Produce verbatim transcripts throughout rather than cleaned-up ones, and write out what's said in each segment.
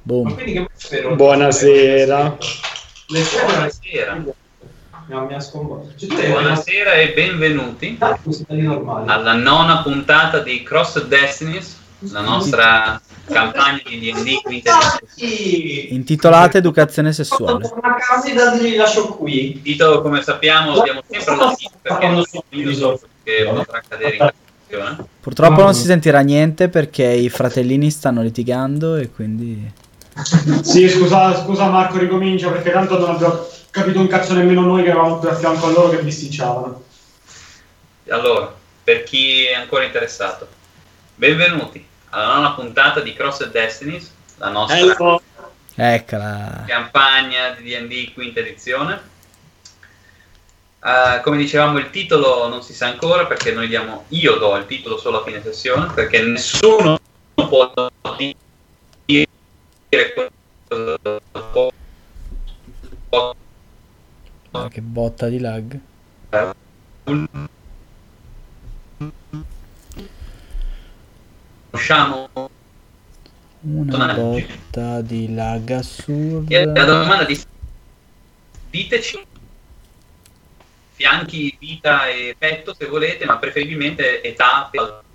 Boom. quindi che spero? Buonasera. Le sere Buonasera. No, mi ha sconvolto. Cioè, tu Buonasera e benvenuti alla nona puntata di Crossed Destinies, la nostra campagna di D and D quinta edizione. Intitolata Educazione sessuale. Una casa li lascio qui. Il titolo, come sappiamo, lo diamo sempre alla fine perché non so io che potrà cadere in discussione. Purtroppo non si sentirà niente perché i fratellini stanno litigando e quindi... Sì, scusa, scusa Marco, ricomincio perché tanto non abbiamo capito un cazzo nemmeno noi che eravamo più a fianco a loro che bisticciavano. Allora, per chi è ancora interessato, benvenuti alla nona puntata di Crossed Destinies, la nostra Hello. Eccola. campagna di D and D quinta edizione. Uh, come dicevamo, il titolo non si sa ancora perché noi diamo, io do il titolo solo a fine sessione perché nessuno può dire cosa può. Ah, che botta di lag. Conosciamo Una botta di lag assurda. e la domanda di diteci fianchi, vita e petto se volete, ma preferibilmente età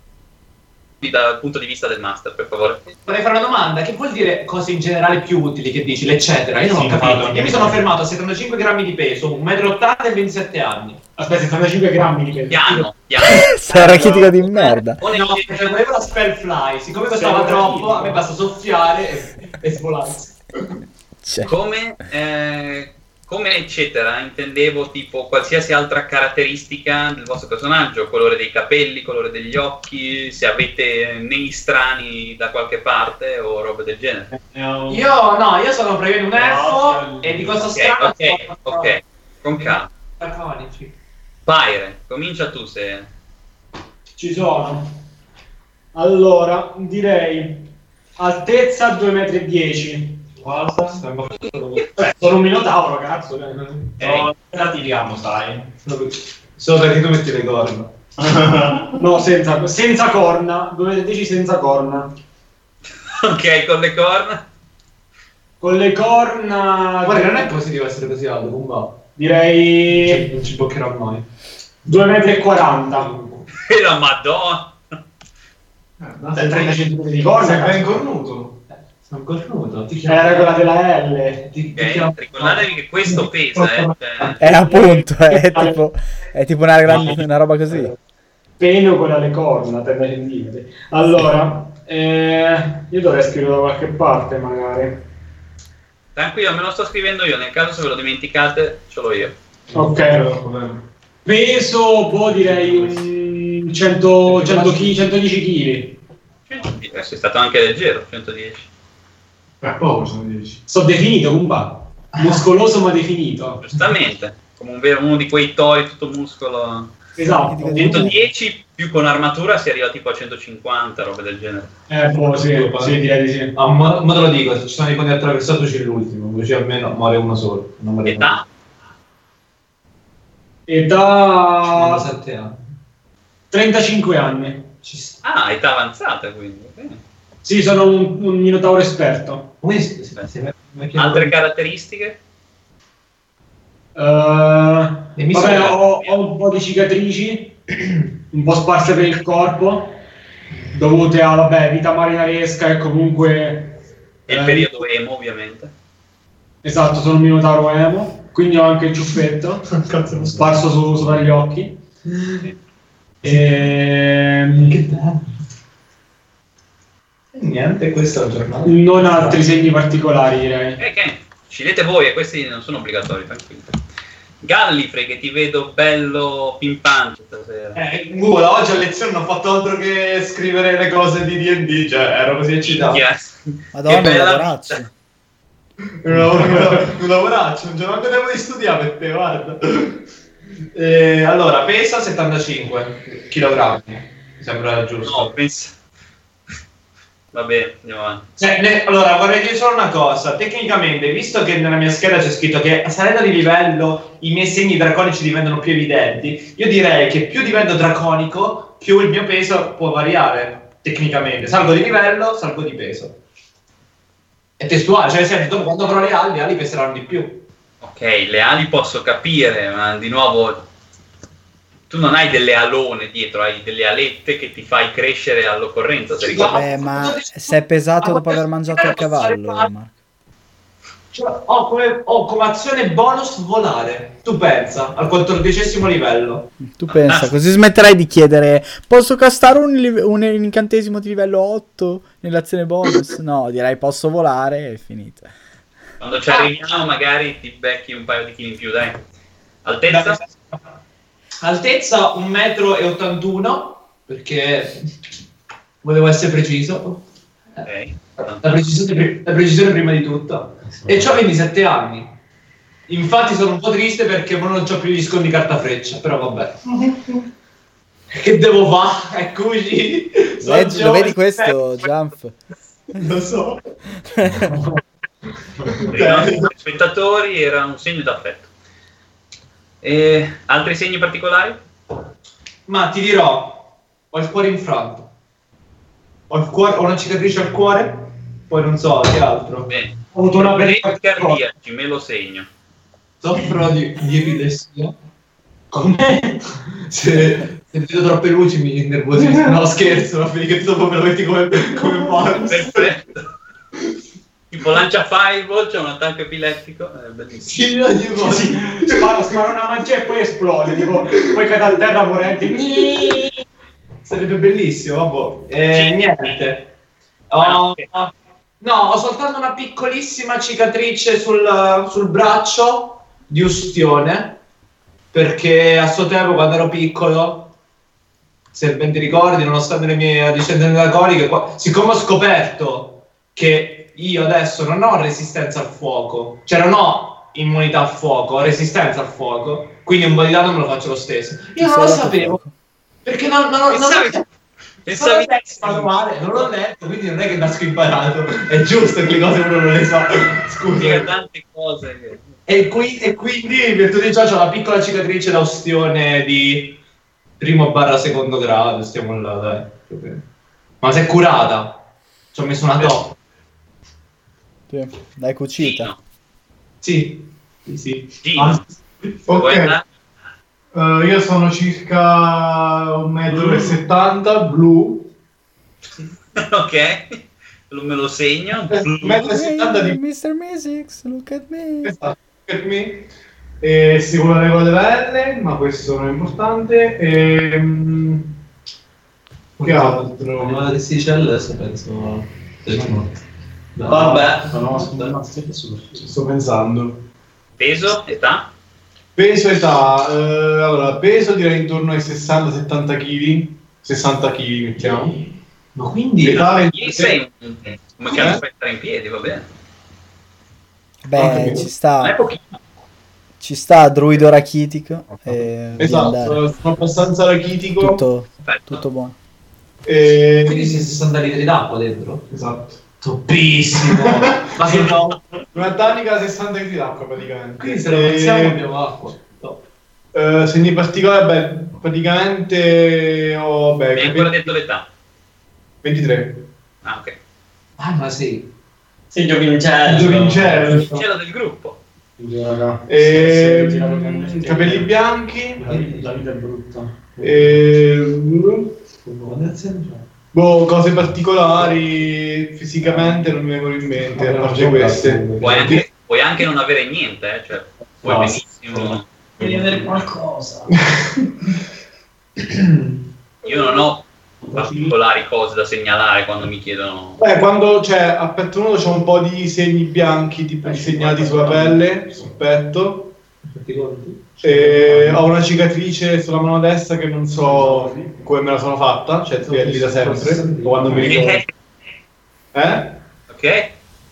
dal punto di vista del master, per favore. Vorrei fare una domanda, che vuol dire cose in generale più utili che dici, l'eccetera? Io non Sì, ho capito. vado, Io mi sono fermato a settantacinque grammi di peso, un metro e ottanta e ventisette anni. Aspetta, settantacinque grammi di peso. Piano, piano. Sei rachitico di merda. No, perché volevo la spell fly, siccome costava Sei troppo, rachitico. a me basta soffiare e, e svolarsi. Cioè, Come, eh, come eccetera, intendevo tipo qualsiasi altra caratteristica del vostro personaggio, colore dei capelli, colore degli occhi, se avete nei strani da qualche parte o robe del genere. Io no, io sono praticamente un elfo e di questo Ok, strano ok, ok, con calma. draconici. Pyre, comincia tu se... Ci sono. Allora, direi altezza due metri e dieci. Guarda, Eh, sono un minotauro, cazzo. no, la tiriamo, sai. Solo perché tu metti le corna. No, senza, senza corna. due metri e dieci senza corna. Ok, con le corna? Con le corna... Guarda, non è positivo essere così alto, non va. Direi Non ci bloccherà mai. due metri e quaranta. E la madonna! Del trenta centimetri di corna. Sei ben cazzo. cornuto. Sono cornuto. Ti Era quella della L. Ti, ti Ok, chiamo- ricordatevi che questo pesa, eh. Cioè, è appunto, è tipo, è tipo una, grande, una roba così. Peno con le corna, trenta centimetri. Allora, eh, io dovrei scriverlo da qualche parte magari. tranquillo, me lo sto scrivendo io, nel caso se ve lo dimenticate, ce l'ho io. Ok. Peso, boh, direi un cento, cento chi- centodieci chili. centodieci, adesso è stato anche leggero, centodieci. Tra poco sono dieci. Sto definito, compa. Muscoloso ma definito. Giustamente, come un vero, uno di quei tori tutto muscolo. Esatto. centodieci più con armatura si arriva tipo a centocinquanta, robe del genere. Eh, boh, sì, sì, direi di sì. Ah, ma, ma te lo dico, se ci sono i ponti attraversati c'è l'ultimo, così almeno muore uno solo. Non muore Età? Età sette anni. trentacinque anni. Ci sta. Ah, età avanzata quindi. ok. Sì, sono un, un minotauro esperto. Come si, si, si, si, Altre caratteristiche? Uh, E mi vabbè, sembra- ho, ho un po' di cicatrici, un po' sparse per il corpo, dovute a, vabbè, vita marinaresca e comunque... E il eh, periodo emo, ovviamente. Esatto, sono un minotauro emo, quindi ho anche il ciuffetto sparso su, sopra gli occhi. E... Che bello. E niente, questa è la giornata. Non altri segni particolari, direi. Eh, che scegliete voi e questi non sono obbligatori, tranquilli. Gallifrey, che ti vedo bello pimpante stasera. Eh, Gula, oggi a lezione non ho fatto altro che scrivere le cose di D and D, cioè ero così eccitato. Yes. Madonna, Che bella lavoraccio. vita. Un lavoro- un lavoraccio, non c'è manco tempo di studiare per te, guarda. Eh, allora, pesa settantacinque chilogrammi, mi sembra giusto. No, penso... Va bene, andiamo avanti. Cioè, ne- allora, vorrei dire solo una cosa. Tecnicamente, visto che nella mia scheda c'è scritto che salendo di livello i miei segni draconici diventano più evidenti, io direi che più divento draconico, più il mio peso può variare, tecnicamente. Salgo di livello, salgo di peso. È testuale, cioè nel senso, dopo quando avrò le ali, le ali peseranno di più. Ok, le ali posso capire, ma di nuovo tu non hai delle alone dietro, hai delle alette che ti fai crescere all'occorrenza. Se ricordi. Eh, ma se è pesato dopo aver mangiato il cavallo, Marco. Cioè, ho, come, ho come azione bonus volare. Tu pensa, al quattordicesimo livello. Tu pensa, così smetterai di chiedere posso castare un, live- un incantesimo di livello otto nell'azione bonus? No, direi posso volare e finita. Quando ci arriviamo magari ti becchi un paio di chili in più, dai. Altezza? Altezza un metro e ottantuno, perché volevo essere preciso. Ok. La precisione, la precisione prima di tutto. E c'ho ventisette anni. Infatti sono un po' triste perché non c'ho più gli scontri carta freccia, però vabbè. Che devo fare? Eccoci. Leggi, lo vedi questo, Jump? Lo so. Per i nostri spettatori era un segno d'affetto. E altri segni particolari? Ma ti dirò, ho il cuore infranto. Ho, il cuore, ho una cicatrice al cuore, poi non so che altro. Bene. Ho avuto una Problemi bella- cardiaci, me lo segno. Soffro di, di epilessia. Come? Se sentito troppe luci mi innervosisco. No, scherzo, ma che dopo me lo metti come, come bonus. Perfetto. Tipo lancia fireball, c'è un attacco epilettico, è bellissimo. Sì, io dico Sì, spara, spara una magia e poi esplode, tipo, poi cade a terra morente. sarebbe bellissimo, vabbè. E Sì. niente. Ah, Ho- ok. no, ho soltanto una piccolissima cicatrice sul, sul braccio di ustione, perché a suo tempo, quando ero piccolo, se ben ti ricordi, nonostante le mie discendenze alcoliche, qua- siccome ho scoperto che io adesso non ho resistenza al fuoco, cioè non ho immunità al fuoco, ho resistenza al fuoco, quindi un po' di danno me lo faccio lo stesso. Io non lo sapevo, perché non, non, non, non Pensavi- non pensavi- l'ho letto il manuale, non l'ho letto, quindi non è che nasco imparato, è giusto che le cose uno non le sa, Dica scusa. tante cose che... E, qui, e quindi in virtù di ciò c'ho una piccola cicatrice da ustione di primo barra secondo grado, stiamo là, dai. più o meno. Ma si è curata, ci ho messo una top. Sì, dai cucita. Gino. Sì, sì, sì. Gino. Ah, Vuoi ok, andare? Eh, io sono circa un metro e settanta, blu. Ok, lo- me lo segno. un metro e settanta di mister Mystics, look at me. esatto, per me. E seguo la regola della L, ma questo non è importante. E, che altro? Prima di Seychelles adesso penso... Vabbè. No, no, aspetta, no, aspetta, su. Sto pensando. Peso, età? Peso, età. eh, allora, peso direi intorno ai sessanta settanta kg. sessanta kg mettiamo. Ma quindi... Età Ieri sei ventisei. un... come cazzo fai a stare in piedi, va bene. Beh, Ok. ci Non è sta, pochino. ci sta druido rachitico. E via andare. Esatto, sono abbastanza rachitico. Tutto, Perfetto. tutto buono. E... Quindi sei sessanta litri d'acqua dentro? Esatto. Toppissimo! Ma che no? Una tanica sessanta litri d'acqua praticamente. Quindi se lo E- facciamo abbiamo acqua. No. Eh, segni particolari, beh, praticamente ho beh, Mi hai ancora detto l'età? ventitré. Ah, ok. Ah, ma sì. Sei giovincello. Giovincello. Il cielo del gruppo. E, mm, capelli bianchi. La vita è brutta. E, boh, cose particolari fisicamente non mi vengono in mente, a parte queste. Puoi anche, puoi anche non avere niente, eh? Cioè, puoi No, benissimo. Devi avere qualcosa. Io non ho particolari cose da segnalare quando mi chiedono. Beh, quando cioè, a petto nudo c'è un po' di segni bianchi, tipo disegnati sulla pelle, sul petto. E ho una cicatrice sulla mano destra che non so come me la sono fatta, cioè è lì da sempre, o quando mi ricordo. Ok? Eh? Ok?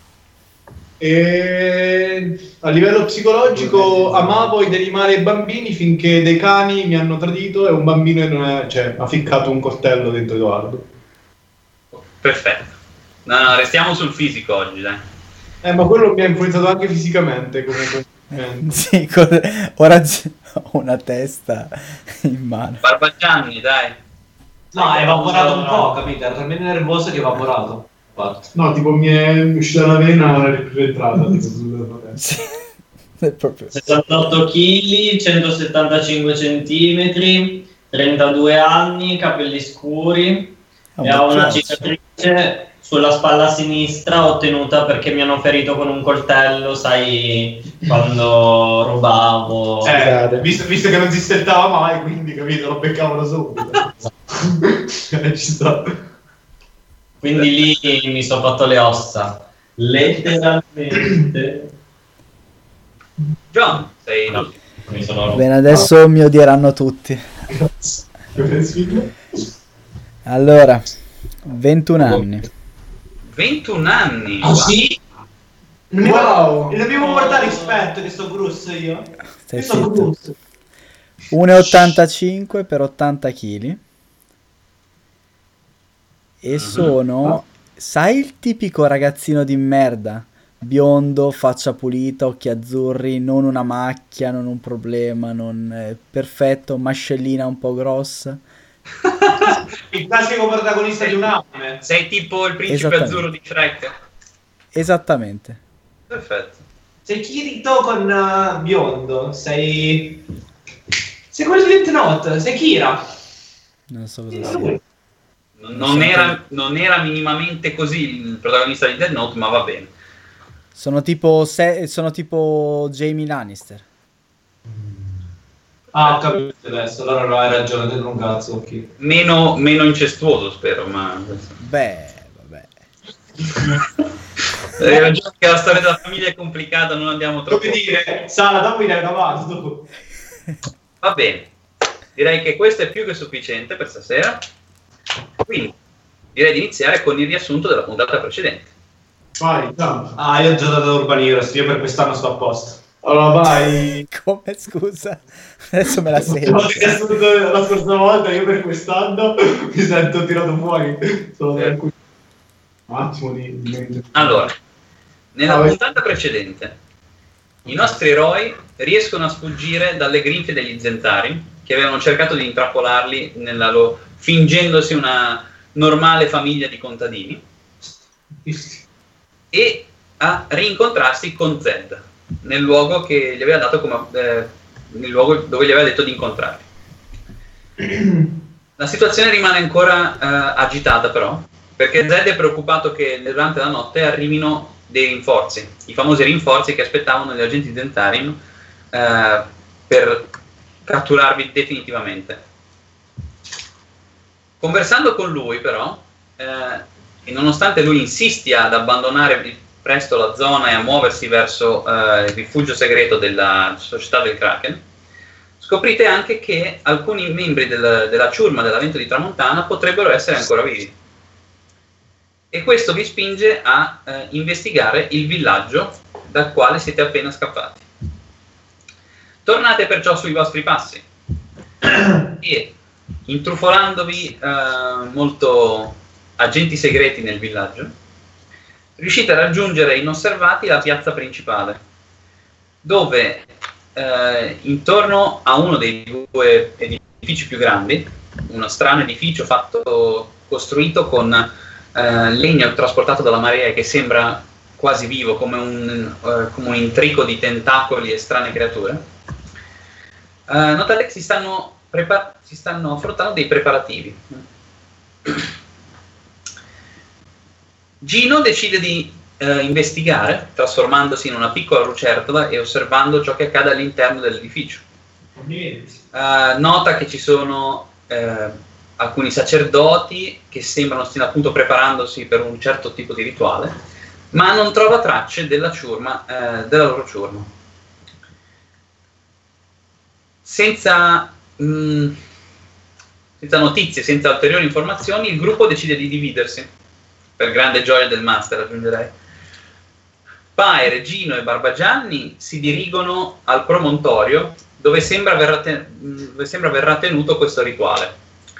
E a livello psicologico amavo ed animare i bambini finché dei cani mi hanno tradito e un bambino non è, cioè, ha ficcato un coltello dentro Edoardo. Perfetto. No, no, restiamo sul fisico oggi, dai. Eh, ma quello mi ha influenzato anche fisicamente come coinvolgimento. Sì, co- ora c- ho una testa in mano. Barbagianni, dai. No, è evaporato un po', capito? Era talmente nervoso che è evaporato. fatto. No, tipo mi è uscita la vena, non è rientrata. tipo, sul- Sì, è proprio... sessantotto chili, centosettantacinque centimetri, trentadue anni, capelli scuri un e ha una vecchiaccio. cicatrice sulla spalla sinistra ottenuta perché mi hanno ferito con un coltello, sai, quando rubavo. Eh, visto, visto che non si stettava mai, quindi capito, lo beccavano subito. Eh, ci sta. Quindi lì mi sono fatto le ossa. Letteralmente. John, sei No, mi sono rotto. Bene, adesso mi odieranno tutti. Grazie. Che pensi? Allora, ventuno anni. ventuno anni. Ah, sì? Non mi Wow. non abbiamo molto rispetto di sto Bruce io. Stai Io sono zitto. Bruce. uno virgola ottantacinque per ottanta chili. E sono... Sai il tipico ragazzino di merda? Biondo, faccia pulita, occhi azzurri, non una macchia, non un problema, non... eh, perfetto, mascellina un po' grossa. Il classico protagonista di un anime. Sei tipo il principe Esattamente. azzurro di Shrek. Esattamente. Perfetto. Sei Kirito con uh, biondo. Sei. Sei quello di Death Note. Sei Kira. Non so cosa Sì, sia. lui. Non, non era, non era minimamente così il protagonista di Death Note, ma va bene. Sono tipo, se... sono tipo Jamie Lannister. Ah, ho capito adesso. Allora no, hai ragione. Dentro un cazzo. Ok. Meno, meno incestuoso, spero, ma... Beh, vabbè. Hai ragione che la storia della famiglia è complicata, non andiamo troppo... Come dire, Sala, dopo mi dai una mano. Tu. Va bene. Direi che questo è più che sufficiente per stasera. Quindi, direi di iniziare con il riassunto della puntata precedente. Vai, jump. Ah, io ho giocato ad Urban Heroes. Io per quest'anno sto a posto. Allora vai. Come, scusa? Adesso me la La sento. volta che è stato la scorsa volta, io per quest'anno mi sento tirato fuori. Sono Eh. tranquillo. Un attimo di... di- Allora, nella Ah, vai. puntata precedente, i nostri eroi riescono a sfuggire dalle grinfie degli zentari che avevano cercato di intrappolarli nella loro, fingendosi una normale famiglia di contadini, e a rincontrarsi con Zed nel luogo che gli aveva dato come eh, nel luogo dove gli aveva detto di incontrarli. La situazione rimane ancora eh, agitata, però, perché Zed è preoccupato che durante la notte arrivino dei rinforzi, i famosi rinforzi che aspettavano gli agenti Zentarin eh, per catturarvi definitivamente. Conversando con lui, però, eh, e nonostante lui insisti ad abbandonare presto la zona e a muoversi verso eh, il rifugio segreto della società del Kraken, scoprite anche che alcuni membri del, della ciurma della Vento di Tramontana potrebbero essere ancora vivi. E questo vi spinge a eh, investigare il villaggio dal quale siete appena scappati. Tornate perciò sui vostri passi e, intrufolandovi eh, molto agenti segreti nel villaggio, riuscite a raggiungere inosservati la piazza principale, dove eh, intorno a uno dei due edifici più grandi, uno strano edificio fatto, costruito con eh, legno trasportato dalla marea, che sembra quasi vivo, come un, eh, come un intrico di tentacoli e strane creature. Eh, notate che si stanno, prepa- si stanno affrontando dei preparativi. Gino decide di eh, investigare, trasformandosi in una piccola lucertola e osservando ciò che accade all'interno dell'edificio. Eh, nota che ci sono eh, alcuni sacerdoti che sembrano stiano appunto preparandosi per un certo tipo di rituale, ma non trova tracce della ciurma, eh, della loro ciurma. Senza, mh, senza notizie, senza ulteriori informazioni, il gruppo decide di dividersi, per grande gioia del master, aggiungerei. Pyre, Gino e Barbagianni si dirigono al promontorio dove sembra verrà, ten- dove sembra verrà tenuto questo rituale.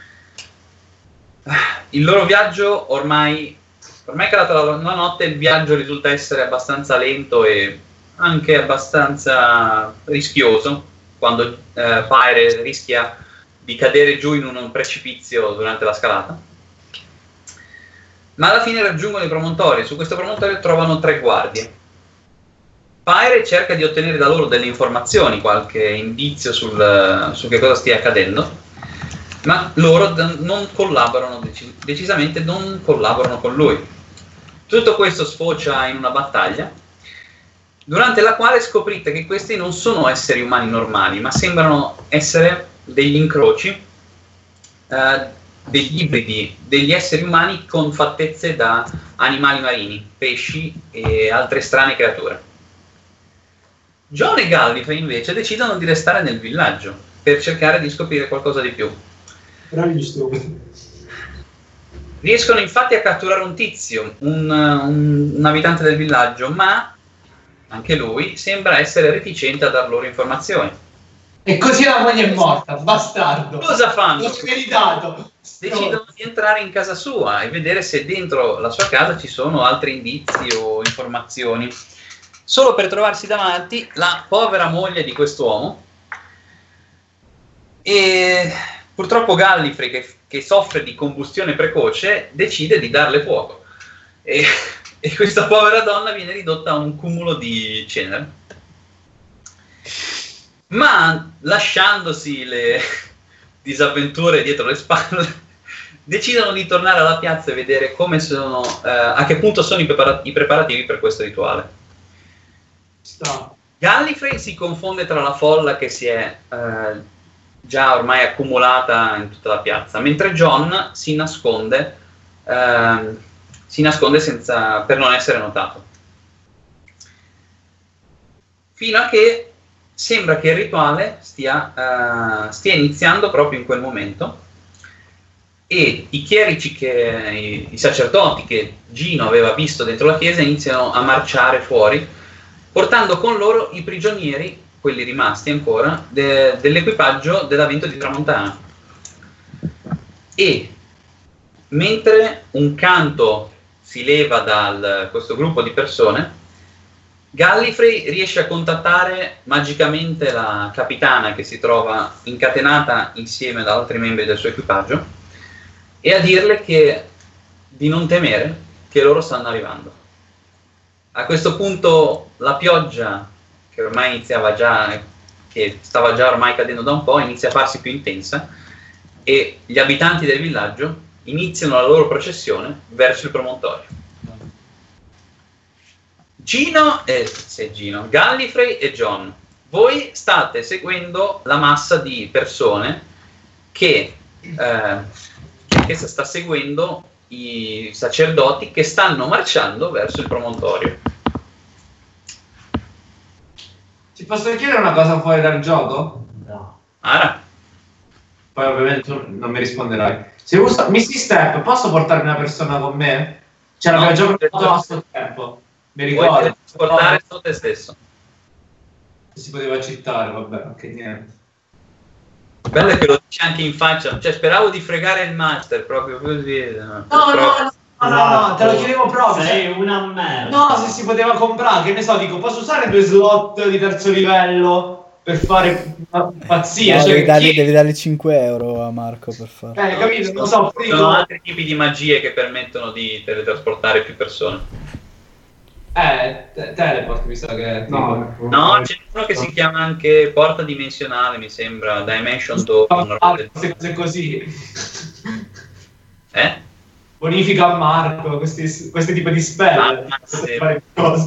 Il loro viaggio ormai, ormai calata la, la notte, il viaggio risulta essere abbastanza lento e anche abbastanza rischioso, quando eh, Pyre rischia di cadere giù in un precipizio durante la scalata. Ma alla fine raggiungono i promontori. Su questo promontorio trovano tre guardie. Pyre cerca di ottenere da loro delle informazioni, qualche indizio sul, su che cosa stia accadendo, ma loro d- non collaborano, dec- decisamente non collaborano con lui. Tutto questo sfocia in una battaglia, durante la quale scoprite che questi non sono esseri umani normali, ma sembrano essere degli incroci, eh, degli ibridi, degli esseri umani con fattezze da animali marini, pesci e altre strane creature. John e Gallifrey invece decidono di restare nel villaggio per cercare di scoprire qualcosa di più. Bravi gli stupidi. Riescono infatti a catturare un tizio, un, un, un abitante del villaggio, ma anche lui sembra essere reticente a dar loro informazioni. E così la moglie è morta, bastardo. Cosa fanno? L'ho smeritato. Decidono di entrare in casa sua e vedere se dentro la sua casa ci sono altri indizi o informazioni. Solo per trovarsi davanti la povera moglie di quest'uomo. E purtroppo Gallifrey, che, che soffre di combustione precoce, decide di darle fuoco. E, e questa povera donna viene ridotta a un cumulo di cenere. Ma lasciandosi le disavventure dietro le spalle, decidono di tornare alla piazza e vedere come sono, eh, a che punto sono i, prepara- i preparativi per questo rituale. Sta. Gallifrey si confonde tra la folla che si è eh, già ormai accumulata in tutta la piazza, mentre John si nasconde, eh, si nasconde senza, per non essere notato. Fino a che sembra che il rituale stia, uh, stia iniziando proprio in quel momento e i chierici, che, i, i sacerdoti che Gino aveva visto dentro la chiesa iniziano a marciare fuori, portando con loro i prigionieri, quelli rimasti ancora, de, dell'equipaggio della Vento di Tramontana. E mentre un canto si leva da questo gruppo di persone, Gallifrey riesce a contattare magicamente la capitana che si trova incatenata insieme ad altri membri del suo equipaggio e a dirle che di non temere, che loro stanno arrivando. A questo punto la pioggia, che ormai iniziava già, che stava già ormai cadendo da un po', inizia a farsi più intensa e gli abitanti del villaggio iniziano la loro processione verso il promontorio. Gino, eh, sì, Gino, Gallifrey e John, voi state seguendo la massa di persone che, eh, che sta seguendo i sacerdoti che stanno marciando verso il promontorio. Ti posso chiedere una cosa fuori dal gioco? No. Ara? Poi ovviamente tu non mi risponderai. Se uso Misty Step, posso portarmi una persona con me? Cioè l'abbiamo No, già provato a questo tempo. Mi Puoi ricordo. trasportare solo te stesso. Si poteva accettare, vabbè, anche niente. Bello è che lo dici anche in faccia, cioè speravo di fregare il master proprio così. No, No, no, no, no, no, no, te lo chiedevo proprio. Sei se- una merda. No, se si poteva comprare, che ne so, dico, posso usare due slot di terzo livello per fare una pazzia? No, cioè, devi, dargli, chi- devi dargli cinque euro a Marco per farlo. Eh, capito? Non so, Ci dico- sono altri tipi di magie che permettono di teletrasportare più persone. Eh, te- teleport mi sa che è tipo- No, No, c'è uno che si chiama anche porta dimensionale, mi sembra, Dimension Door. una roba del- queste cose così. Eh? Bonifica a Marco, questi, questi tipi di spell. Ah, sì. Fare cose.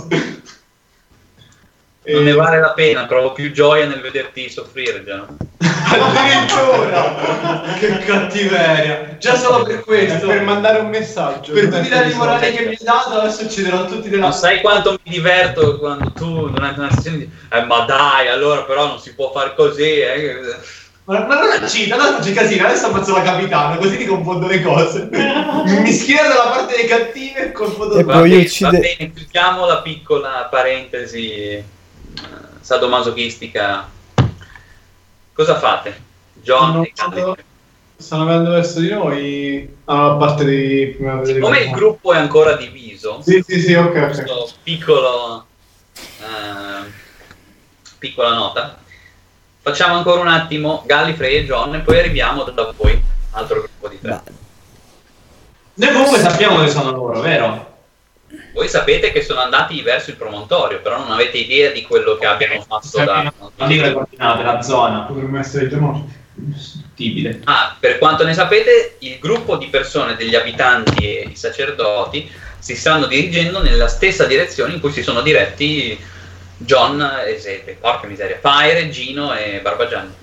Non ne E- vale la pena, trovo più gioia nel vederti soffrire già. Addirittura! Che cattiveria! Già solo per questo. per mandare un messaggio. Per non tutti i essere dati morali solo- che mi hai dato, adesso ucciderò tutti della Non sai quanto mi diverto quando tu durante una sessione dici eh ma dai, allora però non si può fare così, eh. Ma, ma non accida, adesso c'è casino, adesso ammazzo la capitana, così ti confondo le cose. Mi schiero dalla parte dei cattivi e confondo E tutto. Va poi bene, uccide- va bene, chiudiamo la piccola parentesi eh, sadomasochistica. Cosa fate? John Stanno e Gallifrey. stanno venendo verso di noi. Ah, a parte di prima vedere- Siccome il gruppo è ancora diviso, Sì, sì, sì, ok, ok. questo piccolo eh, piccola nota, facciamo ancora un attimo Gallifrey e John e poi arriviamo da voi, altro gruppo di tre. Ma Noi comunque sappiamo dove sono loro, vero? Voi sapete che sono andati verso il promontorio, però non avete idea di quello che abbiano fatto da... Non dico le coordinate, la zona. Potremmo essere già morti. Discutibile. Ah, per quanto ne sapete, il gruppo di persone, degli abitanti e i sacerdoti, si stanno dirigendo nella stessa direzione in cui si sono diretti John e Sepe. Porca miseria. Fire, Gino e Barbagianni.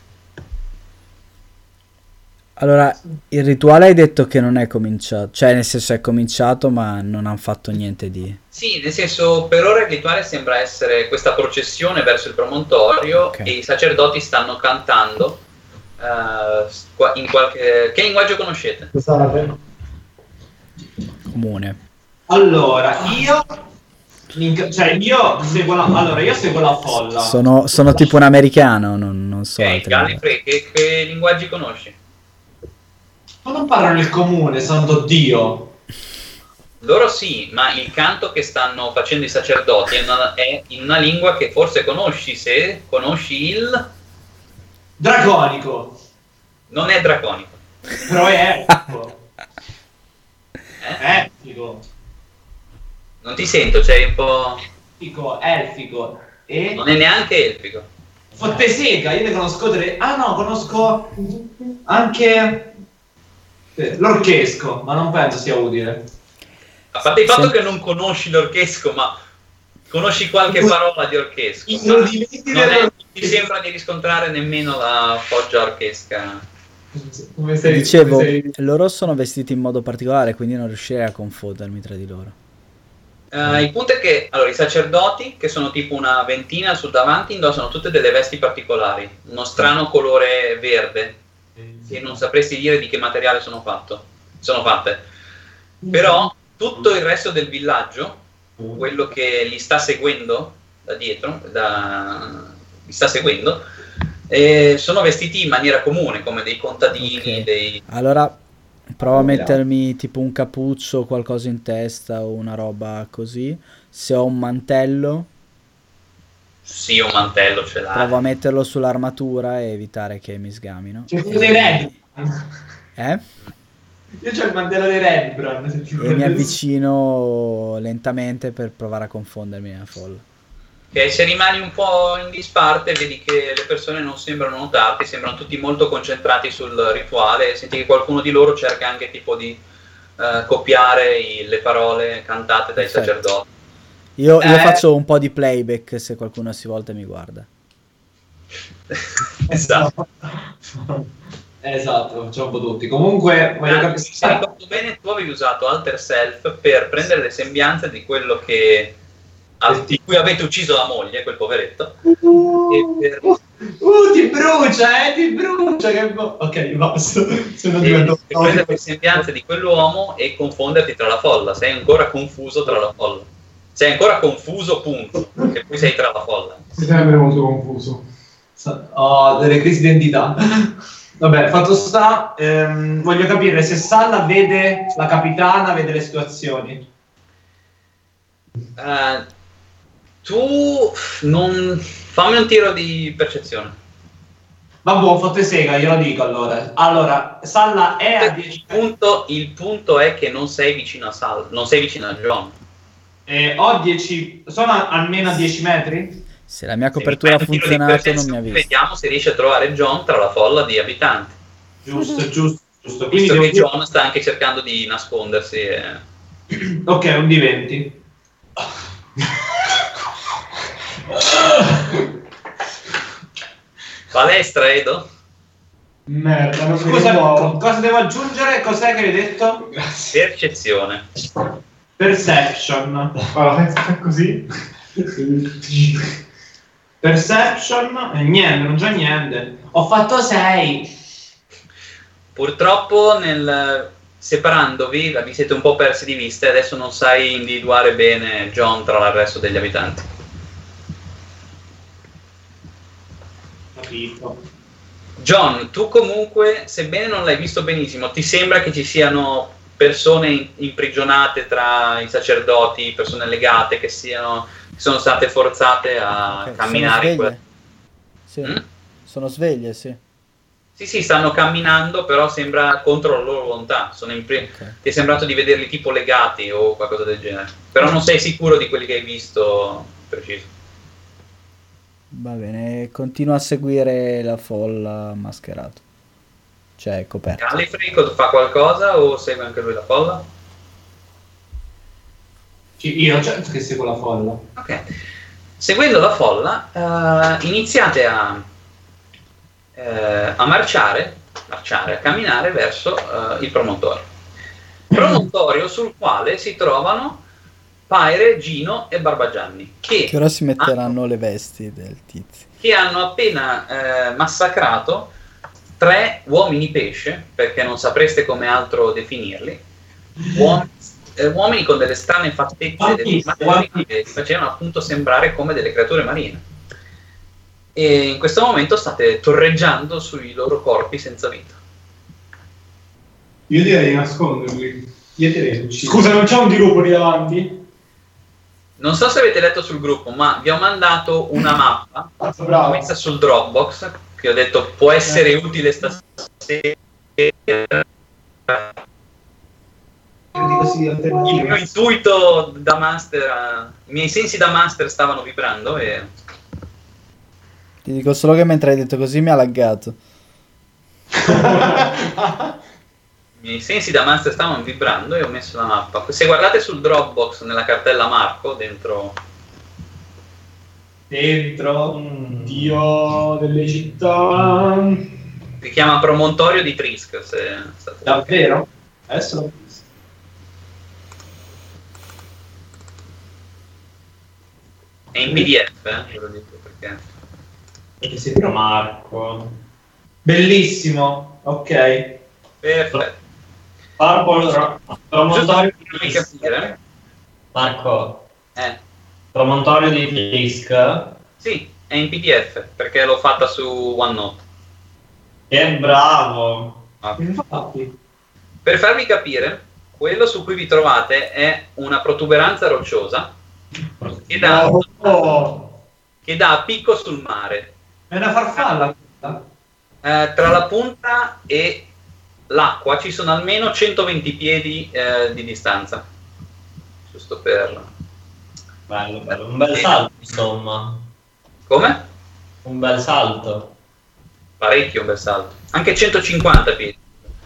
Allora, il rituale hai detto che non è cominciato, cioè nel senso è cominciato ma non hanno fatto niente di... Sì, nel senso, per ora il rituale sembra essere questa processione verso il promontorio, Ok. e i sacerdoti stanno cantando eh, qua- in qualche... Che linguaggio conoscete? comune. Allora, io... Cioè, io seguo la... Allora, io seguo la folla. Sono, sono tipo un americano, non, non so Ok, altre Gallifrey, lingue. che, che linguaggi conosci? Ma non parlano il comune, santo Dio. Loro sì, ma il canto che stanno facendo i sacerdoti è, una- è in una lingua che forse conosci, se conosci il... Draconico. Non è draconico. Però è elfico. Eh? Elfico. Non ti sento, c'è un po'... Elfico, elfico. E... Non è neanche elfico. Fottesega, io ne conosco tre. Ah no, conosco anche eh, l'orchesco, ma non penso sia utile. A parte il fatto Sì. che non conosci l'orchesco, ma conosci qualche parola di orchesco. I ma rudimenti non è- del- non ti sembra di riscontrare nemmeno la foggia orchesca. Come sei? Dicevo, come sei- loro sono vestiti in modo particolare, quindi non riuscirei a confondermi tra di loro. Eh, il punto è che allora, i sacerdoti, che sono tipo una ventina sul davanti, indossano tutte delle vesti particolari, uno strano colore verde, che non sapresti dire di che materiale sono, fatto, sono fatte. Però tutto il resto del villaggio, quello che li sta seguendo da dietro, da- li sta seguendo, eh, sono vestiti in maniera comune, come dei contadini, Ok. dei... Allora provo a mettermi tipo un cappuccio o qualcosa in testa o una roba così. Se ho un mantello, Sì, un mantello ce l'ha. provo a metterlo sull'armatura e evitare che mi sgamino. C'è quello dei Redbran. Eh? Io c'ho il mantello dei Redbran. se ti E mi ricordi. avvicino lentamente per provare a confondermi nella folla. Ok, se rimani un po' in disparte vedi che le persone non sembrano notarti, sembrano tutti molto concentrati sul rituale, senti che qualcuno di loro cerca anche tipo di eh, copiare i- le parole cantate dai Perfetto. sacerdoti. Io, io Eh. faccio un po' di playback se qualcuno si volta e mi guarda. Esatto. Esatto, facciamo un po' tutti. Comunque, voglio Ah, capire... se ricordo bene, tu avevi usato Alter Self per prendere le sembianze di quello che al- di cui avete ucciso la moglie, quel poveretto. Uh, E per- uh, ti brucia, eh, ti brucia. Che bo- ok, basta. Sono e diventato per prendere le sembianze di quell'uomo e confonderti tra la folla. Sei ancora confuso tra la folla. Sei ancora confuso, punto. E poi sei tra la folla. Si sembra molto confuso. Ho delle crisi d'identità. Vabbè, fatto sta, ehm, voglio capire se Salla vede la capitana, vede le situazioni. Eh, tu non fammi un tiro di percezione. Vabbè, fotte sega, glielo dico allora. Allora, Salla è a Il dieci punto, il punto è che non sei vicino a Sal, non sei vicino a John. eh, ho dieci, sono a- almeno a dieci metri? Se la mia Se copertura mi ha fai un tiro di funzionato non mi ha percezione, visto. vediamo se riesci a trovare John tra la folla di abitanti. Giusto, giusto, giusto. Quindi Visto devo che dire- John sta anche cercando di nascondersi. E... Ok, un D venti. Palestra, Edo? Merda, non Scusa, mi co- ricordo. cosa devo aggiungere? Cos'è che hai detto? Percezione. Perception. Allora, fai così. Perception. E niente, non c'è niente. Ho fatto sei. Purtroppo nel separandovi vi siete un po' persi di vista e adesso non sai individuare bene John tra il resto degli abitanti. Capito. John, tu comunque, sebbene non l'hai visto benissimo, ti sembra che ci siano persone in- imprigionate tra i sacerdoti, persone legate, che siano che sono state forzate a Ok, camminare in sono quella... sveglie? Sì. Mm? Sono sveglie, sì. Sì, sì, stanno camminando, però sembra contro la loro volontà. Sono in pre- Ok. Ti è sembrato di vederli tipo legati o qualcosa del genere. Però non sei sicuro di quelli che hai visto preciso. Va bene, continua a seguire la folla mascherato. Cioè, coperto. Gallifrey fa qualcosa o segue anche lui la folla? Sì, io certo che seguo la folla. Ok. Seguendo la folla, eh, iniziate a, eh, a marciare, marciare, a camminare verso eh, il promontorio. Promontorio sul quale si trovano Pyre, Gino e Barbagianni, che, Che ora si hanno, metteranno le vesti del tizio. che hanno appena eh, massacrato tre uomini pesce, perché non sapreste come altro definirli, uomini, eh, uomini con delle strane fattezze dei maroni che si facevano appunto sembrare come delle creature marine. E in questo momento state torreggiando sui loro corpi senza vita. Io direi di nasconderli. Io direi di uccidere. Scusa, non c'è un dirupo lì davanti? Non so se avete letto sul gruppo, ma vi ho mandato una mappa Cazzo, bravo. messa sul Dropbox che ho detto può essere utile stasera. Il mio intuito da master, i miei sensi da master stavano vibrando e Ti dico solo che mentre hai detto così mi ha laggato. i miei sensi da master stavano vibrando e ho messo la mappa. Se guardate sul Dropbox nella cartella Marco dentro, Dentro. Dio delle città. si chiama Promontorio di Trisk. Se state... Davvero? Adesso l'ho visto. È in P D F, eh, ve lo dico perché. Perché sei vero? Marco. Bellissimo. Ok. Perfetto. Purple promontorio di Giusto per Frisk. capire. Marco, Eh, promontorio di Frisk. sì, è in P D F perché l'ho fatta su OneNote. Che bravo. Ah. Infatti. Per farvi capire, quello su cui vi trovate è una protuberanza rocciosa che dà, Oh. che dà a picco sul mare. È una farfalla questa? Eh, tra la punta e l'acqua ci sono almeno centoventi piedi eh, di distanza. Giusto per... Bello, bello. Un bel salto, insomma. Come? Un bel salto. Parecchio un bel salto. Anche centocinquanta piedi.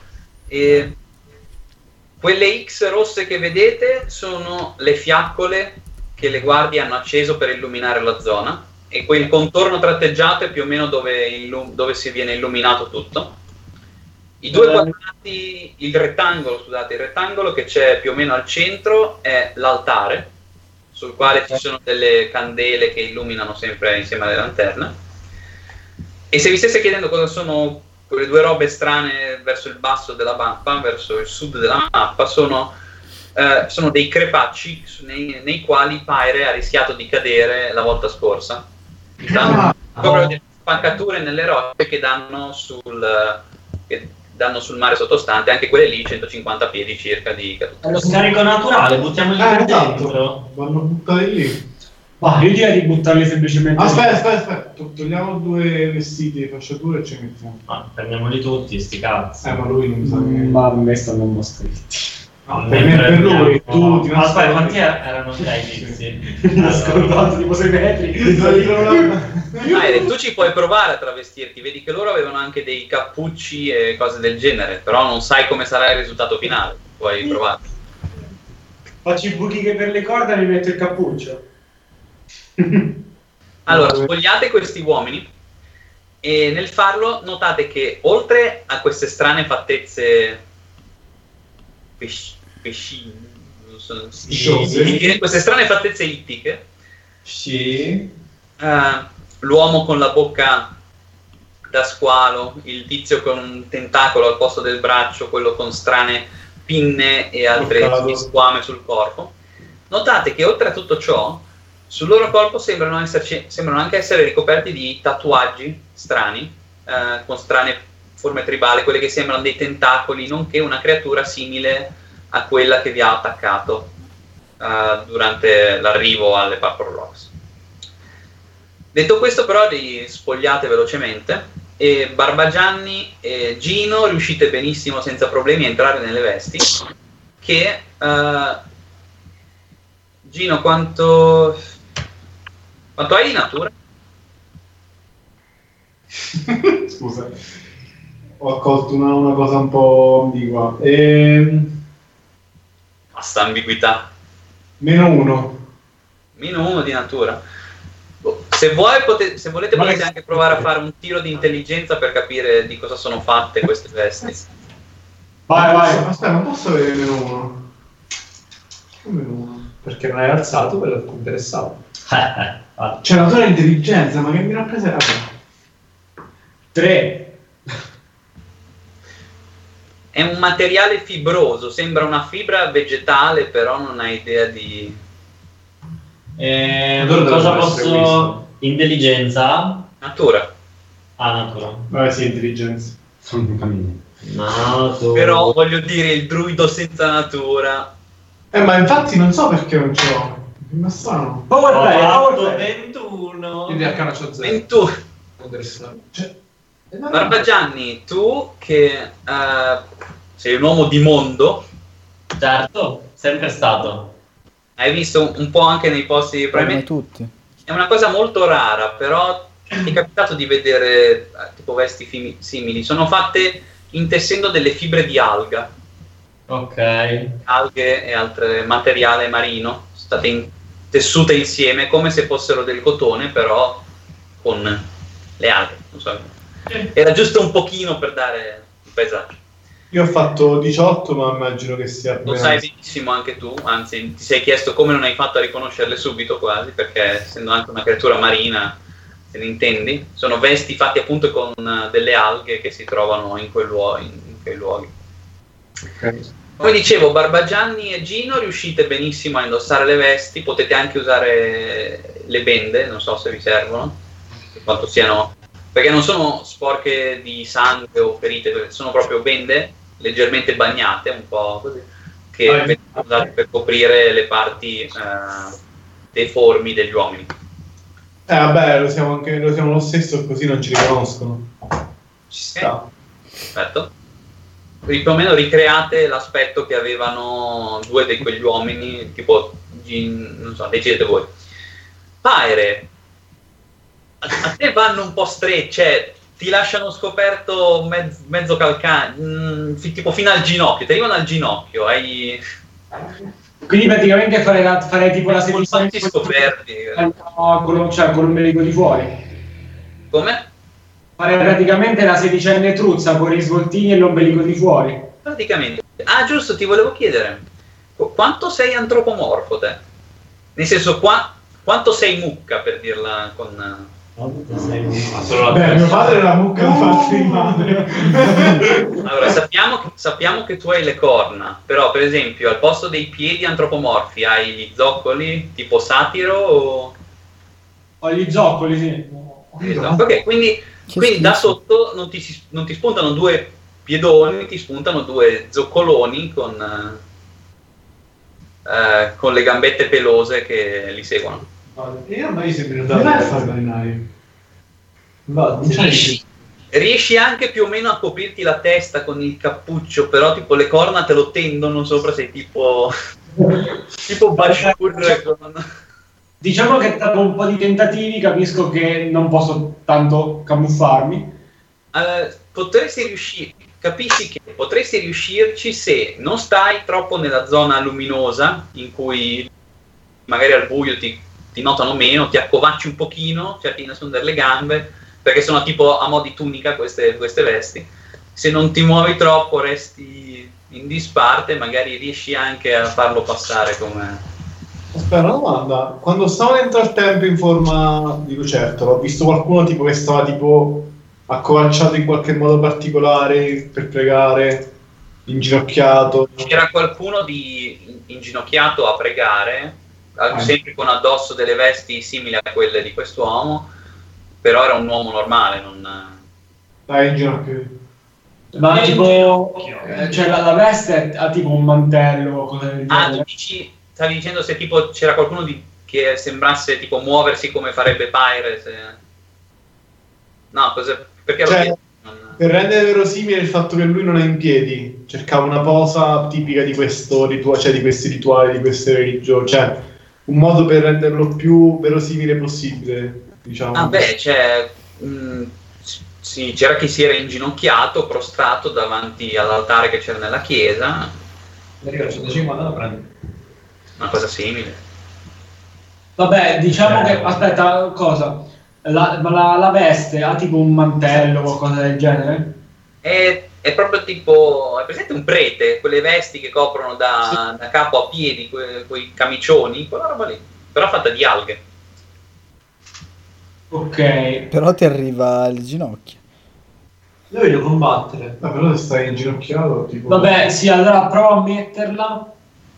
E quelle X rosse che vedete sono le fiaccole che le guardie hanno acceso per illuminare la zona, e quel contorno tratteggiato è più o meno dove, illu- dove si viene illuminato tutto. I due quadrati, il rettangolo, scusate, il rettangolo che c'è più o meno al centro è l'altare, sul quale ci sono delle candele che illuminano sempre insieme alle lanterne. E se vi stesse chiedendo cosa sono quelle due robe strane verso il basso della mappa, verso il sud della mappa, sono, eh, sono dei crepacci nei, nei quali Pyre ha rischiato di cadere la volta scorsa. Danno proprio delle spaccature nelle rocce che danno sul, che danno sul mare sottostante, anche quelle lì centocinquanta piedi circa di caduta. È lo scarico naturale, buttiamoli Eh, dentro. esatto. Vanno buttati lì. Ma io direi di buttarli semplicemente. Aspetta, aspetta, aspetta. To- Togliamo due vestiti di fasciature e ci mettiamo. Ma prendiamoli tutti, sti cazzi. Eh, ma lui non sa che... Ma a me stanno un po' stretti. No, per me, per lui, tu ti Ma aspetta, nascondi. quanti erano sei tizi? Mi ha scordato tipo sei metri. Pyre, tu ci puoi provare a travestirti, vedi che loro avevano anche dei cappucci e cose del genere, però non sai come sarà il risultato finale, puoi provare. Faccio i buchi che per le corde e mi metto il cappuccio. Allora, spogliate questi uomini e nel farlo notate che oltre a queste strane fattezze pesci, pesci non so, sì, Sciose. sì, queste strane fattezze ittiche, Sì. eh, l'uomo con la bocca da squalo, il tizio con un tentacolo al posto del braccio, quello con strane pinne e altre Porcato. squame sul corpo, notate che oltre a tutto ciò sul loro corpo sembrano, esserci, sembrano anche essere ricoperti di tatuaggi strani, eh, con strane forme tribali, quelle che sembrano dei tentacoli, nonché una creatura simile a quella che vi ha attaccato eh, durante l'arrivo alle Purple Rocks. Detto questo, però, li spogliate velocemente e Barbagianni e Gino riuscite benissimo senza problemi a entrare nelle vesti. Che uh, Gino, quanto quanto hai di natura? Scusa, ho accolto una, una cosa un po' ambigua. Ehm... Basta ambiguità. Meno uno. Meno uno di natura. Se, vuoi, potete, se volete Ma potete è... anche provare a fare un tiro di intelligenza per capire di cosa sono fatte queste vesti. Vai, vai. Aspetta, non posso avere meno uno. Meno uno. Perché non hai alzato quello che ti interessava. C'è la tua intelligenza, ma che mi rappresenta? Tre. È un materiale fibroso, sembra una fibra vegetale, però non hai idea di... Eh, Allora cosa dovrebbe essere posso... Intelligenza? Natura. Ah, natura. Vabbè, sì, intelligenza. Natura. Però voglio dire, il druido senza natura... Eh, ma infatti non so perché non ce l'ho. Ma strano. Power Ho play, fatto power play. ventuno. Quindi arcana c'ho zero. ventuno. Cioè, Barbagianni, tu che uh, sei un uomo di mondo, Certo, sempre stato. hai visto un, un po' anche nei posti, Come probabilmente tutti. è una cosa molto rara, però ti è capitato di vedere eh, tipo vesti fimi- simili, sono fatte intessendo delle fibre di alga, Ok. alghe e altro materiale marino, state in- tessute insieme come se fossero del cotone, però con le alghe, non so. Era giusto un pochino per dare il paesaggio. io ho fatto diciotto, ma immagino che sia Lo appena- sai benissimo anche tu, anzi ti sei chiesto come non hai fatto a riconoscerle subito quasi, perché essendo anche una creatura marina, se ne intendi, sono vesti fatti appunto con uh, delle alghe che si trovano in, quel luo- in, in quei luoghi. Ok. Come dicevo, Barbagianni e Gino riuscite benissimo a indossare le vesti, potete anche usare le bende, non so se vi servono, per quanto siano... perché non sono sporche di sangue o ferite, sono proprio bende leggermente bagnate, un po' così, che Ah, vengono usate per coprire le parti eh, deformi degli uomini. Eh, vabbè, lo siamo anche lo siamo lo stesso, così non ci riconoscono. Ci sta. Perfetto. Quindi più o meno ricreate l'aspetto che avevano due di quegli uomini, tipo, Gin- non so, decidete voi. Pyre, a, a te vanno un po' stretti, cioè ti lasciano scoperto mezzo, mezzo calcagno, tipo fino al ginocchio, ti arrivano al ginocchio, hai Quindi praticamente farei, la, farei tipo la sedicenni polpacci scoperti. con, cioè, con l'ombelico di fuori. Come? Farei praticamente la sedicenne truzza con i svoltini e l'ombelico di fuori. Praticamente. Ah, giusto, ti volevo chiedere, qu- quanto sei antropomorfo te? Nel senso, qua, quanto sei mucca, per dirla con... Beh, mio padre era mucca infatti di madre. Allora, sappiamo che, sappiamo che tu hai le corna, però per esempio al posto dei piedi antropomorfi hai gli zoccoli tipo satiro o... Ho gli zoccoli, sì. Esatto. Ok, quindi, Che quindi da schifo. sotto non ti, si- non ti spuntano due piedoni, ti spuntano due zoccoloni con, eh, con le gambette pelose che li seguono. Io non mi sembra da fare marinai. Riesci, riesci anche più o meno a coprirti la testa con il cappuccio, però tipo le corna te lo tendono sopra, sei tipo tipo Bashur con... Diciamo che dopo un po' di tentativi capisco che non posso tanto camuffarmi. Eh, potresti riuscire, capisci che potresti riuscirci se non stai troppo nella zona luminosa in cui magari al buio ti, ti notano meno, ti accovacci un pochino, cerchi di nascondere le gambe, perché sono tipo a mo' di tunica queste, queste vesti. Se non ti muovi troppo resti in disparte, magari riesci anche a farlo passare come... Aspetta, una domanda. Quando stavo dentro al tempio in forma di lucertola, ho visto qualcuno tipo che stava tipo accovacciato in qualche modo particolare per pregare, inginocchiato. C'era qualcuno di inginocchiato a pregare, Ah. sempre con addosso delle vesti simili a quelle di quest'uomo, però era un uomo normale, non... Dai, in ginocchio. Ma tipo, eh, cioè la, la veste ha tipo un mantello o cosa del Ah, genere. tu dici, stavi dicendo se tipo c'era qualcuno di, che sembrasse tipo muoversi come farebbe Pyre, se... No, cosa, perché Cioè, lo chiedi? Non- per rendere verosimile il fatto che lui non è in piedi, cercava una posa tipica di questo rituale, cioè di questi rituali, di queste religioni, cioè un modo per renderlo più verosimile possibile, diciamo. Ah beh, cioè, mh, sì, c'era chi si era inginocchiato, prostrato davanti all'altare che c'era nella chiesa, Arriva a centocinquanta, la prendi. una cosa simile. Vabbè, diciamo Eh. che, aspetta, cosa? La, la, la veste ha tipo un mantello o qualcosa del genere? È, è proprio tipo, è presente un prete, quelle vesti che coprono da, da capo a piedi, que, quei camicioni, quella roba lì, però fatta di alghe. Ok. Però ti arriva alle ginocchia. Io voglio combattere. Ah, però se stai inginocchiato, tipo... Vabbè, sì, allora provo a metterla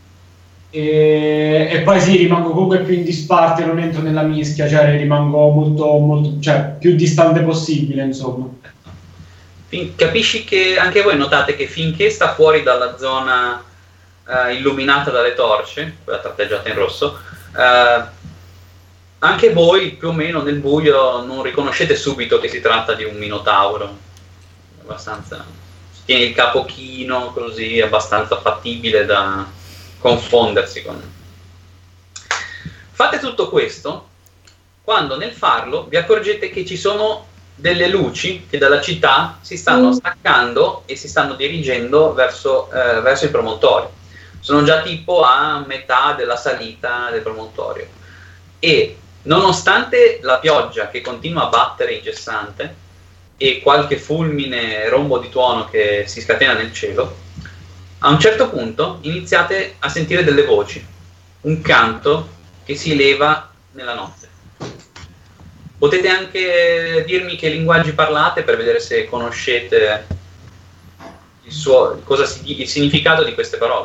e, e poi sì, rimango comunque più in disparte, non entro nella mischia, cioè rimango molto, molto, cioè più distante possibile, insomma. Fin- capisci che anche voi notate che finché sta fuori dalla zona eh, illuminata dalle torce, quella tratteggiata in rosso, eh, anche voi più o meno nel buio non riconoscete subito che si tratta di un minotauro. Abbastanza, tiene il capo chino, così, abbastanza fattibile da confondersi con. Fate tutto questo quando nel farlo vi accorgete che ci sono delle luci che dalla città si stanno staccando e si stanno dirigendo verso, eh, verso il promontorio. Sono già tipo a metà della salita del promontorio e nonostante la pioggia che continua a battere incessante e qualche fulmine rombo di tuono che si scatena nel cielo, a un certo punto iniziate a sentire delle voci, un canto che si eleva nella notte. Potete anche dirmi che linguaggi parlate per vedere se conoscete il, suo, cosa si, il significato di queste parole.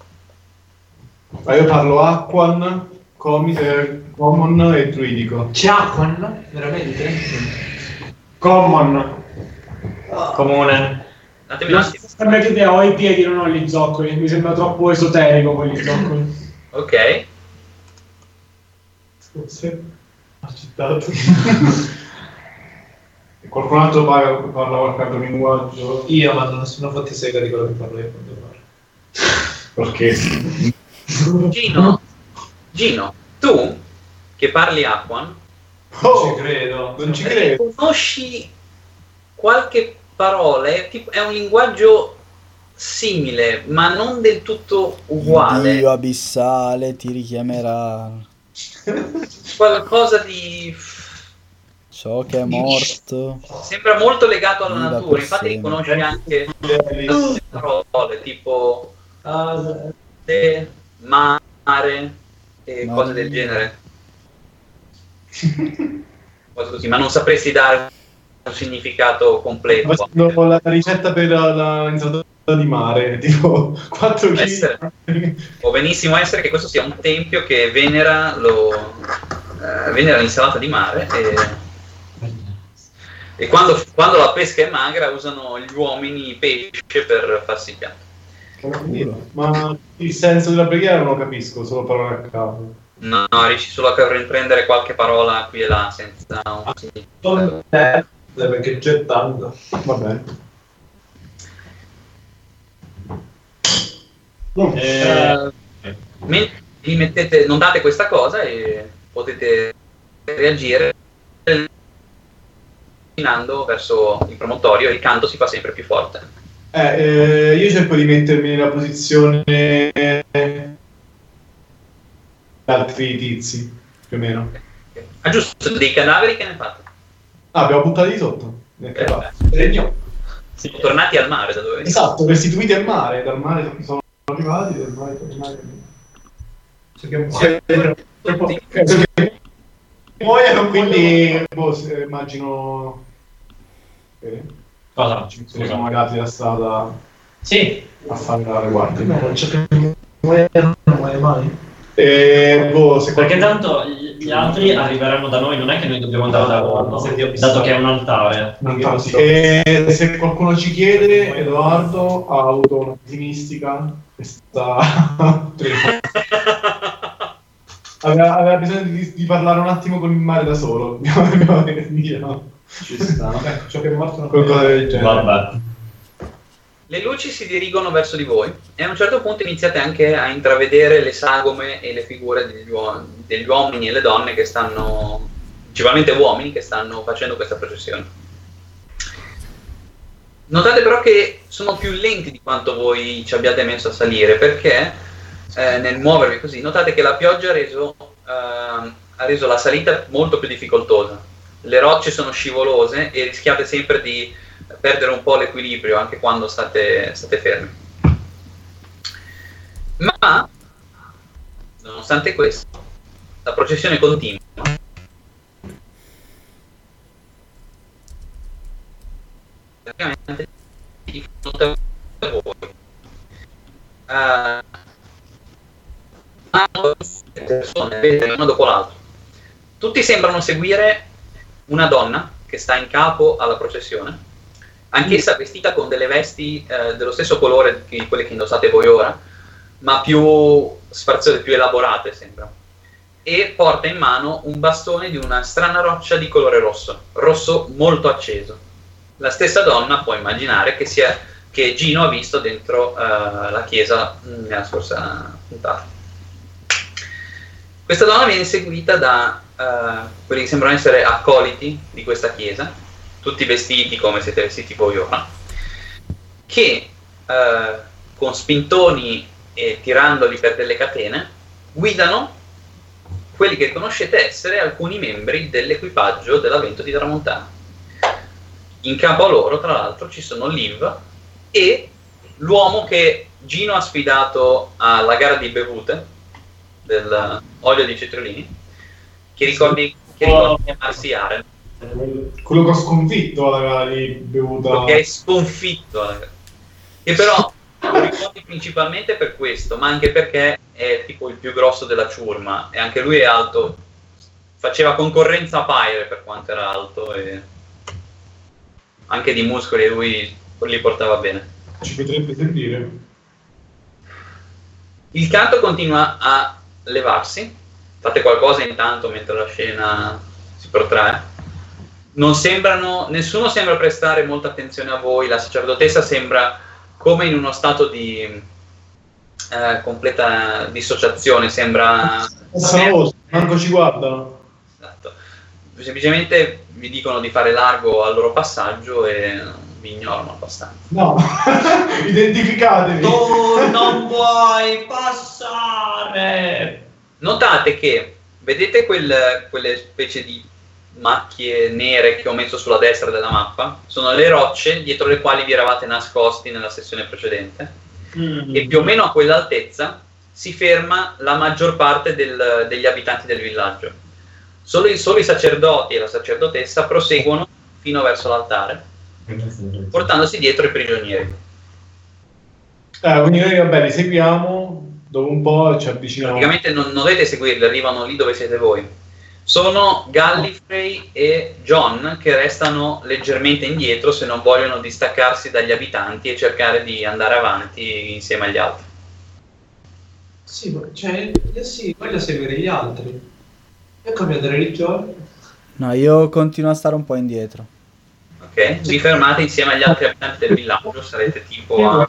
Ma io parlo Aquan, comi, eh, Common e Druidico. Ciacquan? Veramente? Common. Comune. Datemi un Non attimo. sembra che idea, ho i piedi, non ho gli zoccoli, mi sembra troppo esoterico con gli zoccoli. Ok. Sì, accettato. E qualcun altro parla, parla qualche altro linguaggio? Io, ma non sono fatti sega di quello che parlo io quando parlo. Perché? Gino, Gino, tu che parli Aquan, Oh, Non ci credo. non ci credo. conosci qualche parola, è, tipo, è un linguaggio simile, ma non del tutto uguale. Dio abissale ti richiamerà. Qualcosa di... Ciò che è morto. sembra molto legato alla Viva natura, per infatti sempre. riconosci anche alcune parole tipo de, mare e Maria. cose del genere. Cose così, ma non sapresti dare un significato completo. Facendo la ricetta per la, la insalata di mare, tipo quattro Può chili. essere. Può benissimo essere che questo sia un tempio che venera, lo, eh, venera l'insalata di mare e, e quando, quando la pesca è magra usano gli uomini pesce per farsi il piatto. Ma il senso della preghiera non lo capisco, solo parole a caso. No, no, riesci solo a riprendere qualche parola qui e là senza un significato. Eh, perché c'è tanto. Va bene. Eh, Mentre vi mettete, notate questa cosa e potete reagire camminando verso il promontorio e il canto si fa sempre più forte. Eh, eh, io cerco di mettermi nella posizione di altri tizi, più o meno. Ah giusto, dei cadaveri che ne fate? Ah, abbiamo buttato di sotto. Nel Eh, cavallo. Regno. sì. tornati al mare da dove venite. Esatto, restituiti al mare, dal mare sono arrivati, dal mare tornati. Perché Tutti. Perché muoiono, quindi boh, se- immagino eh, Cosa? ci siamo magari la strada Sì. a fare la guardia. non c'è più muoiono, non muoiono mai. E boh, se Perché qualcuno- tanto gli gli altri arriveranno da noi, non è che noi dobbiamo andare da loro, Se Dio dato che è un altare. E se qualcuno ci chiede, Edoardo ha avuto una pessimistica questa aveva, aveva bisogno di, di parlare un attimo con il mare da solo. Diciamo. Ci sta. Ecco, ciò che è morto non qualcosa del genere. Vabbè. Le luci si dirigono verso di voi e a un certo punto iniziate anche a intravedere le sagome e le figure degli, uo- degli uomini e le donne che stanno, principalmente uomini, che stanno facendo questa processione. Notate però che sono più lenti di quanto voi ci abbiate messo a salire, perché eh, nel muovervi così notate che la pioggia ha reso, eh, ha reso la salita molto più difficoltosa. Le rocce sono scivolose e rischiate sempre di perdere un po' l'equilibrio anche quando state, state fermi. Ma nonostante questo la processione continua. Praticamente di fronte a voi uh, persone vedete una dopo l'altra. Tutti sembrano seguire una donna che sta in capo alla processione, anch'essa vestita con delle vesti eh, dello stesso colore di quelle che indossate voi ora, ma più sfarziose, più elaborate sembra, e porta in mano un bastone di una strana roccia di colore rosso, rosso molto acceso. La stessa donna può immaginare che sia che Gino ha visto dentro uh, la chiesa nella scorsa puntata. Questa donna viene seguita da uh, quelli che sembrano essere accoliti di questa chiesa, tutti vestiti come siete vestiti voi ora, che uh, con spintoni e tirandoli per delle catene guidano quelli che riconoscete essere alcuni membri dell'equipaggio della Vento di Tramontana. In capo a loro, tra l'altro, ci sono Liv e l'uomo che Gino ha sfidato alla gara di bevute dell'olio di cetriolini, che ricordi che ricordi chiamarsi Aren. Quello che ho sconfitto alla gara di bevuta. Quello che hai sconfitto, che però lo ricordi principalmente per questo, ma anche perché è tipo il più grosso della ciurma e anche lui è alto, faceva concorrenza a Pyre per quanto era alto e anche di muscoli lui li portava bene. Ci potrebbe servire. Il canto continua a levarsi. Fate qualcosa intanto mentre la scena si protrae. Non sembrano, nessuno sembra prestare molta attenzione a voi. La sacerdotessa sembra come in uno stato di eh, completa dissociazione. Sembra Sanoso, manco ci guardano. Esatto. Semplicemente vi dicono di fare largo al loro passaggio e vi ignorano abbastanza. No, identificatevi. Tu non vuoi passare. Notate che vedete quel, quelle specie di macchie nere che ho messo sulla destra della mappa? Sono le rocce dietro le quali vi eravate nascosti nella sessione precedente. Mm. E più o meno a quell'altezza si ferma la maggior parte del, degli abitanti del villaggio. Solo i, solo i sacerdoti e la sacerdotessa proseguono fino verso l'altare, portandosi dietro i prigionieri. Eh, quindi noi vabbè, li seguiamo, dopo un po' ci avviciniamo. Praticamente non, non dovete seguirli, arrivano lì dove siete voi. Sono Gallifrey e John che restano leggermente indietro se non vogliono distaccarsi dagli abitanti e cercare di andare avanti insieme agli altri. Sì, cioè, io sì, voglio seguire gli altri. Io ho cambiato religione. No, io continuo a stare un po' indietro. Ok, vi fermate insieme agli altri abitanti del villaggio, sarete tipo a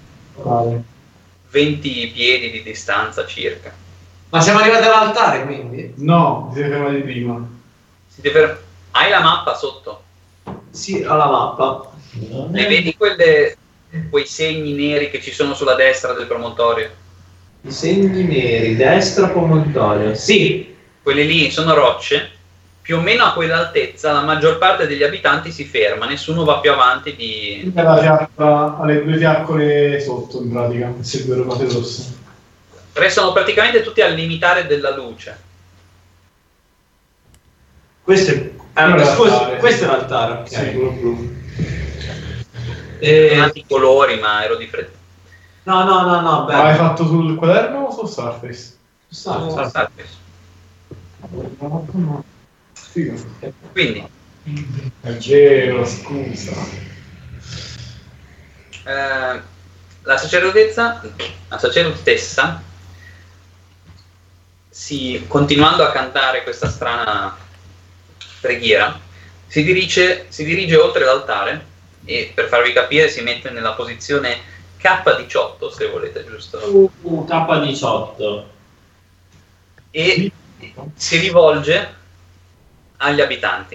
venti piedi di distanza circa. Ma siamo arrivati all'altare quindi? No, siete fermati prima. Siete fer- Hai la mappa sotto? Sì, ho la mappa. E vedi quelle, quei segni neri che ci sono sulla destra del promontorio? I segni neri, destra promontorio. Sì. Quelli lì sono rocce, più o meno a quell'altezza la maggior parte degli abitanti si ferma, nessuno va più avanti di... La fiacca, alle due fiaccole sotto in pratica, queste due cose rosse. Restano praticamente tutti al limitare della luce. Questo è, allora, scusa, questo è l'altare, ok. Sì, quello blu. E... Tanti colori, ma ero di fretta. No, no, no, no, Ma hai fatto sul quaderno o sul Surface? Sul Surface. Figo. Quindi è vero, scusa. eh, la sacerdotessa la sacerdotessa si, continuando a cantare questa strana preghiera, si dirige, si dirige oltre l'altare e, per farvi capire, si mette nella posizione K diciotto, se volete, giusto? Uh, K diciotto. E si rivolge agli abitanti.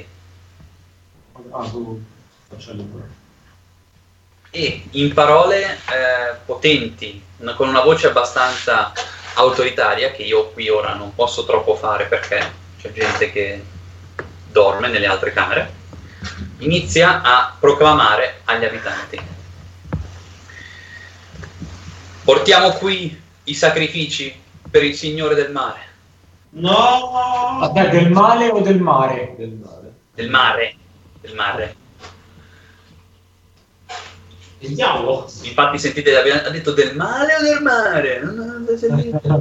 E in parole eh, potenti, una, con una voce abbastanza autoritaria, che io qui ora non posso troppo fare perché c'è gente che dorme nelle altre camere, inizia a proclamare agli abitanti: portiamo qui i sacrifici per il Signore del Mare. No! Vabbè, del male o del mare? Del mare. Del mare. Del mare. Vediamo. Infatti sentite, ha detto del male o del mare? Non, non l'ho sentito.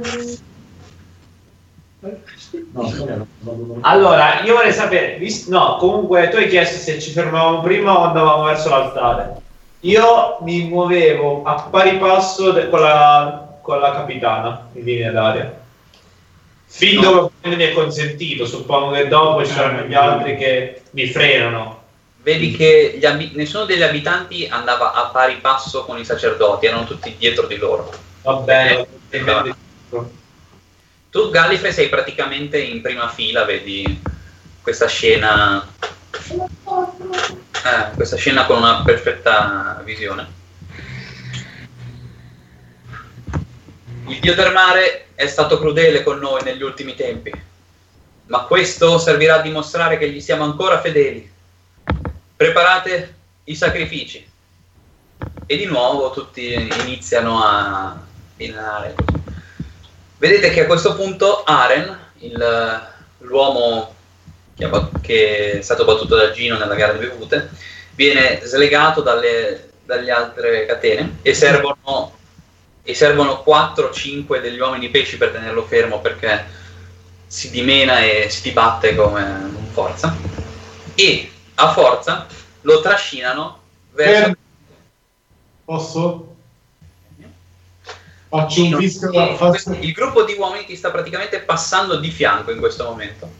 Allora, io vorrei sapere, vis- no, comunque tu hai chiesto se ci fermavamo prima o andavamo verso l'altare. Io mi muovevo a pari passo de- con, la, con la capitana in linea d'aria. Fin No. dove mi è consentito, suppongo che dopo ci saranno gli altri che mi frenano. Vedi che gli abi- nessuno degli abitanti andava a pari passo con i sacerdoti, erano tutti dietro di loro. Va bene, Eh, va va. bene. Tu, Gallifrey, sei praticamente in prima fila, vedi questa scena, eh, questa scena con una perfetta visione. Il dio del mare è stato crudele con noi negli ultimi tempi, ma questo servirà a dimostrare che gli siamo ancora fedeli. Preparate i sacrifici. E di nuovo tutti iniziano a inanare. Vedete che a questo punto Aren, il, l'uomo che, ha bat- che è stato battuto da Gino nella gara di bevute, viene slegato dalle, dalle altre catene e servono, e servono quattro o cinque degli uomini pesci per tenerlo fermo, perché si dimena e si dibatte come un forza, e a forza lo trascinano verso... Per- Posso? Faccio un Gino, fischio. e faccio- questo- il gruppo di uomini ti sta praticamente passando di fianco in questo momento.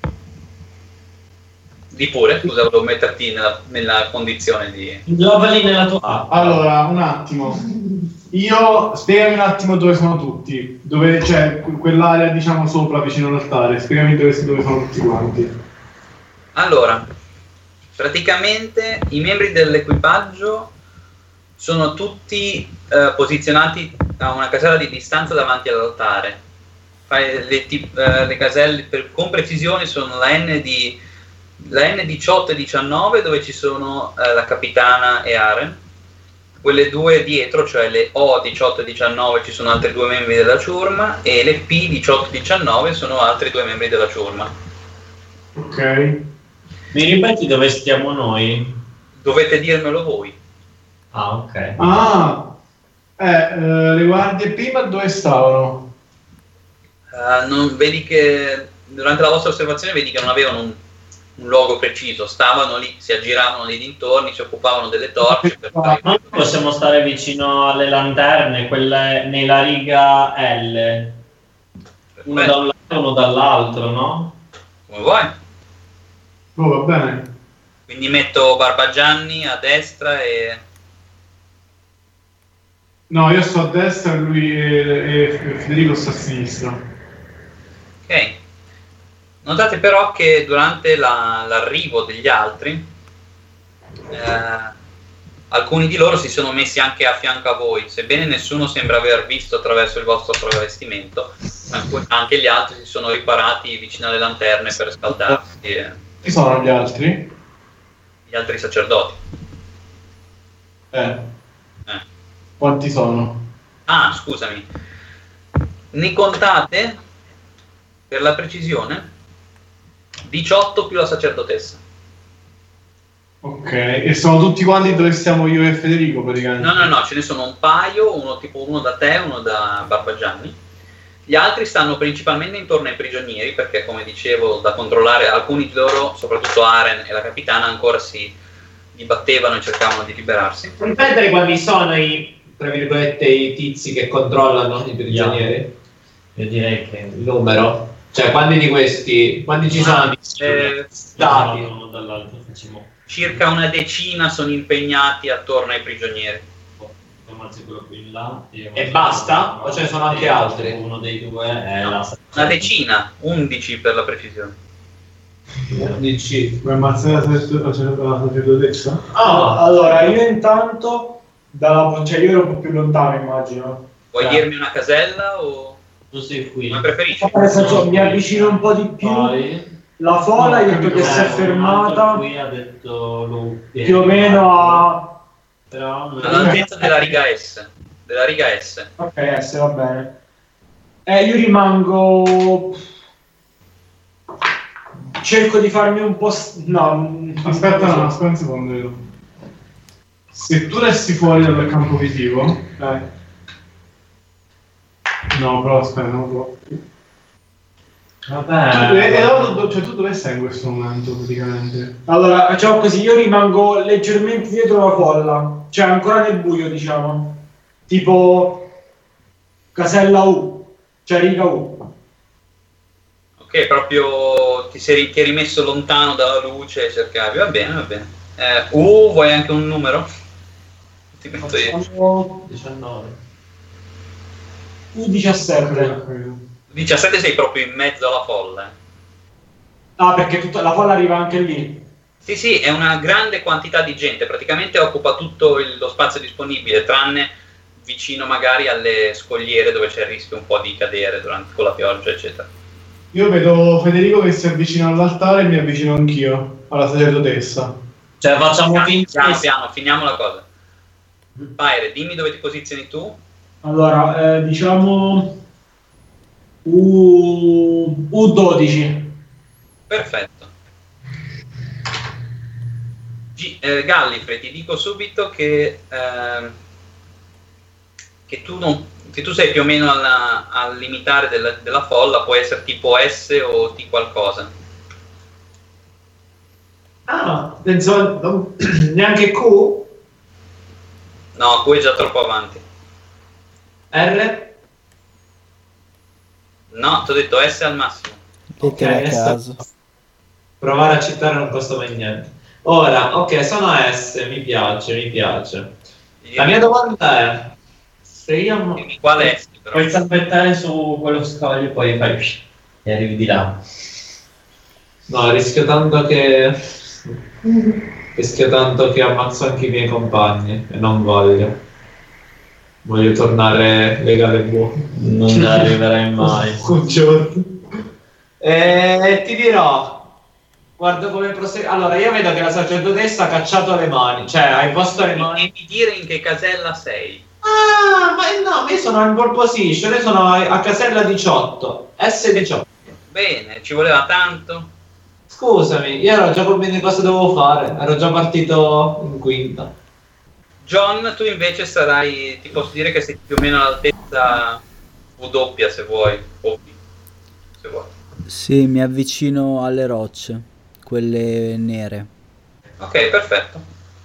Di pure, scusa, volevo metterti nella, nella condizione di... Inglobali nella tua app. Allora, un attimo. Io spiegami un attimo dove sono tutti. Dove c'è que- quell'area, diciamo, sopra, vicino all'altare. Spiegami dove, dove sono tutti quanti. Allora, praticamente i membri dell'equipaggio sono tutti eh, posizionati a una casella di distanza davanti all'altare. Fai le, tip- eh, le caselle per- con precisione sono la N di la N diciotto e diciannove, dove ci sono eh, la capitana e Aren. Quelle due dietro, cioè le O diciotto e diciannove, ci sono altri due membri della ciurma, e le P diciotto e diciannove sono altri due membri della ciurma. Ok. Mi ripeti dove stiamo noi? Dovete dirmelo voi. Ah, ok. Ah, eh, eh, le guardie prima dove stavano? Uh, non, vedi che durante la vostra osservazione vedi che non avevano un, un luogo preciso, stavano lì, si aggiravano nei dintorni, si occupavano delle torce per fare... Noi possiamo stare vicino alle lanterne, quelle nella riga L, uno Beh, da un lato e uno dall'altro, no? come vuoi. Oh, va bene. Quindi metto Barbagianni a destra e... No, io sto a destra e lui e, e Federico sta a sinistra. Ok. Notate però che durante la- l'arrivo degli altri, eh, alcuni di loro si sono messi anche a fianco a voi, sebbene nessuno sembra aver visto attraverso il vostro travestimento. Alcuni- anche gli altri si sono riparati vicino alle lanterne per scaldarsi, e Chi sono gli altri? gli altri sacerdoti. Eh, Eh. quanti sono? Ah, scusami. Ne contate, per la precisione, diciotto più la sacerdotessa. Ok, e sono tutti quanti dove stiamo io e Federico praticamente? No, no, no, ce ne sono un paio, uno tipo uno da te, uno da Barbagianni. Gli altri stanno principalmente intorno ai prigionieri, perché come dicevo, da controllare, alcuni di loro, soprattutto Aren e la capitana, ancora si dibattevano e cercavano di liberarsi. Puoi ripetere quali sono i, tra virgolette, i tizi che controllano i prigionieri? Io direi che Il numero? Cioè, quanti di questi, quanti ci sono di Eh, stati? Uno dall'altro facciamo. circa una decina sono impegnati attorno ai prigionieri. Ammazzi quello qui in là. E basta? O ce ne sono anche altri? Uno dei due è la Una decina, undici per la precisione. undici. Vuoi ammazzare la sacerdotessa? Ah, allora io intanto dalla, cioè io ero un po' più lontano, immagino. Vuoi Cioè, dirmi una casella o Tu sei qui. come preferisci? nel senso, mi avvicino un po' di più. Poi... La folla, io ho detto che si è Eh, fermata qui ha detto lui. più o meno a... Però non- All'altezza della riga S. Della riga S. Ok, S, va bene. Eh, io rimango... Cerco di farmi un po'... s- No, Aspetta, no, aspetta un secondo. io. Se tu resti fuori dal campo visivo, Eh. no, però aspetta, non lo Vabbè. E allora do- cioè, tu dove sei in questo momento praticamente? Allora, facciamo così, io rimango leggermente dietro la folla, cioè ancora nel buio, diciamo. Tipo casella U, cioè riga U. Ok, proprio ti sei ti eri rimesso lontano dalla luce e cercavi. Va bene, va bene. Eh, uh, vuoi anche un numero? Ti metto io. Facciamo diciannove. U diciassette. diciassette sei proprio in mezzo alla folla. eh. Ah, perché tutta la folla arriva anche lì. Sì, sì, è una grande quantità di gente, praticamente occupa tutto il- lo spazio disponibile, tranne vicino magari alle scogliere dove c'è il rischio un po' di cadere durante, con la pioggia, eccetera. Io vedo Federico che si avvicina all'altare e mi avvicino anch'io alla sacerdotessa. Cioè facciamo Piano, finta piano, che- piano, finiamo la cosa. Pyre, dimmi dove ti posizioni tu. Allora, eh, diciamo U... U dodici. Perfetto. G- eh, Gallifrey, ti dico subito che, ehm, che, tu non, che tu sei più o meno alla- al limitare della, della folla, può essere tipo S o T qualcosa. Ah, penso non- neanche Q? No, Q è già troppo avanti. R? No, ti ho detto S al massimo. Lettere Ok, a adesso- caso. Provare a citare non costa mai niente. Ora, ok, sono S, mi piace, mi piace. La mia domanda è, se io... Dimmi quale S, però. Puoi salpettare su quello scoglio e poi fai e arrivi di là. No, rischio tanto che... rischio tanto che ammazzo anche i miei compagni e non voglio. Voglio tornare legale e buono. Non arriverai mai. Un giorno. E ti dirò, guarda come prosegue. Allora, io vedo che la sacerdotessa ha cacciato le mani, cioè ha imposto le E mani. mi dire in che casella sei. Ah, ma no, ma io sono in pole position, io sono a, a casella diciotto, S diciotto. Bene, ci voleva tanto. Scusami, io ero già convinto di cosa dovevo fare, ero già partito in quinta. John, tu invece sarai, ti posso dire che sei più o meno all'altezza W se vuoi, o V, se vuoi. Sì, mi avvicino alle rocce, quelle nere. Ok, perfetto.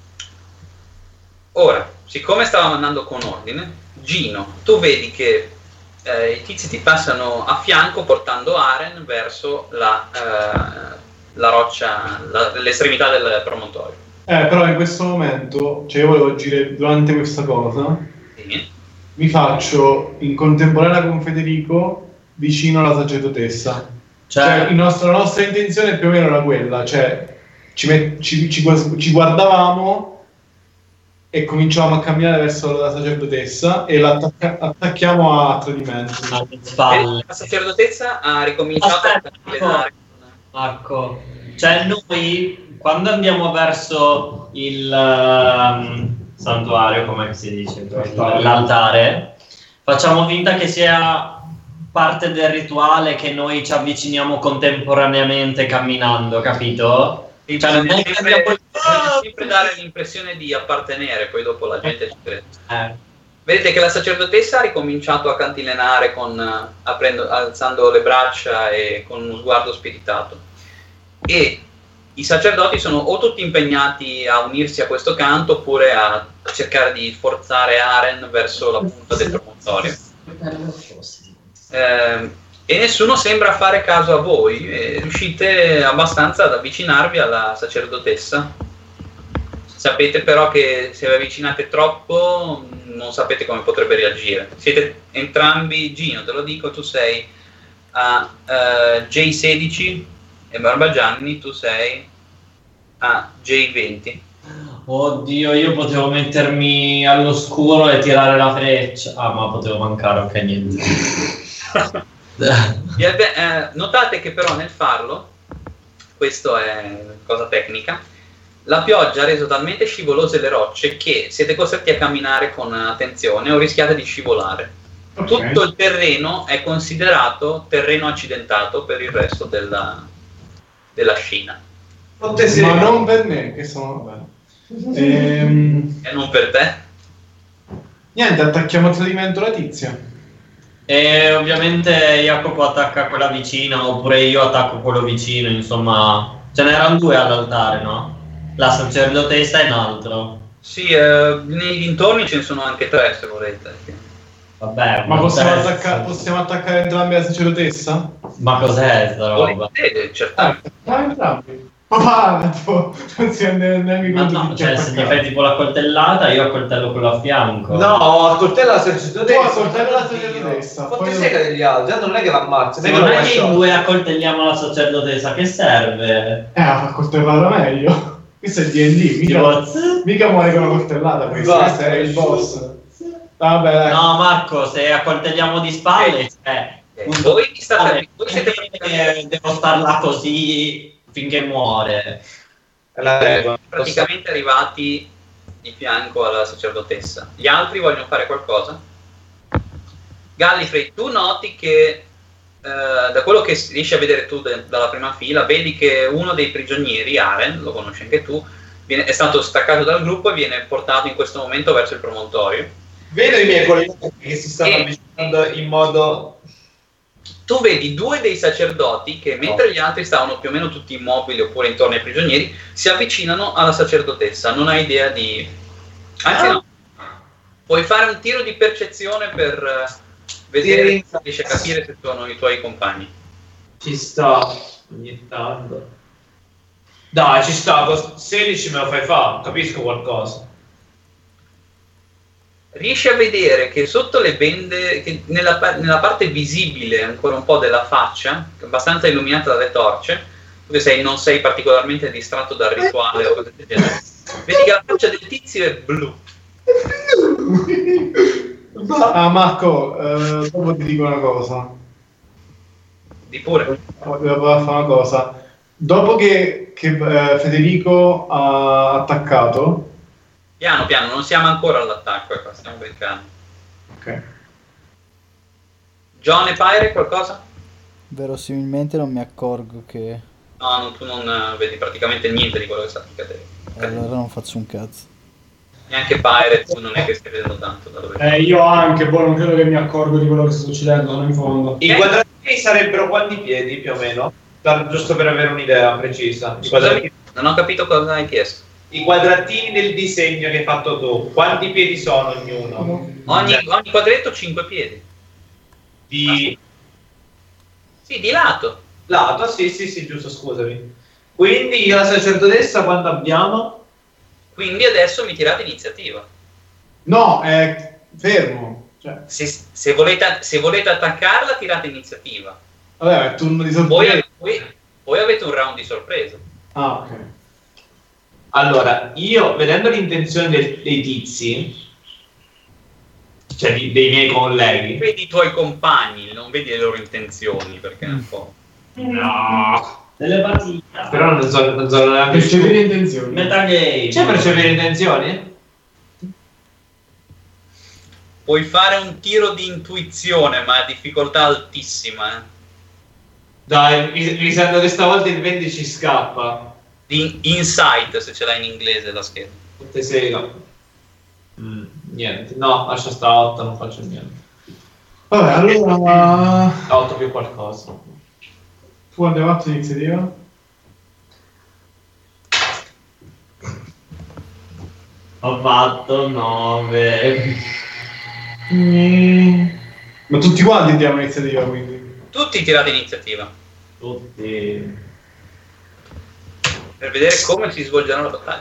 Ora, siccome stavamo andando con ordine, Gino, tu vedi che eh, i tizi ti passano a fianco portando Aren verso la, eh, la roccia, la- l'estremità del promontorio. Eh, però in questo momento, cioè io volevo agire durante questa cosa, Sì. mi faccio in contemporanea con Federico vicino alla sacerdotessa. Cioè, Cioè, il nostro- la nostra intenzione più o meno era quella, cioè ci, met- ci- ci guas- ci guardavamo e cominciavamo a camminare verso la sacerdotessa e l'attacchiamo a tradimento. alle E spalle. la sacerdotessa ha ricominciato Aspetta, a cantilenare. Marco, cioè noi quando andiamo verso il ehm, santuario, come si dice, l'altare, facciamo finta che sia parte del rituale che noi ci avviciniamo contemporaneamente camminando, capito? Sì, Cioè, non bisogna è che sempre, andiamo- bisogna sempre dare l'impressione di appartenere, poi dopo la gente ci crede. Eh, Vedete che la sacerdotessa ha ricominciato a cantilenare con, eh, aprendo- alzando le braccia e con uno sguardo spiritato. E i sacerdoti sono o tutti impegnati a unirsi a questo canto oppure a cercare di forzare Aren verso la punta del promontorio. Eh, e nessuno sembra fare caso a voi, e riuscite abbastanza ad avvicinarvi alla sacerdotessa. Sapete però che se vi avvicinate troppo non sapete come potrebbe reagire. Siete entrambi, Gino, te lo dico, tu sei a uh, J sedici e Barbagianni, tu sei a J venti. Oddio, io potevo mettermi all'oscuro e tirare la freccia. Ah, ma potevo mancare, ok, niente. eh, notate che però nel farlo, questo è cosa tecnica, la pioggia ha reso talmente scivolose le rocce che siete costretti a camminare con attenzione o rischiate di scivolare. Okay. Tutto il terreno è considerato terreno accidentato per il resto della, della scena. Ma non per me, che sono... Vabbè. Ehm... E non per te? Niente, attacchiamo a tradimento la tizia. E ovviamente Jacopo attacca quella vicina, oppure io attacco quello vicino, insomma. Ce n'erano due all'altare, no? La sacerdotessa e un altro. Sì, eh, nei dintorni ce ne sono anche tre, se volete. Vabbè, ma possiamo, attacca- possiamo attaccare entrambi la sacerdotessa? Ma cos'è sta roba? Volete, certamente. Ah, entrambi. Ma non si rende neanche conto. Ma no, cioè se mi fai tipo la coltellata, io accoltello quello a fianco. No, accoltello la sacerdotessa. Tu accoltello la sacerdotessa. Quanti sega degli altri? Non è che l'ammazza. Se non è che in due accoltelliamo la sacerdotessa, che serve? Eh, a accoltellata meglio. Questo è D and D, mica, mica muore con una coltellata, questo, questo è il boss. Vabbè, dai. No, Marco, se accoltelliamo di spalle, cioè, eh, voi state voi siete eh, devo star là così finché muore. Eh, praticamente arrivati di fianco alla sacerdotessa. Gli altri vogliono fare qualcosa? Gallifrey, tu noti che Uh, da quello che riesci a vedere tu de- dalla prima fila, vedi che uno dei prigionieri, Aren, lo conosci anche tu, viene, è stato staccato dal gruppo e viene portato in questo momento verso il promontorio. Vedo i miei colleghi che si stanno e avvicinando in modo... Tu vedi due dei sacerdoti che, mentre gli altri stavano più o meno tutti immobili oppure intorno ai prigionieri, si avvicinano alla sacerdotessa. Non hai idea di... Anzi ah. no. Puoi fare un tiro di percezione per... vedere se riesci a capire se sono i tuoi compagni. Ci sta ogni tanto. Dai, ci sta, sedici me lo fai fare, capisco qualcosa. Riesci a vedere che sotto le bende, che nella, nella parte visibile ancora un po' della faccia, abbastanza illuminata dalle torce, tu sei, non sei particolarmente distratto dal rituale o cose del genere, vedi che la faccia del tizio è blu. Ah, Marco, eh, dopo ti dico una cosa. Di pure. Devo fare una cosa. Dopo che, che eh, Federico ha attaccato... Piano, piano, non siamo ancora all'attacco, ecco, stiamo beccando. Ok. John e Pyre, qualcosa? Verosimilmente non mi accorgo che... No, non, tu non uh, vedi praticamente niente di quello che sta accadendo. Allora non faccio un cazzo. Neanche Pyre, tu non è che stai vedendo tanto da dove... Eh, io anche, boh, non credo che mi accorgo di quello che sta succedendo, sono in fondo. I quadratini sarebbero quanti piedi, più o meno? Per, giusto per avere un'idea precisa. Scusami, non ho capito cosa hai chiesto. I quadratini del disegno che hai fatto tu, quanti piedi sono ognuno? Ogni, ogni quadretto cinque piedi. Di... Sì, di lato. Lato, sì, sì, sì, giusto, scusami. Quindi la sacerdotessa quanto abbiamo? Quindi adesso mi tirate iniziativa. No, è fermo. Cioè. Se, se, volete, se volete attaccarla, tirate iniziativa. Vabbè, è turno di sorpresa. Poi, poi, poi avete un round di sorpresa. Ah, ok. Allora, io vedendo l'intenzione del, dei tizi, cioè di, dei miei colleghi, vedi i tuoi compagni, non vedi le loro intenzioni, perché è un po'... No! Delle partite. Però non so, non so neanche... Percepire intenzioni. Metagame. C'è percepire intenzioni? Puoi fare un tiro di intuizione, ma a difficoltà altissima, eh. Dai, mi, mi sento che stavolta il venti ci scappa. Di insight, se ce l'hai in inglese la scheda. Tutte sega. Mm, niente, no, lascia sta otto, non faccio niente. Vabbè, allora... otto più qualcosa. Tu andiamo fatto iniziativa? Ho fatto nove. Mm. Ma tutti quanti diamo iniziativa, quindi? Tutti tirate iniziativa. Tutti. Per vedere come si svolgerà la battaglia.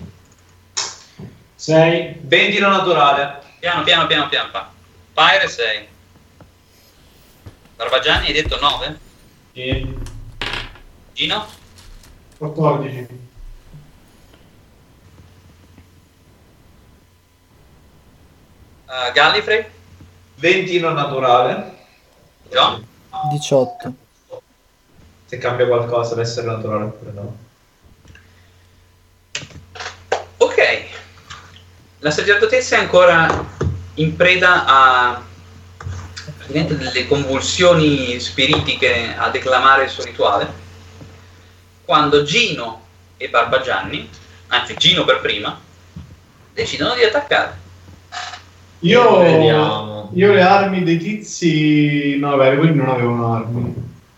sei. venti non naturale. Piano, piano, piano, piano. Pa. Pyre sei. Barbagianni hai detto nove? Sì. Gino? quattordici. Uh, Gallifrey? venti non naturale. John? diciotto. Se cambia qualcosa deve essere naturale oppure no. Ok. La sacerdotessa è ancora in preda a praticamente delle convulsioni spiritiche a declamare il suo rituale, quando Gino e Barbagianni, anzi Gino per prima, decidono di attaccare. Io, Vediamo. io le armi dei tizi... No, vabbè, quelli non avevano armi.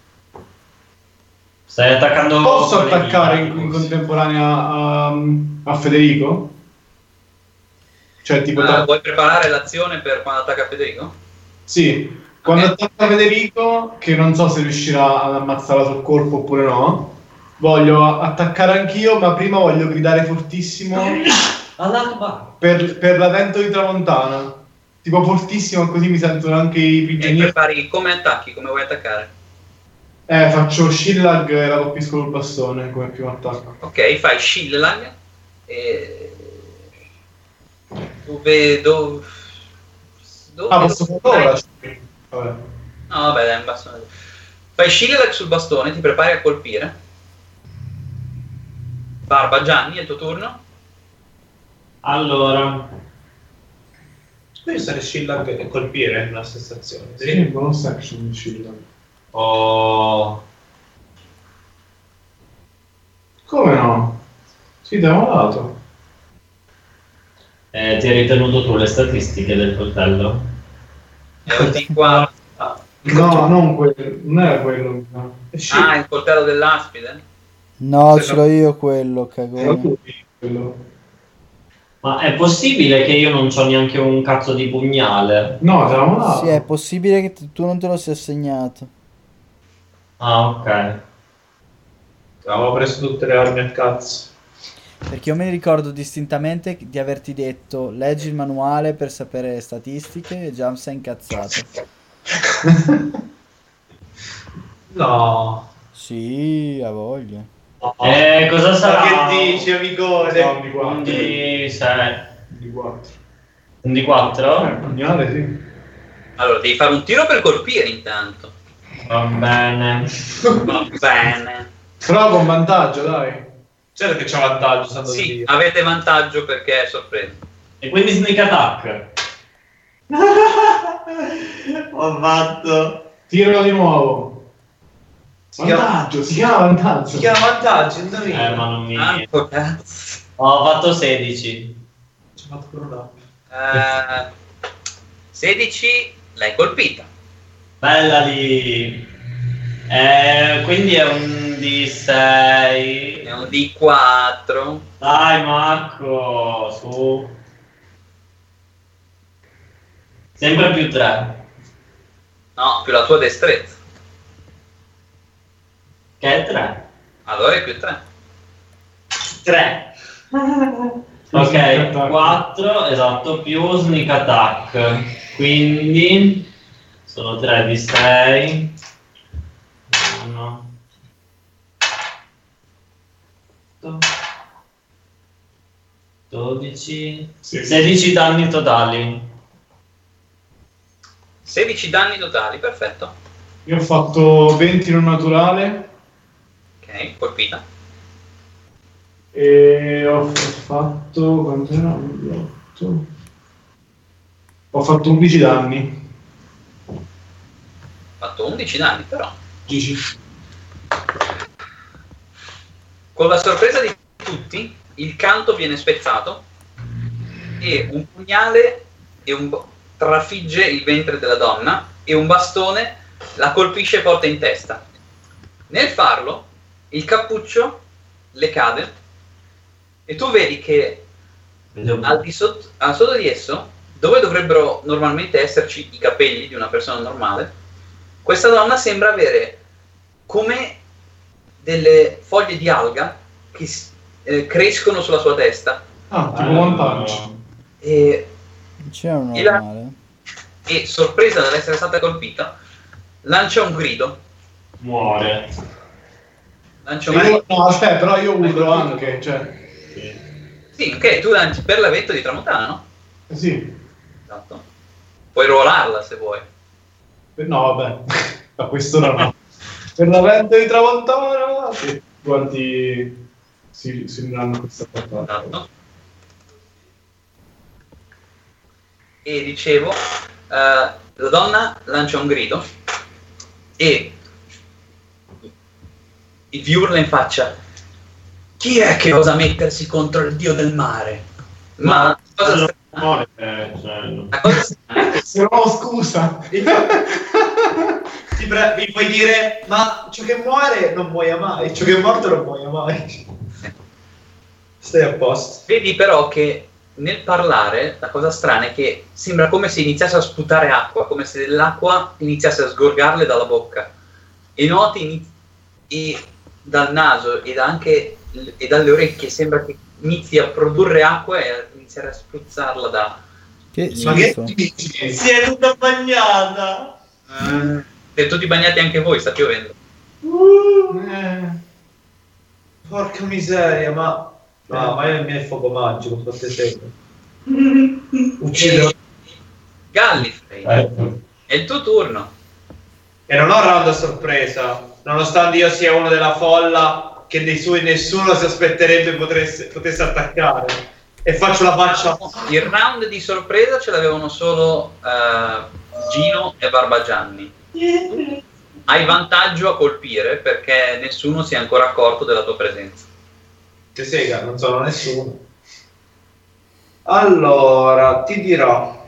Stai attaccando... Posso con le attaccare mine, in, in forse. contemporanea a, a Federico? Cioè, tipo... Uh, da- vuoi preparare l'azione per quando attacca Federico? Sì, quando Ok. attacca Federico, che non so se riuscirà ad ammazzarla sul colpo oppure no, voglio attaccare anch'io, ma prima voglio gridare fortissimo All'Akbar. per, per la vento di tramontana. Tipo fortissimo, così mi sentono anche i E prigionieri. prepari come attacchi, come vuoi attaccare. Eh, faccio Shillag e la colpisco col bastone come primo attacco. Ok, fai Shillag e... Dove... dove... dove Ah, posso farlo ora? Vabbè. No, vabbè, dai, un bastone. Fai Shillag sul bastone, ti prepari a colpire. Barbagianni, è il tuo turno. Allora, Devi stare Shillag e colpire nella stessa azione. Sì, bonus action Shillag. ho... Come no? Sì, ti avevo dato. Eh, ti hai ritenuto tu le statistiche del coltello? È un D quattro. No, non quello, non era quello. No. È Shillag. Ah, il coltello dell'aspide? No, Se ce no- l'ho io quello, Era cagone. lui, quello. Ma è possibile che io non c'ho neanche un cazzo di pugnale? No, ti avevamo dato. Sì, è possibile che t- tu non te lo sia assegnato. Ah, ok. Avevamo preso tutte le armi a cazzo. Perché io mi ricordo distintamente di averti detto leggi il manuale per sapere le statistiche e già sei incazzato. No. Sì, ha voglia. Eh, cosa Ma sarà? che dici, amicone? No, di Un quattro. D sei. Di quattro. Un D quattro? Eh, pugnale, sì. Allora, devi fare un tiro per colpire intanto. Va bene. Va bene. Però con vantaggio, dai. Certo che c'ha vantaggio, santo Sì, Dio. avete vantaggio perché è sorpreso. E quindi sneak attack. Ho fatto. Tiralo di nuovo. Si chiama, Vantaggio, si chiama vantaggio. si chiama vantaggio, indovina. Eh, ma non mi... Tanto cazzo. Ho fatto sedici. Ci ho fatto pure un attimo. Eh, sedici, l'hai colpita. Bella lì. Eh, quindi è un D sei. È un D quattro. Dai Marco, su. Sempre più tre. No, più la tua destrezza. Che è tre. Allora è più tre. tre. Sneak Ok, attack. quattro, esatto, più sneak attack. Quindi sono tre di sei. uno. dodici. Sì. sedici danni totali. sedici danni totali, perfetto. Io ho fatto venti non naturale Ok, colpita. e ho fatto... quanto era? otto. Ho fatto undici danni. Ho fatto undici danni però. undici. Con la sorpresa di tutti, il canto viene spezzato e un pugnale e un bo- trafigge il ventre della donna e un bastone la colpisce forte in testa. Nel farlo, il cappuccio le cade e tu vedi che al di sotto, al sotto di esso, dove dovrebbero normalmente esserci i capelli di una persona normale, Questa donna sembra avere come delle foglie di alga che eh, crescono sulla sua testa. Ah, tipo One Punch. E, C'è un e, la- normale. e sorpresa dall'essere stata colpita, lancia un grido. Muore. Lancia un Io- grido. no, aspetta, però io urlo anche, cioè... Sì, ok, tu lanci per l'avetto di Tramontana, no? eh, Sì. Esatto. Puoi ruolarla se vuoi. No, vabbè, a questo no. Per la vento di Tramontana, sì. Quanti si, si uniranno questa portata. Esatto. E dicevo, eh, la donna lancia un grido e vi urla in faccia: chi è che osa mettersi contro il dio del mare? Ma la cosa allora, strana- muore, eh, cioè, no. la cosa strana è che Se no, scusa. Ti pre- mi puoi dire, ma ciò che muore non muoia mai, ciò che è morto non muoia mai. Stai a posto. vedi però che nel parlare la cosa strana è che sembra come se iniziasse a sputare acqua, come se l'acqua iniziasse a sgorgarle dalla bocca, e noti ini- e dal naso ed anche l- e dalle orecchie sembra che inizi a produrre acqua e a iniziare a spruzzarla da Che Ma che schifo. dici? Si è tutta bagnata. e tutti bagnati anche voi, sta piovendo. Eh. Porca miseria, ma... No, ma io il mio fuoco magico, fate seguito. Uccido. Gallifrey, Ecco. è il tuo turno. E non ho round a sorpresa, nonostante io sia uno della folla che dei suoi nessuno si aspetterebbe potesse, potesse attaccare. E faccio la faccia... Il round di sorpresa ce l'avevano solo eh, Gino e Barbagianni. Hai vantaggio a colpire perché nessuno si è ancora accorto della tua presenza. Che sega, non sono nessuno. Allora, ti dirò.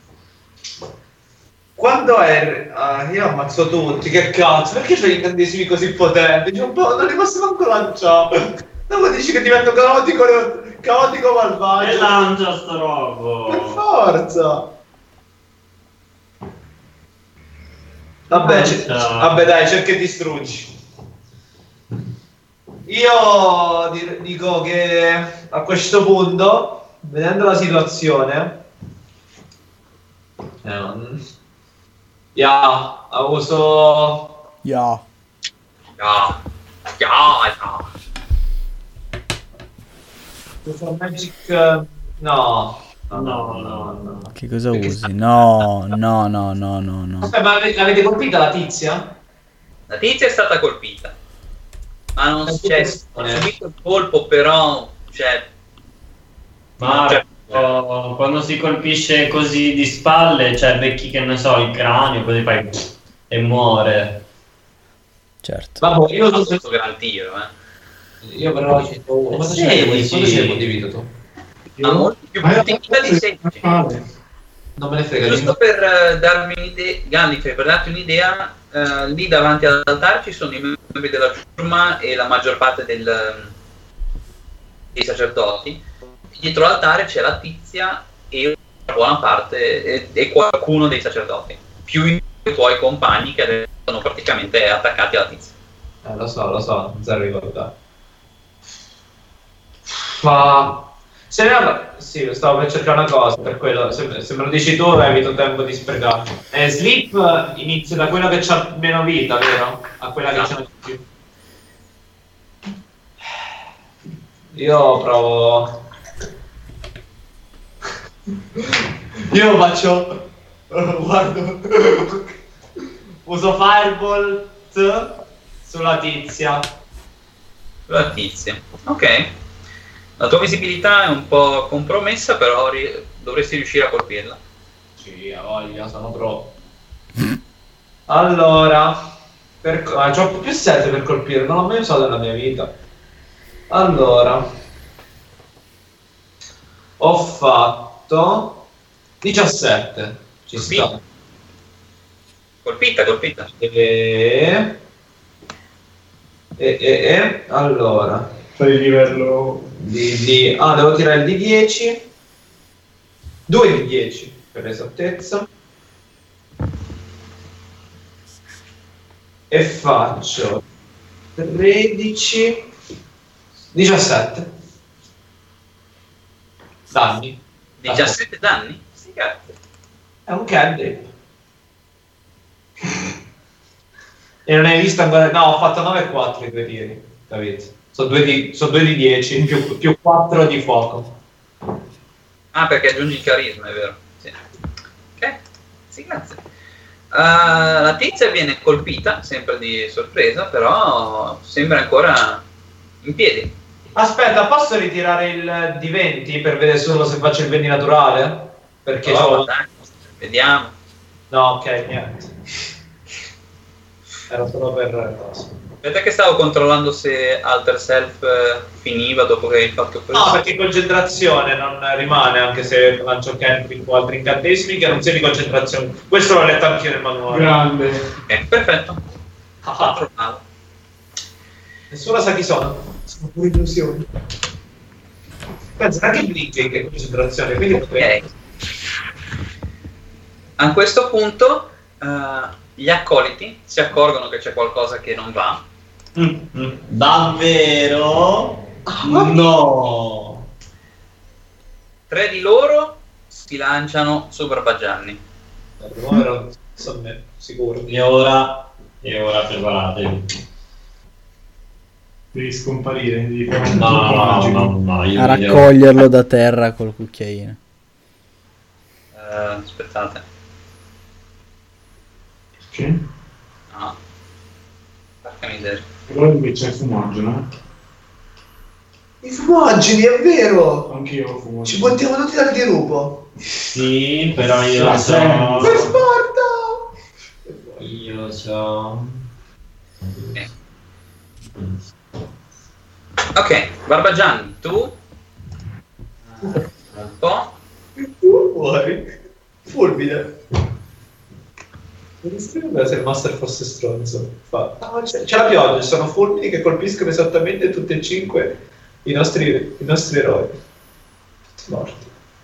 Quando è... Ah, io ammazzo tutti, che cazzo, perché c'ho gli incantesimi così potenti? C'è un po', non li posso manco lanciare. Dopo dici che divento caotico, caotico malvagio. E lancia sto robo. Per forza. Vabbè, c- Lancia. vabbè dai, cerca di distruggi. Io dir- dico che a questo punto, vedendo la situazione, eh, non- ya, uso Yeah. Ja, ja, ja. uso magic, eh, no. No, no, no. Che cosa usi? No, no, no, no, no, no. Aspetta, ma ave- l'avete colpita la tizia? La tizia è stata colpita, ma non È c'è tutto- ha subito il colpo, però cioè, Marco, quando si colpisce così di spalle, cioè becchi che ne so, il cranio, così fai e muore. Certo. Vabbè, io non uso questo gran tiro, eh. Io però cento Quanto sei- quanto sei condiviso tu? Ha molti più Ma io- punti vita di sedici. Non me ne frega Giusto per eh, darmi un'idea, Gallifrey, per darti un'idea, eh, lì davanti all'altare ci sono i membri della ciurma e la maggior parte del, dei sacerdoti. Dietro l'altare c'è la tizia e una buona parte e, e qualcuno dei sacerdoti, più i tuoi compagni che adesso sono praticamente attaccati alla tizia. Eh, lo so, lo so, non serve ricordare. Ma... Se ne... Sì, stavo per cercare una cosa, per quello, se, se me lo dici tu evito tempo di sprecare. Eh, Sleep inizia da quello che ha meno vita, vero? A quella che No. c'ha di più. Io provo... Io faccio... Guardo... Uso Firebolt sulla tizia. La tizia. Ok. La tua visibilità è un po' compromessa, però ri- dovresti riuscire a colpirla. Sì, a voglia, sono pro. Allora, per, ah, c'ho più sette per colpire, non l'ho mai usato nella mia vita. Allora, ho fatto diciassette. Ci sta. Colpita, colpita. E, e, e, e allora, Fai il livello... di, di, ah, devo tirare il di dieci. due di dieci per l'esattezza. e faccio tredici, diciassette danni. diciassette danni? Sì, cazzo. È un cantrip. E non hai visto ancora? No, ho fatto nove e quattro i due tiri, capito? Sono due di, sono due di dieci più, più quattro di fuoco. Ah, perché aggiungi il carisma, è vero. Sì. Ok, sì, grazie. Uh, la tizia viene colpita, sempre di sorpresa, però sembra ancora in piedi. Aspetta, posso ritirare il di venti per vedere solo se faccio il venti naturale? Perché No, c'ho... dai, vediamo. No, ok, niente. Era solo per cosa. Aspetta che stavo controllando se Alter Self eh, finiva dopo che hai fatto questo. No, perché concentrazione non rimane, anche se lancio cantrip o altri incantesimi che non sia di concentrazione. Questo l'ho letto anch'io nel manuale. Grande. Ok, perfetto. Controllavo. Nessuno sa chi sono. Sono pure illusioni. Pensa anche blinking che è concentrazione, quindi Ok. A questo punto eh, gli accoliti si accorgono che c'è qualcosa che non va. Mm-hmm. Davvero? No. Tre di loro si lanciano su Barbagianni. Ora sono me, sicuro. E ora, e ora preparatevi. Devi scomparire, devi fare un No, trucco no, magico. no, no, io A mi devo- raccoglierlo da terra col cucchiaino. Eh, aspettate. Perché? No. Porca miseria. Ricordo che c'è il fumaggio, no? I fumogeni, è vero! Anche io ho fumaggio. Ci puntiamo tutti dal dirupo. Sì, però io La so... sento. Per Sparta! Io so... Ok. Ok, Barbagianni, tu un po'. Tu fuori. Fulmine. Non sembra se il master fosse stronzo. Fa. No, c'è, c'è la pioggia, sono fulmini che colpiscono esattamente tutti e cinque i nostri, i nostri eroi. Tutti morti.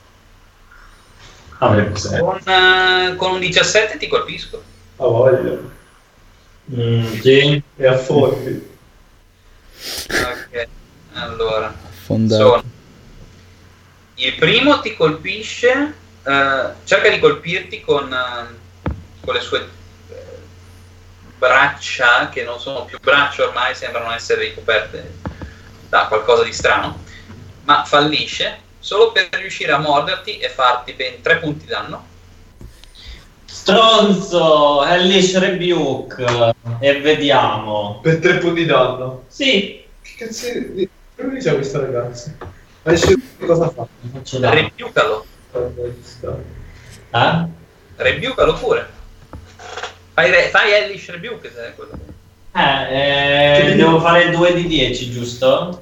Vabbè, cos'è? Con, eh, con un diciassette ti colpisco. A voglia. Mm, sì. E a fulmini. Ok, allora. Fondato. Sono. Il primo ti colpisce, eh, cerca di colpirti con, eh, con le sue eh, braccia, che non sono più braccia ormai, sembrano essere ricoperte da qualcosa di strano, ma fallisce solo per riuscire a morderti e farti ben tre punti danno. Stronzo, Hellish Rebuke. E vediamo. Per tre punti di danno. Sì. Che cazzo di... Come dice questa ragazza? Adesso cosa fa? Faccio danno. Rebucalo, Eh? rebucalo pure. Fai, re- fai Hellish Rebuke se è quello. Eh, eh, devo fare due di dieci, giusto?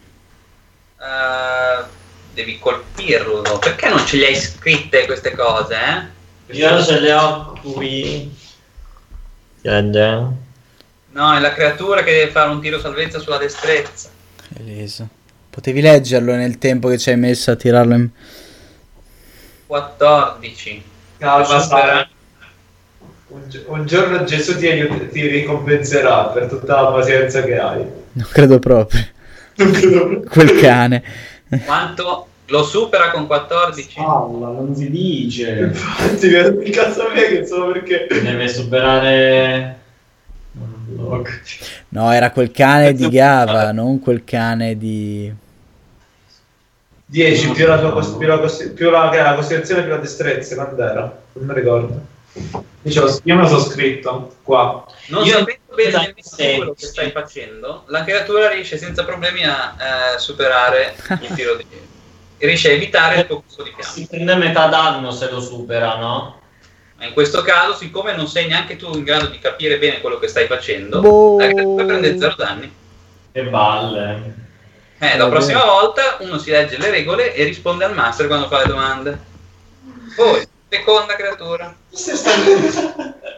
Eh, devi colpirlo. Perché non ce le hai scritte queste cose, eh? Io ce le ho qui. No, è la creatura che deve fare un tiro salvezza sulla destrezza. Eleso. Potevi leggerlo nel tempo che ci hai messo a tirarlo in... quattordici. Calma, Super- Sara. Un, gi- un giorno Gesù ti, aiut- ti ricompenserà per tutta la pazienza che hai. Non credo proprio. Non credo proprio. Quel cane. Quanto lo supera con quattordici? Palla, non si dice. Infatti, mi cazzo a me che solo perché... Deve superare... No, era quel cane di Gava, non quel cane di... dieci più la tua cos- più la, cos- più la, la costituzione più la destrezza, quando era? Non mi ricordo. Dicevo, io me lo so scritto qua. Non Io- sapendo bene Esatto, nemmeno tu quello che stai facendo, la creatura riesce senza problemi a eh, superare il tiro di... riesce a evitare il tuo colpo di fiamma. Si prende metà danno se lo supera, no? Ma in questo caso, siccome non sei neanche tu in grado di capire bene quello che stai facendo, Boh. la creatura prende zero danni. Che balle. Eh, la prossima volta uno si legge le regole e risponde al master quando fa le domande. Poi, seconda creatura. Stai stando...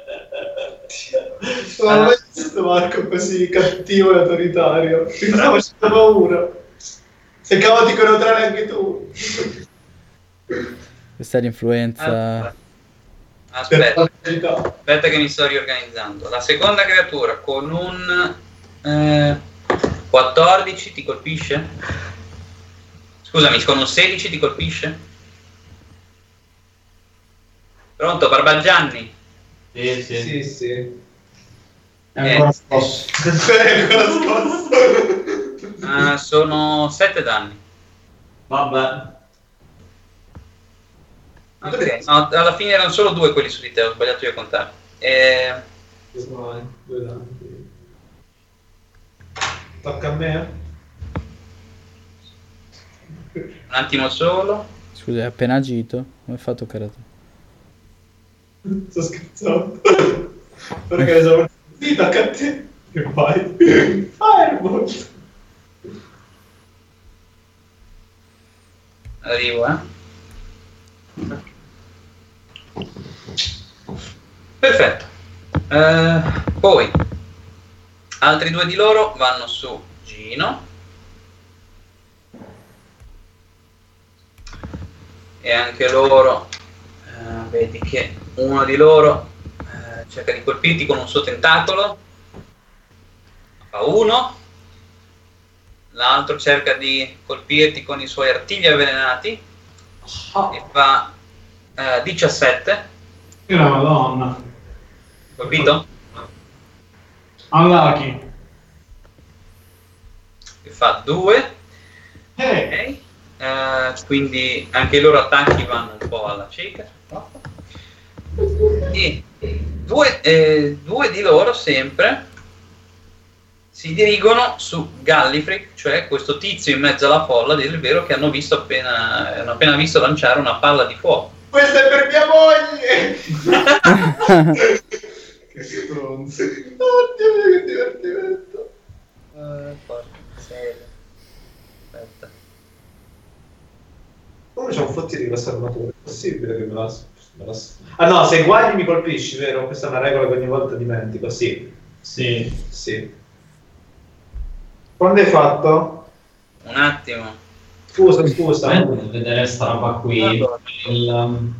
Non ho mai visto Marco così cattivo e autoritario. Mi sta facendo paura. Sei caotico neutrale anche tu. Questa è l'influenza... Allora, Aspetta, aspetta che mi sto riorganizzando. La seconda creatura con un eh, quattordici ti colpisce? Scusami, con un sedici ti colpisce? Pronto, Barbagianni? Sì, sì. Sì, sì. È ancora Eh. scosso. È ancora scosso. Ah, sono sette danni. Vabbè. Ok, no, alla fine erano solo due quelli su di te, ho sbagliato io a contare. Eh, Due danni. Tocca a me? un attimo solo. Scusa, hai appena agito? Come hai fatto a Sto scherzando. Perché sono... Sì, tocca a te. Che fai? Fireball. Arrivo, eh. Perfetto. Eh, poi altri due di loro vanno su Gino e anche loro eh, vedi che uno di loro eh, cerca di colpirti con un suo tentacolo, fa uno, l'altro cerca di colpirti con i suoi artigli avvelenati e fa eh, diciassette. Che la madonna. Colpito? Unlucky. Che fa due. Eh. Ok. Eh, quindi anche i loro attacchi vanno un po' alla cieca. E due, eh, due di loro sempre si dirigono su Gallifrey, cioè questo tizio in mezzo alla folla, a dire il vero, che hanno visto appena, hanno appena visto lanciare una palla di fuoco. Questa è per mia moglie! Che stronzi. Oddio, che divertimento. Uh, porca miseria. Aspetta. Uno c'ha un fottino di questa armatura. È possibile che me la... me la... Ah no, se guagli mi colpisci, vero? Questa è una regola che ogni volta dimentico. Sì. Sì. Sì. Quando hai fatto? Un attimo. Scusa, scusa. Devo vedere sta roba qui. Allora. Il, um,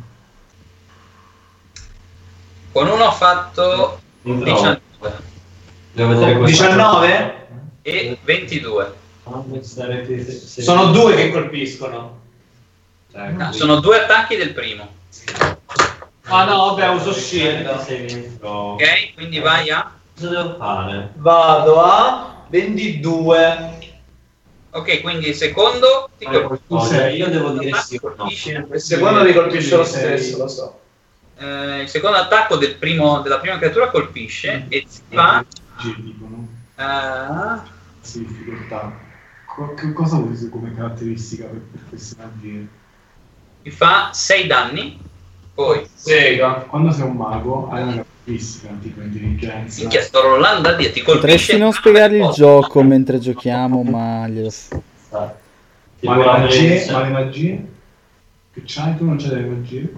Con uno ho fatto il diciannove Devo vedere questa diciannove? e ventidue. Sono due che colpiscono. Ah, sono due attacchi del primo. Ah no, vabbè, uso shield. Ok, quindi vai a... Cosa devo fare? Vado a ventidue. Ok, quindi il secondo ti Qualcosa, io devo dire sì o no. colpisce. Il secondo mi colpisce lo stesso, lo so. Eh, il secondo attacco del primo, della prima creatura colpisce e si fa... G dicono. eh, Sì, difficoltà. Co- che cosa usi come caratteristica per, per queste magie? ti fa sei danni. Poi... Sega. Quando sei un mago hai una caratteristica, tipo intelligenza. Minchia, sto rollando a Dio, ti colpisce... Potresti non spiegargli il gioco mentre giochiamo, ma glielo... Ma le magie, ma le magie? Che c'hai tu? Non c'hai delle magie?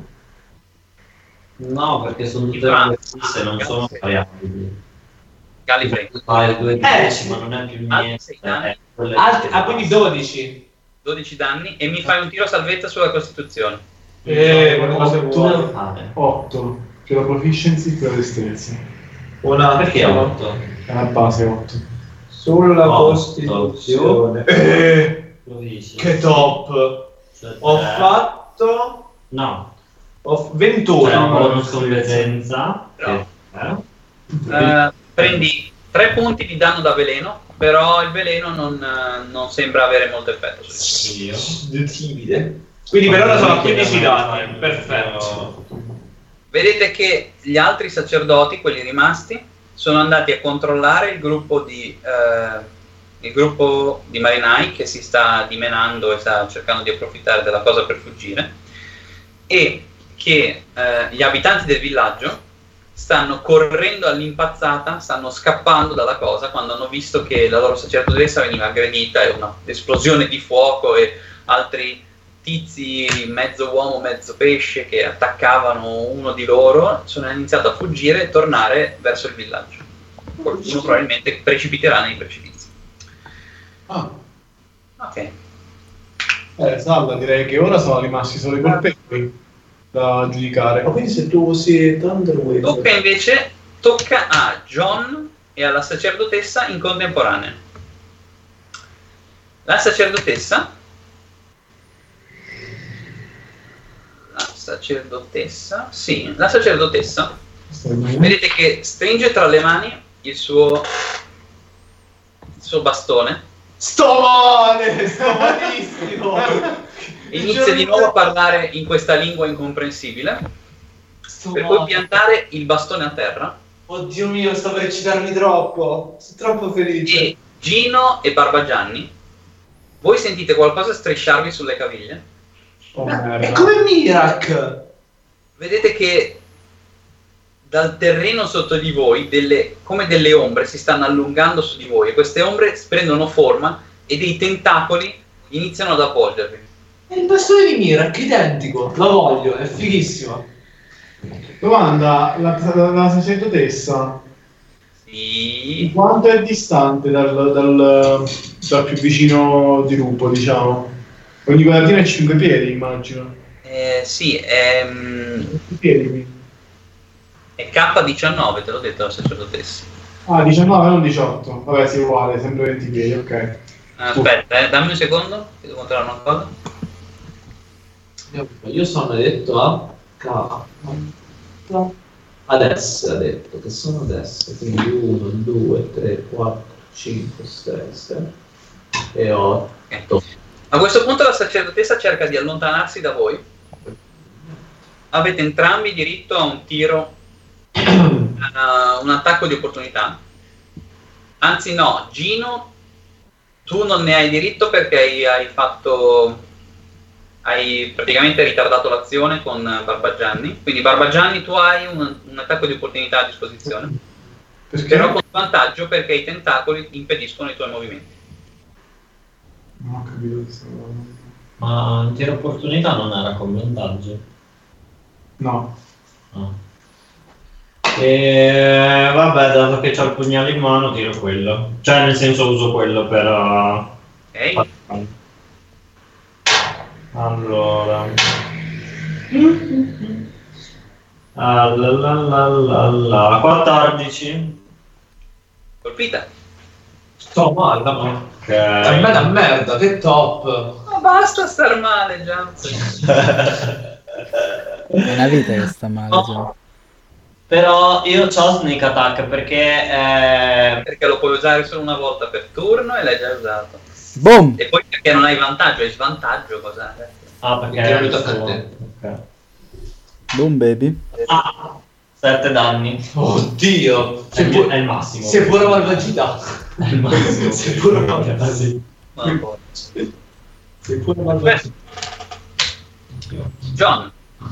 No, perché sono tutte Ah. robe fisse, non sono variabili. Gallifrey. Ah, il due di Eh, dieci, ma non è più altri niente. sei danni. eh, quelle- Alt- ah, quindi dodici. dodici danni e mi fai un tiro salvezza sulla costituzione. Eh, quelle cose otto buone. devo fare. otto. C'è la proficiency e la destrezza. Una Perché otto? È la base otto. sulla Otto. costituzione. Eh, Lo dici? che top. Cioè, Ho tre. fatto No. ho C'è un ventuno. bonus competenza. No. Eh? Eh, prendi tre punti di danno da veleno, però il veleno non, eh, non sembra avere molto effetto su di te. Io. Timide. Quindi per ora sono a quindici danni. Perfetto. Vedete che gli altri sacerdoti, quelli rimasti, sono andati a controllare il gruppo di eh, il gruppo di marinai che si sta dimenando e sta cercando di approfittare della cosa per fuggire, e che eh, gli abitanti del villaggio stanno correndo all'impazzata, stanno scappando dalla cosa quando hanno visto che la loro sacerdotessa veniva aggredita e una esplosione di fuoco e altri tizi mezzo uomo mezzo pesce che attaccavano uno di loro sono iniziati a fuggire e tornare verso il villaggio. Qualcuno probabilmente precipiterà nei precipizi. Ah, Ok. eh, Salla, direi che ora sono rimasti solo i colpevoli. da giudicare. Ma quindi se tu usi Thunderwave... Tocca invece, tocca a John e alla sacerdotessa in contemporanea. La sacerdotessa... La sacerdotessa... Sì, la sacerdotessa... Vedete che stringe tra le mani il suo... il suo bastone. Sto male, sto malissimo. Inizia di nuovo a parlare in questa lingua incomprensibile, Sto per male. poi piantare il bastone a terra. Oddio mio, sto per eccitarmi troppo. Sono troppo felice. E Gino e Barbagianni, voi sentite qualcosa strisciarvi sulle caviglie? Oh, È merda. come Mirac. Vedete che dal terreno sotto di voi, delle, come delle ombre, si stanno allungando su di voi e queste ombre prendono forma e dei tentacoli iniziano ad avvolgervi. È il bastone di Mirac, identico. Lo voglio, è fighissimo. Domanda, la, la, la sacerdotessa, Sì. quanto è distante dal, dal, dal più vicino dirupo, diciamo? Ogni guardina è cinque piedi, immagino. Eh, sì, è, mm, cinque piedi, quindi. è K diciannove, te l'ho detto la sacerdotessa. Ah, diciannove, non diciotto. Vabbè, sì, uguale, sempre venti piedi, ok. Aspetta, eh, dammi un secondo, che devo controllare una cosa. Io sono detto a K. Adesso ha detto che sono adesso. Quindi uno, due, tre, quattro, cinque, sei, sette e otto. A questo punto la sacerdotessa cerca di allontanarsi da voi. Avete entrambi diritto a un tiro, a un attacco di opportunità. Anzi no, Gino, tu non ne hai diritto perché hai, hai fatto... hai praticamente ritardato l'azione con Barbagianni. Quindi Barbagianni, tu hai un, un attacco di opportunità a disposizione. Perché? Però con vantaggio perché i tentacoli impediscono i tuoi movimenti. Non ho capito questa cosa. Ma un tiro opportunità non era con vantaggio? No. No. E vabbè, dato che c'ho il pugnale in mano, tiro quello. Cioè, nel senso, uso quello per... uh, Ok? Allora... Ah, la la la la la. quattordici. Colpita. Sto male, ma... Ok. È una merda, che top. Ma basta star male, già. È una vita che sta male, No. già. Però io ho sneak attack perché... Eh... Perché lo puoi usare solo una volta per turno e l'hai già usato. Boom! E poi perché non hai vantaggio, hai svantaggio, cos'è? Ah, perché... Tiro lui tocca a te. Ok. Boom, baby. Ah, sette danni. Oddio. È Sei il, pu- è il massimo. sei pure malvagità. È il massimo. Sei pure malvagità. Sì. Ma poi. Sei pure malvagità. John,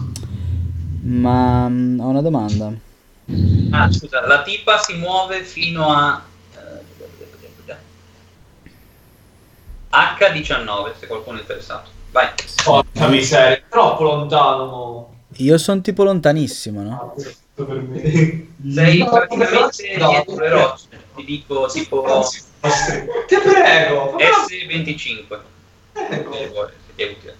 Ma mm, ho una domanda. ah scusa, la tipa si muove fino a eh, acca diciannove, se qualcuno è interessato. Vai. Porca miseria, troppo lontano. Mo. Io sono tipo lontanissimo, no? Per me. Sei No, praticamente no, dietro le rocce. Ti dico tipo Ti prego. S venticinque. Ecco. Se vuoi, se ti è utile.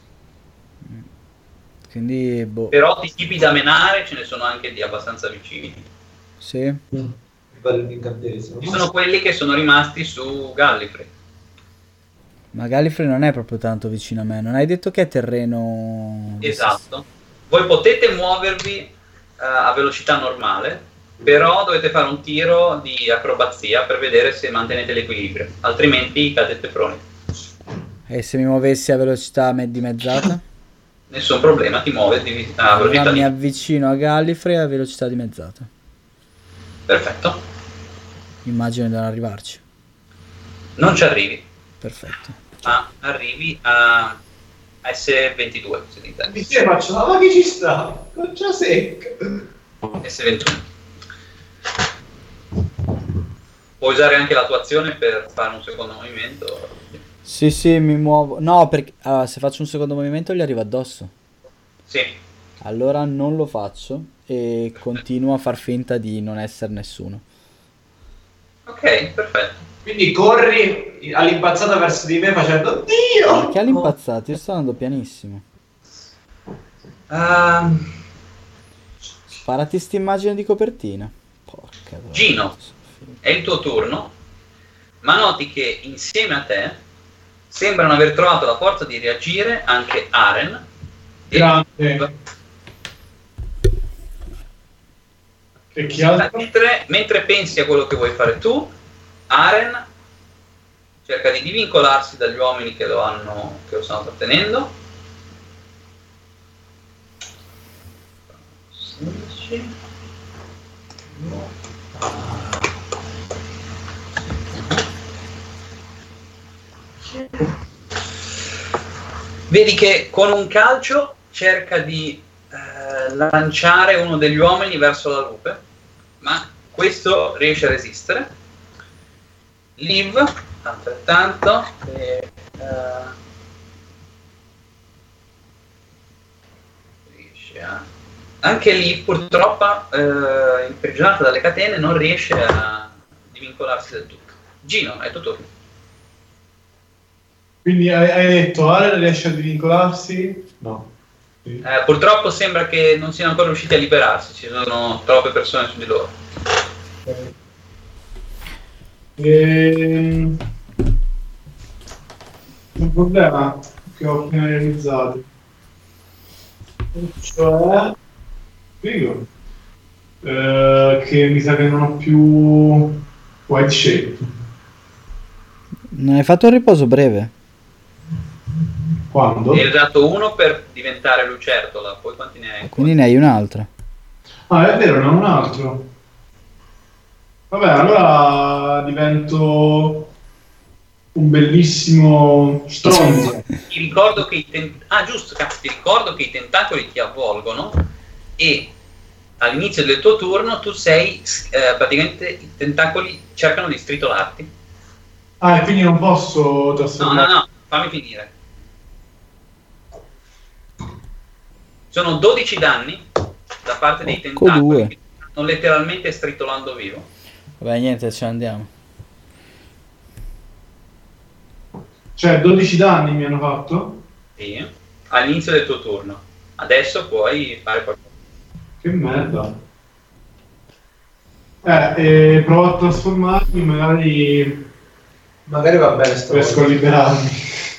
Quindi, boh. Però di tipi da menare ce ne sono anche di abbastanza vicini. Sì. Bello incantesimo. Ci sono quelli che sono rimasti su Gallifrey. Ma Gallifrey non è proprio tanto vicino a me. Non hai detto che è terreno... Esatto. Voi potete muovervi eh, a velocità normale, però dovete fare un tiro di acrobazia per vedere se mantenete l'equilibrio, altrimenti cadete proni. E se mi muovessi a velocità me- dimezzata? Nessun problema, ti muovi di- a Allora velocità mi di... avvicino a Gallifrey a velocità dimezzata. Perfetto. Immagino di non arrivarci. Non ci arrivi, Perfetto. ma arrivi a a S ventidue, se ti interessa. Mi stai faccio, ma che ci sta? Non c'è secca. S ventuno. Puoi usare anche la tua azione per fare un secondo movimento. Sì, sì, mi muovo. No, perché allora, se faccio un secondo movimento gli arrivo addosso. Sì, Allora non lo faccio e continuo a far finta di non essere nessuno. ok, perfetto. Quindi corri all'impazzata verso di me facendo Dio! Perché all'impazzato? Io sto andando pianissimo. Uh, Sparati sta immagine di copertina. Porca troia. Gino, è il tuo turno, ma noti che insieme a te sembrano aver trovato la forza di reagire anche Aren. Grande. E chi altro? Mentre, mentre pensi a quello che vuoi fare tu, Aren cerca di divincolarsi dagli uomini che lo hanno, che lo stanno trattenendo. sedici. Vedi che con un calcio cerca di eh, lanciare uno degli uomini verso la lupe, ma questo riesce a resistere. Liv altrettanto e, uh, riesce a... anche Liv purtroppo uh, imprigionata dalle catene non riesce a divincolarsi del tutto. Gino, è il tuo turno. Quindi hai, hai detto Aren riesce a divincolarsi? No. Sì. Eh, purtroppo sembra che non siano ancora riusciti a liberarsi, ci sono troppe persone su di loro. Okay. Ehm... un problema che ho appena realizzato, cioè figo, eh, che mi sa che non ho più white shape. Non hai fatto un riposo breve? Quando? Ne hai usato uno per diventare lucertola, poi quanti ne hai? Quindi ne hai un altro. Ah, è vero, ne ho un altro. Vabbè, allora divento un bellissimo stronzo. Ti ricordo che i tent- ah giusto, cazzo, ti ricordo che i tentacoli ti avvolgono e all'inizio del tuo turno tu sei eh, praticamente i tentacoli cercano di stritolarti. Ah, e quindi non posso No, trasformare. no, no, fammi finire. Sono dodici danni da parte dei Porco tentacoli due. che stanno letteralmente stritolando vivo. Vabbè, niente, ce ne andiamo. Cioè, dodici danni mi hanno fatto? Sì, all'inizio del tuo turno. Adesso puoi fare qualcosa. Che merda. Eh, e provo a trasformarmi, magari Magari va bene sto riesco a liberarmi.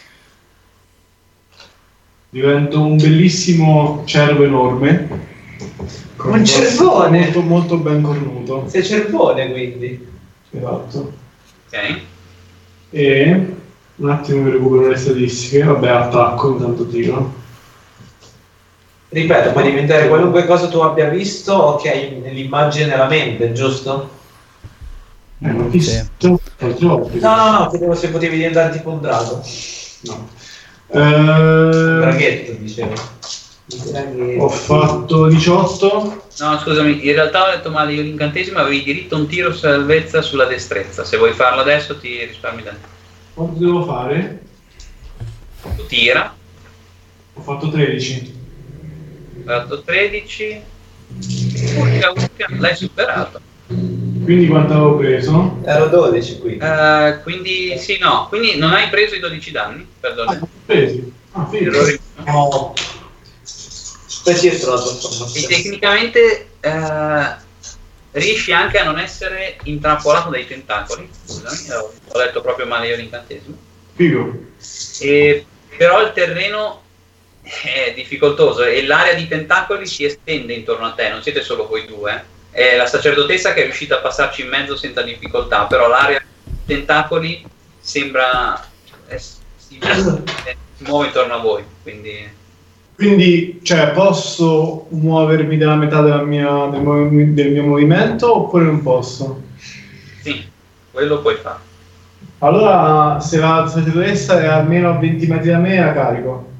Divento un bellissimo cervo enorme. Un cervone! Molto, molto ben cornuto. Sei cervone, quindi. Esatto. Ok? E un attimo mi recupero le statistiche. Vabbè, attacco, intanto tiro. Ripeto, puoi diventare qualunque cosa tu abbia visto o che hai nell'immagine nella mente, giusto? Eh, l'ho Sì. visto altre volte. No, no, no, chiedevo se potevi diventare tipo un drago. No. Un Eh, draghetto, dicevo. ho fatto diciotto. No, scusami, in realtà ho detto male io l'incantesimo, avevi diritto a un tiro salvezza sulla destrezza. Se vuoi farlo adesso ti risparmi danni. Quanto devo fare? Tu tira, Ho fatto tredici. hai fatto tredici, urca, urca, l'hai superato. Quindi quanto avevo preso? Ero dodici qui. Eh, quindi sì, no, quindi non hai preso i dodici danni, Ah, perdona. ho presi. Ah, figo. Errore. No. Questo io trovo la E trasformazione. tecnicamente eh, riesci anche a non essere intrappolato dai tentacoli. Scusami, ho, ho letto proprio male io l'incantesimo. Figo. E, però il terreno è difficoltoso e l'area di tentacoli si estende intorno a te, non siete solo voi due. È la sacerdotessa che è riuscita a passarci in mezzo senza difficoltà, però l'area di tentacoli sembra eh, si, si muove intorno a voi, quindi Quindi, cioè, posso muovermi della metà della mia, del, movi- del mio movimento oppure non posso? sì, quello puoi fare. Allora, se la sacerdotessa è almeno a venti metri da me, la carico.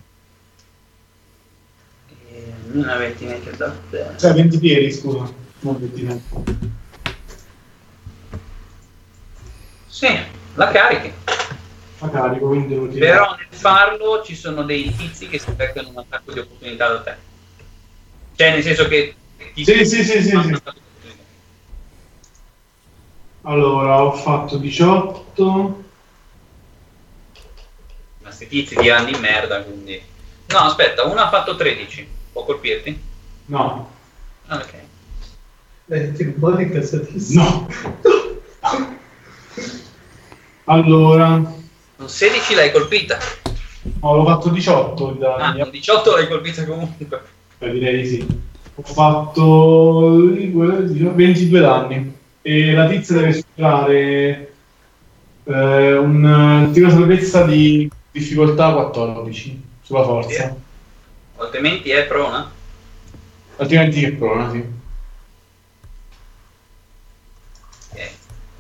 E non avete niente da te. Cioè, venti piedi, scusa. Non venti metri. Sì, la carichi. La carico, quindi devo tirare. Però nel farlo ci sono dei tizi che si beccano un attacco di opportunità da te. Cioè, nel senso che ti Sì, sì, sì, sì, fanno sì. un attacco di opportunità. Allora, ho fatto diciotto. Ma sti tizi tirano di merda, quindi No, aspetta, uno ha fatto tredici. Può colpirti? No. Ah, ok. Eh, ti buoni cazzatissimo. No. Allora, Con sedici l'hai colpita. Ho l'ho fatto diciotto Ah, danni. con diciotto l'hai colpita comunque. Eh, direi di sì. Ho fatto ventidue danni. E la tizia deve superare eh, un tiro salvezza di difficoltà quattordici sulla forza. Altrimenti è prona. Altrimenti è prona, sì. Ok.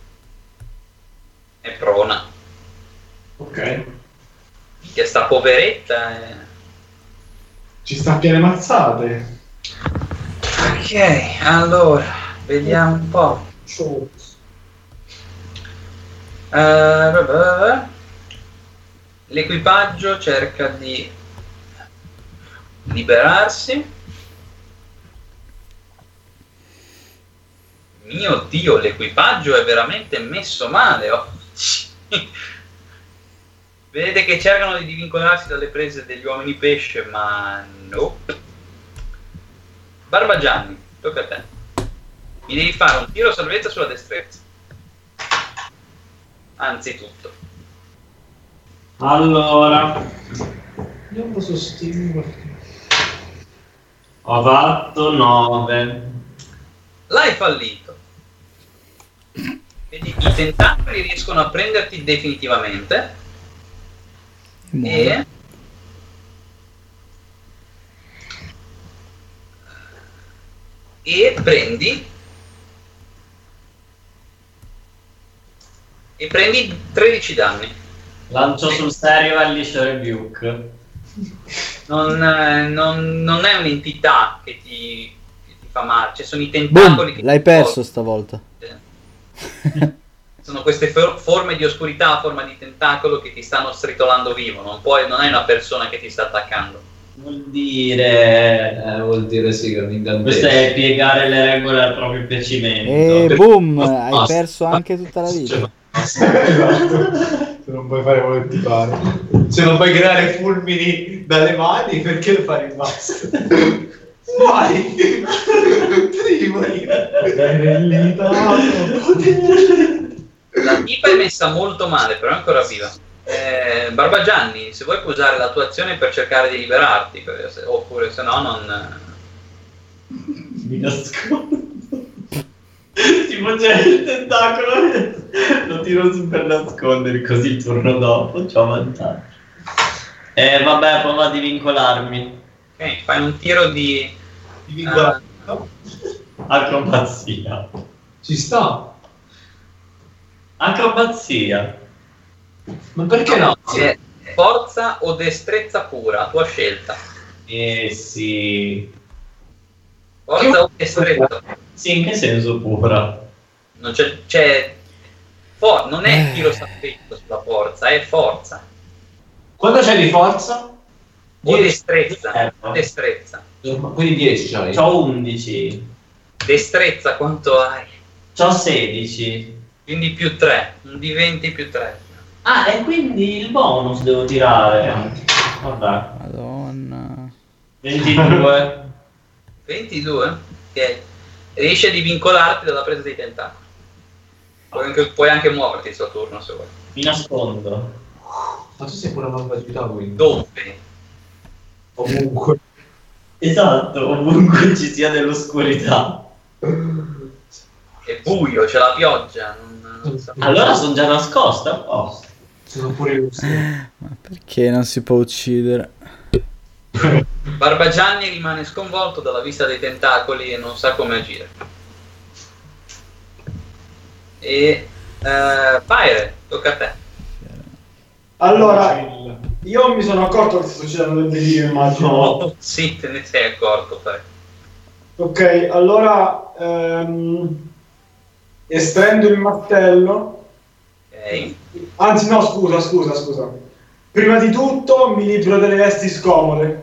È prona. Ok. Che sta poveretta è... Ci sta piene mazzate. Ok, allora, vediamo un po'. Uh, l'equipaggio cerca di liberarsi. Mio Dio, l'equipaggio è veramente messo male oggi. Vedete che cercano di divincolarsi dalle prese degli uomini pesce, ma no. Barbagianni, tocca a te. Mi devi fare un tiro salvezza sulla destrezza. Anzitutto. Allora, Io posso Steam. ho fatto nove. L'hai fallito. Vedi, i tentacoli riescono a prenderti definitivamente. E e prendi e prendi tredici danni. Lancio sul serio Alice Rebuke. Non, eh, non, non è un'entità che ti, che ti fa male, cioè sono i tentacoli Boom, che l'hai ti perso stavolta. portano. Sono queste for- forme di oscurità a forma di tentacolo che ti stanno stritolando vivo, non, puoi, non è una persona che ti sta attaccando. Vuol dire... Eh, vuol dire sì che mi incantesimo. Questo è piegare le regole al proprio piacimento. E boom, hai perso anche tutta la vita. Esatto. Se non puoi fare quello che ti pare. Se non puoi creare fulmini dalle mani, perché lo fai in basso? Vai! Trivoli! La tipa è messa molto male, però è ancora viva. Eh, Barbagianni, se vuoi puoi usare la tua azione per cercare di liberarti, per- se- oppure se no non... Mi nascondo. Tipo c'è il tentacolo, lo tiro su per nascondere, così il turno dopo c'ho vantaggio. E vabbè, prova a divincolarmi. Ok, fai un tiro di... Ti dico la- Acrobazia. Ci sta. Acrobazia. Ma perché no? È forza o destrezza pura, tua scelta. Eh sì. Forza o destrezza. Sì, in che senso pura? Non c'è... c'è for- non è tiro salvezza sulla forza, è forza. Quanto c'è di forza? O Dieci. destrezza. Eh, Destrezza. Quindi dieci c'hai. C'ho undici. Destrezza quanto hai? C'ho sedici. Quindi più tre, un di venti più tre. Ah, e quindi il bonus devo tirare. Vabbè. Madonna. ventidue. ventidue? Ok. Riesci a divincolarti dalla presa dei tentacoli. Puoi anche, puoi anche muoverti il suo turno se vuoi. Mi nascondo. Ma tu sei pure una malvagità quindi. Dove? Comunque. Esatto, ovunque ci sia dell'oscurità. È buio, c'è la pioggia. Non, non so. Allora sono già nascosta a posto. Sono pure io. Ma perché non si può uccidere? Barbagianni rimane sconvolto dalla vista dei tentacoli e non sa come agire. E uh, Pyre, tocca a te. Allora, io mi sono accorto che sta succedendo del delirio, immagino. No, sì, te ne sei accorto. Pyre. Ok, allora ehm, estendo il martello. Ok. Anzi, no, scusa, scusa, scusa. Prima di tutto mi libero delle vesti scomode,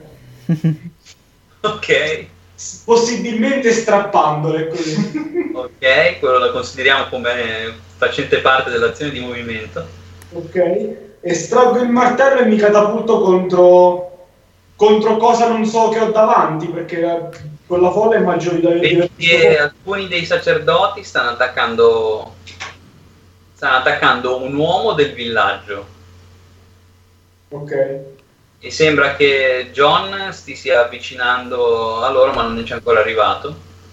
Ok. s- possibilmente strappandole così. Ok, quello lo consideriamo come facente parte dell'azione di movimento. Ok, estraggo il martello e mi catapulto contro contro cosa non so che ho davanti, perché con la folla immagino di dover Vedi che alcuni dei sacerdoti stanno attaccando stanno attaccando un uomo del villaggio. Ok. E sembra che John si stia avvicinando a loro, ma non ci è ancora arrivato,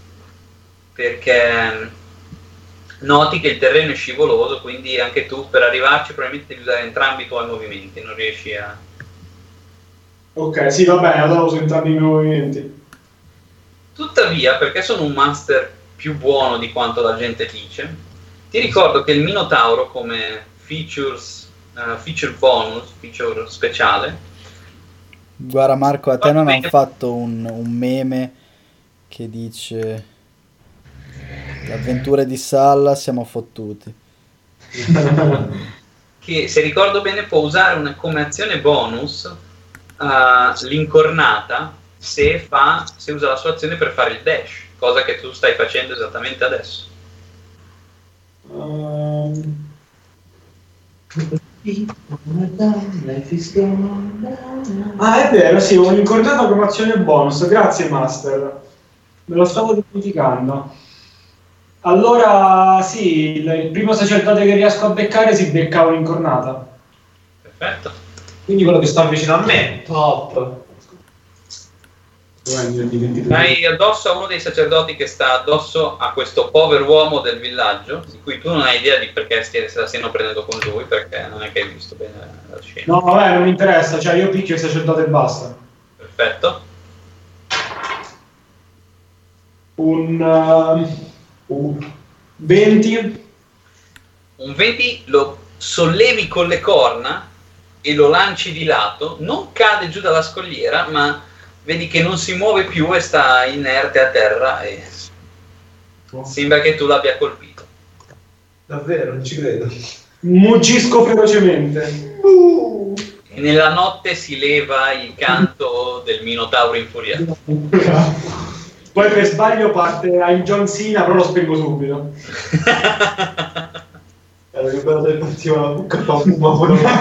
perché noti che il terreno è scivoloso, quindi anche tu per arrivarci probabilmente devi usare entrambi i tuoi movimenti, non riesci a... Ok, sì, va bene, allora uso entrambi i miei movimenti. Tuttavia, perché sono un master più buono di quanto la gente dice, ti ricordo che il Minotauro come features, uh, feature bonus, feature speciale. Guarda Marco, a te non hanno fatto un, un meme che dice le avventure di Salla siamo fottuti. Che se ricordo bene può usare una, come azione bonus uh, l'incornata se, fa, se usa la sua azione per fare il dash, cosa che tu stai facendo esattamente adesso. Um... Ah, è vero, sì, ho incornato come azione bonus. Grazie, Master. Me lo stavo dimenticando. Allora, sì, il, il primo sacerdote che riesco a beccare si becca un'incornata. Perfetto. Quindi quello che sta vicino a me. Top. Hai addosso a uno dei sacerdoti che sta addosso a questo povero uomo del villaggio, di cui tu non hai idea di perché stia, se la stiano prendendo con lui, perché non è che hai visto bene la scena. No, vabbè, non mi interessa, cioè io picchio il sacerdote e basta. Perfetto. Un uh, uh, venti. Un venti lo sollevi con le corna e lo lanci di lato, non cade giù dalla scogliera, ma vedi che non si muove più e sta inerte a terra e sembra che tu l'abbia colpito. Davvero, non ci credo. Muggisco ferocemente. Uh. E nella notte si leva il canto del Minotauro infuriato. Poi per sbaglio parte a John Cena, però lo spengo subito. Era che bello se partiva la bucca fa fuma.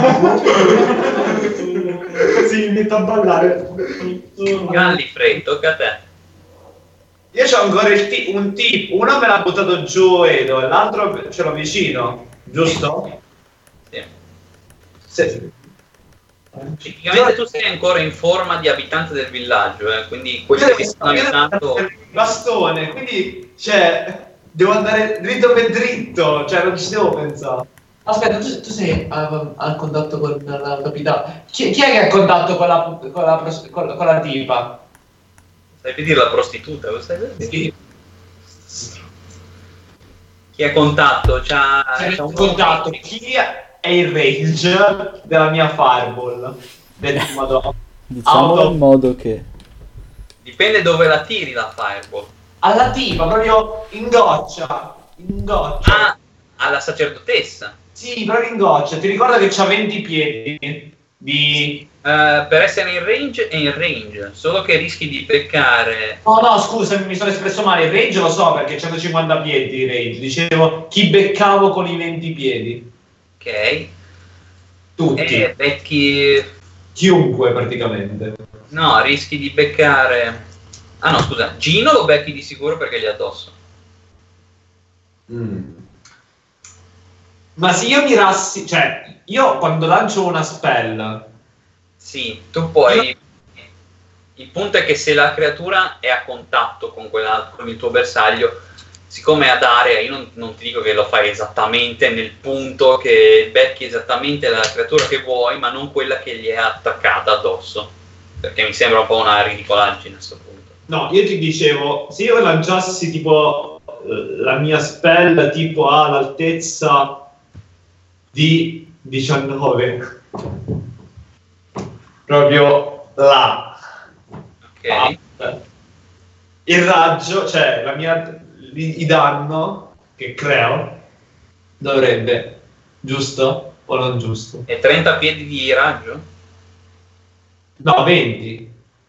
Così mi metto a ballare. Gallifrey, tocca a te. Io c'ho ancora il ti- un tipo, uno me l'ha buttato giù Edo, e l'altro ce l'ho vicino, giusto? Sì. Sì. Tecnicamente tu sei ancora in forma di abitante del villaggio, eh, quindi quelli che stanno abitando... Bastone, quindi, cioè, devo andare dritto per dritto, cioè non ci devo pensare. Aspetta, tu, tu sei a, a contatto con la capitale. Chi, chi è che ha contatto con la, con la, pros- con la, con la tipa? Stai per dire la prostituta, lo stai per dire? Sì. Chi ha contatto? C'ha, C'è c'ha un contatto. Chi è il range della mia fireball? Del modo. Diciamo Auto. in modo che Dipende dove la tiri la fireball. Alla tipa, proprio in goccia. In goccia. Ah, alla sacerdotessa. Sì, proprio in goccia. Ti ricordo che c'ha venti piedi di... Uh, per essere in range è in range, solo che rischi di peccare. No, no, scusa, mi sono espresso male. Il range lo so perché centocinquanta piedi di range. Dicevo chi beccavo con i venti piedi. Ok. Tutti. E becchi. Chiunque praticamente. No, rischi di beccare. Ah no, scusa, Gino lo becchi di sicuro perché gli è addosso. Mm. Ma se io mirassi, cioè, io quando lancio una spell, Sì, tu puoi. Il punto è che se la creatura è a contatto con, quella, con il tuo bersaglio, siccome è ad area, io non, non ti dico che lo fai esattamente nel punto, che becchi esattamente la creatura che vuoi, ma non quella che gli è attaccata addosso, perché mi sembra un po' una ridicolaggine a questo punto. no, io ti dicevo, se io lanciassi tipo la mia spell tipo all'altezza di diciannove, proprio là, Ok. ah, il raggio, cioè la mia, il danno che creo dovrebbe, giusto o non giusto? E trenta piedi di raggio? No, venti.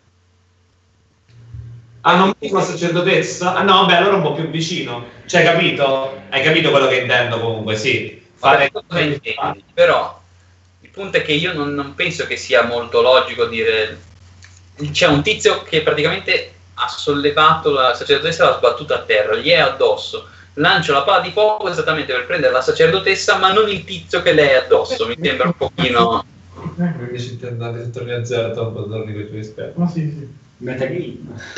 Ah, non dico sacerdotessa? Ah no, beh, allora un po' più vicino. Cioè, capito? Hai capito quello che intendo comunque, sì. Fare Cosa intendi? Però il punto è che io non, non penso che sia molto logico dire c'è un tizio che praticamente ha sollevato la sacerdotessa e l'ha sbattuta a terra, gli è addosso. Lancio la palla di fuoco esattamente per prendere la sacerdotessa, ma non il tizio che lei è addosso. Mi sembra un pochino. Invece ti andate se torni a zero, tanto torni con i tuoi esperti. Ma sì, sì. Metagame.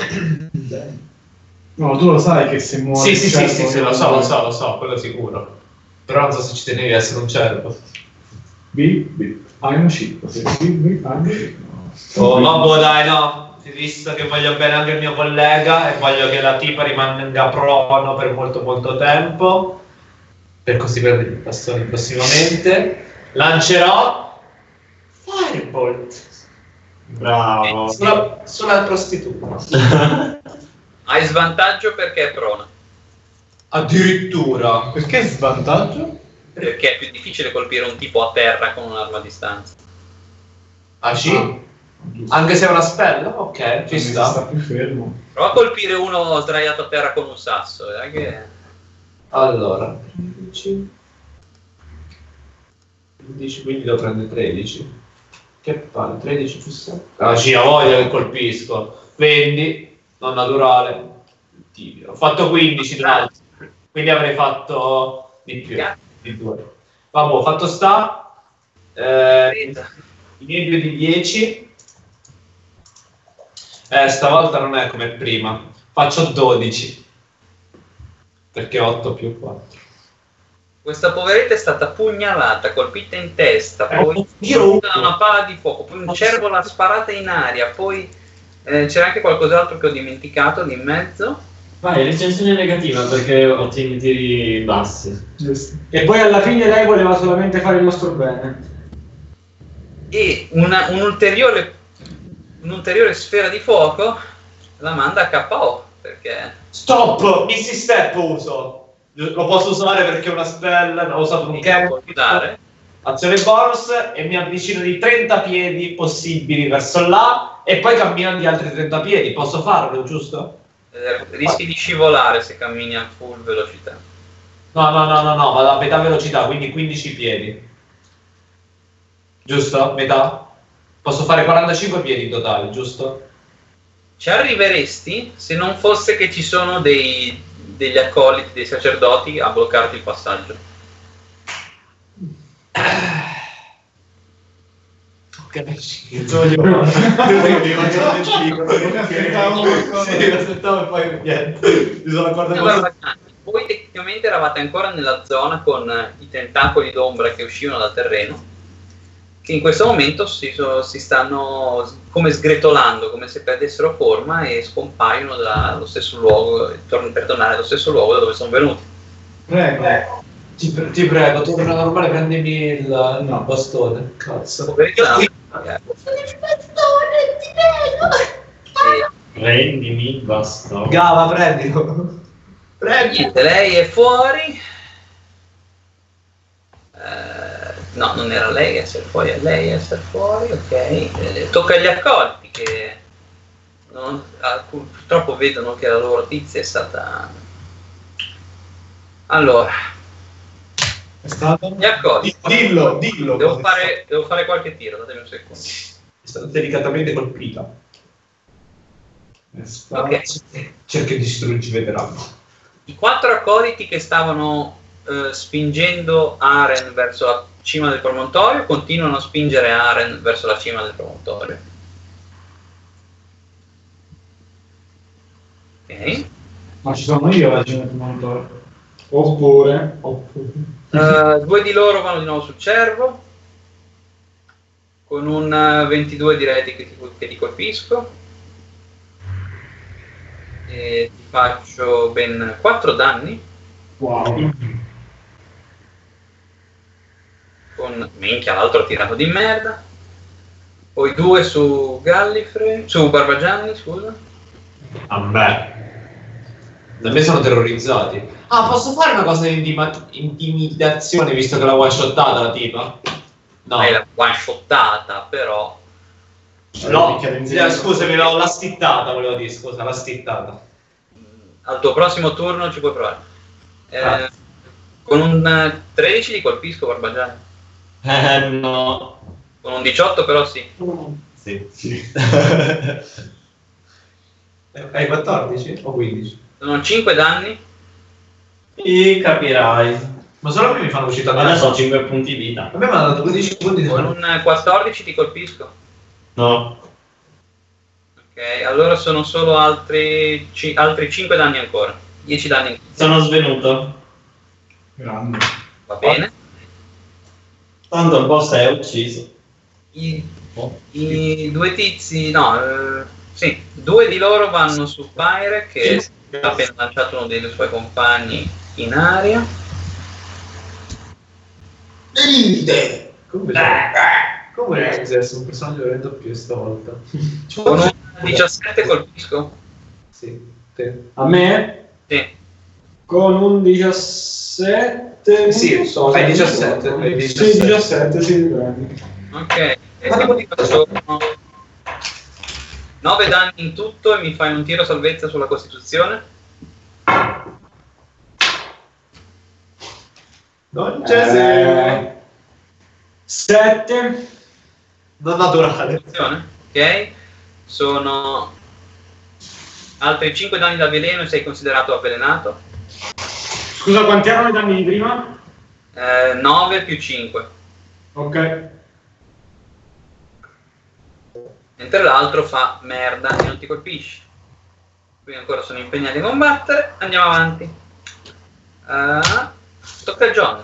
No, tu lo sai che se muori. Sì, sì, sì, sì, sì, lo so, lo so, lo so, quello sicuro. Però non so se ci tenevi a essere un cervo. Bip, bip. Hai un chip. Sì, bip, bip, hai un chip. Oh, vabbè, dai, no. Visto che voglio bene anche il mio collega e voglio che la tipa rimanga prono per molto molto tempo, per così perdere il bastone prossimamente, lancerò Firebolt. Bravo. Sulla, sulla prostituta. Hai svantaggio perché è prona. Addirittura. Perché svantaggio? Perché è più difficile colpire un tipo a terra con un'arma a distanza. Ah sì? Anche se è una spella? Ok, ci sta. sta più fermo. Prova a colpire uno sdraiato a terra con un sasso. Eh, che... Allora, tredici. quindici, quindi devo prendere tredici. Che palle, tredici più sei. Ah, ci ha voglia che colpisco. venti, non naturale. Tibio. Ho fatto quindici, tra l'altro. Quindi avrei fatto di più. Di due. Vabbè, fatto sta. Eh, I miei più di dieci. Eh, stavolta non è come prima. Faccio dodici. Perché otto più quattro. Questa poveretta è stata pugnalata, colpita in testa, Eh, poi io- da una pala di fuoco, poi un cervo l'ha sparata in aria, poi eh, c'era anche qualcos'altro che ho dimenticato di in mezzo. Vai, recensione negativa perché ottieni tiri bassi. Giusto. E poi alla fine lei voleva solamente fare il nostro bene. E una, un ulteriore, un'ulteriore sfera di fuoco la manda a K O perché Stop! Missy Step uso. Lo posso usare perché è una spell. Non ho usato un non può camp. usare. Azione bonus e mi avvicino di trenta piedi possibili verso là e poi cammino di altri trenta piedi. Posso farlo, giusto? Eh, rischi di scivolare se cammini a full velocità. No, no, no, no, no, vado a metà velocità, quindi quindici piedi. Giusto? Metà? Posso fare quarantacinque piedi in totale, giusto? Ci arriveresti se non fosse che ci sono dei, degli accoliti, dei sacerdoti a bloccarti il passaggio. Ok, ci voglio aspettavo e poi niente. Mi sono accorto Allora, voi tecnicamente eravate ancora nella zona con i tentacoli d'ombra che uscivano dal terreno, che in questo momento si, so- si stanno s- come sgretolando, come se perdessero forma e scompaiono dallo stesso luogo, e tor- per tornare allo stesso luogo da dove sono venuti. Prego. Ti, pre- ti prego, torna normale, prendimi il no, bastone. Cazzo. Poverina, eh, Prendimi il bastone. Gava, prendilo. Prendi. niente, lei è fuori. Eh, no, non era lei a essere fuori, è lei a essere fuori, ok. Eh, tocca agli accolti che non- ah, purtroppo vedono che la loro tizia è stata... Allora, È stato? gli accolti. Dillo, dillo. Devo cosa è fare, devo fare qualche tiro, datemi un secondo. È stata delicatamente colpita. Ok. Cerca di distruggi vedranno. I quattro accoliti che stavano eh, spingendo Aren verso la cima del promontorio continuano a spingere Aren verso la cima del promontorio. Ok. Ma ci sono io alla cima del promontorio. Oppure, oppure. Eh, due di loro vanno di nuovo sul cervo. Con un eh, ventidue direi che ti, che ti colpisco. E ti faccio ben quattro danni. Wow. Con minchia, l'altro ha tirato di merda. Poi due su Gallifrey, su Barbagianni, scusa. A me. Da me sono terrorizzati. Ah, posso fare una cosa di intima- intimidazione visto che l'ha one-shottata la tipa? No. Hai la one-shottata, però. No, eh, scusami, no, l'ha stittata, volevo dire, scusa, l'ha stittata. Al tuo prossimo turno ci puoi provare. Eh, Ah. Con un eh, tredici ti colpisco, Barbagianni. Eh no. Con un diciotto però sì. Sì. Sì. Hai quattordici o quindici? Sono cinque danni. E capirai. Ma solo che mi fanno uscita Ma adesso ho cinque punti vita. A me mi hanno dato dodici punti di Con danno. un quattordici ti colpisco. No. Ok, allora sono solo altri, ci- altri cinque danni ancora. dieci danni ancora. Sono svenuto. Grande. Va bene. Tanto il boss è ucciso. I, i due tizi, no, eh, sì, due di loro vanno su Pyre che ha appena lanciato uno dei suoi compagni in aria. Venite! Come Come è un personaggio veramente più stavolta? Con un diciassette colpisco? Sì, te. A me? Sì. Con un diciassette... Sì, sono fai diciassette. fai Sì, diciassette, sì, prendi. Ok, e quindi faccio nove danni in tutto e mi fai un tiro salvezza sulla Costituzione. Non c'è se... Eh, sette. Non naturale. Ok, sono altri cinque danni da veleno e sei considerato avvelenato. Scusa, quanti erano i danni di prima? Eh, nove più cinque. Ok. Mentre l'altro fa merda e non ti colpisce. Quindi ancora sono impegnati a combattere. Andiamo avanti. Uh, tocca a John.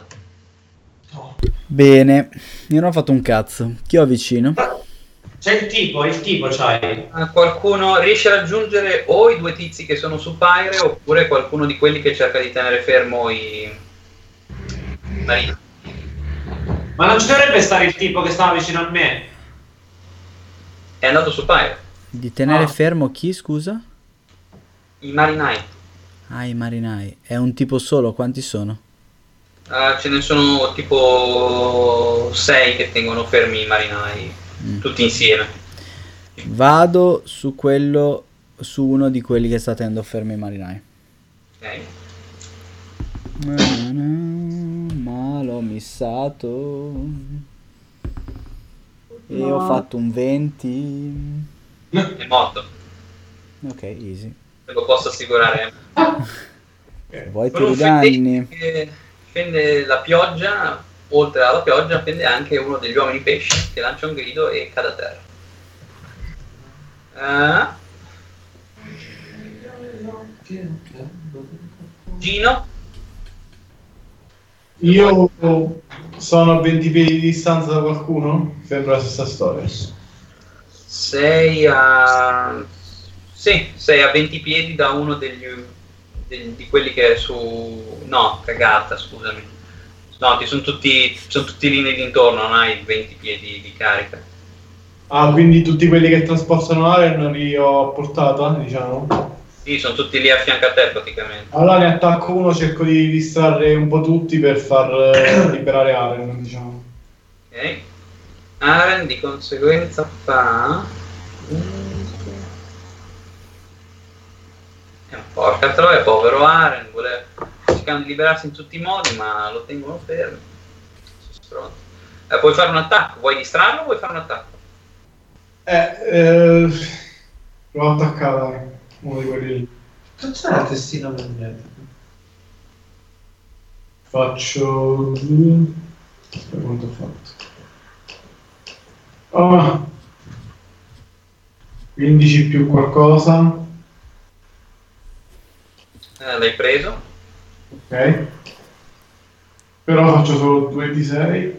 Bene, io non ho fatto un cazzo. Chi ho vicino? C'è il tipo, il tipo c'hai. Uh, qualcuno riesce a raggiungere o i due tizi che sono su Pyre oppure qualcuno di quelli che cerca di tenere fermo i marini. Ma non ci dovrebbe stare il tipo che stava vicino a me? È andato su Pyre. Di tenere Ah. fermo chi, scusa? I marinai. Ah, i marinai. È un tipo solo, quanti sono? Uh, ce ne sono tipo sei che tengono fermi i marinai, Mm. tutti insieme. Vado su quello, su uno di quelli che sta tenendo fermi i marinai. Ok. Ma l'ho missato. E ho fatto un venti. È morto, Ok, easy. te lo posso assicurare. Vuoi Con un tiri danni? fendente che fende la pioggia, oltre alla pioggia fende anche uno degli uomini pesci che lancia un grido e cade a terra. Eh, Gino, Io sono a venti piedi di distanza da qualcuno? Sembra la stessa storia. sei a... sì, sei a venti piedi da uno degli, degli- di quelli che è su... no, cagata, scusami. No, ti sono tutti, sono tutti lì nei dintorno, non hai venti piedi di carica. Ah, quindi tutti quelli che trasportano area non li ho a portata, diciamo. Sì, sono tutti lì a fianco a te praticamente. Allora ne attacco uno, cerco di distrarre un po' tutti per far eh, liberare Aren, diciamo. Ok. Aren di conseguenza fa... Eh, porca troia, povero Aren, vuole... cercando di liberarsi in tutti i modi, ma lo tengono fermo. Sono stronzo. Eh, puoi fare un attacco, vuoi distrarlo o vuoi fare un attacco? Eh, eh, l'ho attaccata, uno di quelli lì. Cazzo è la testina magnetica? Faccio... Aspetta, quanto ho fatto? Ah. quindici più qualcosa. Eh, l'hai preso? Ok. Però faccio solo due di sei.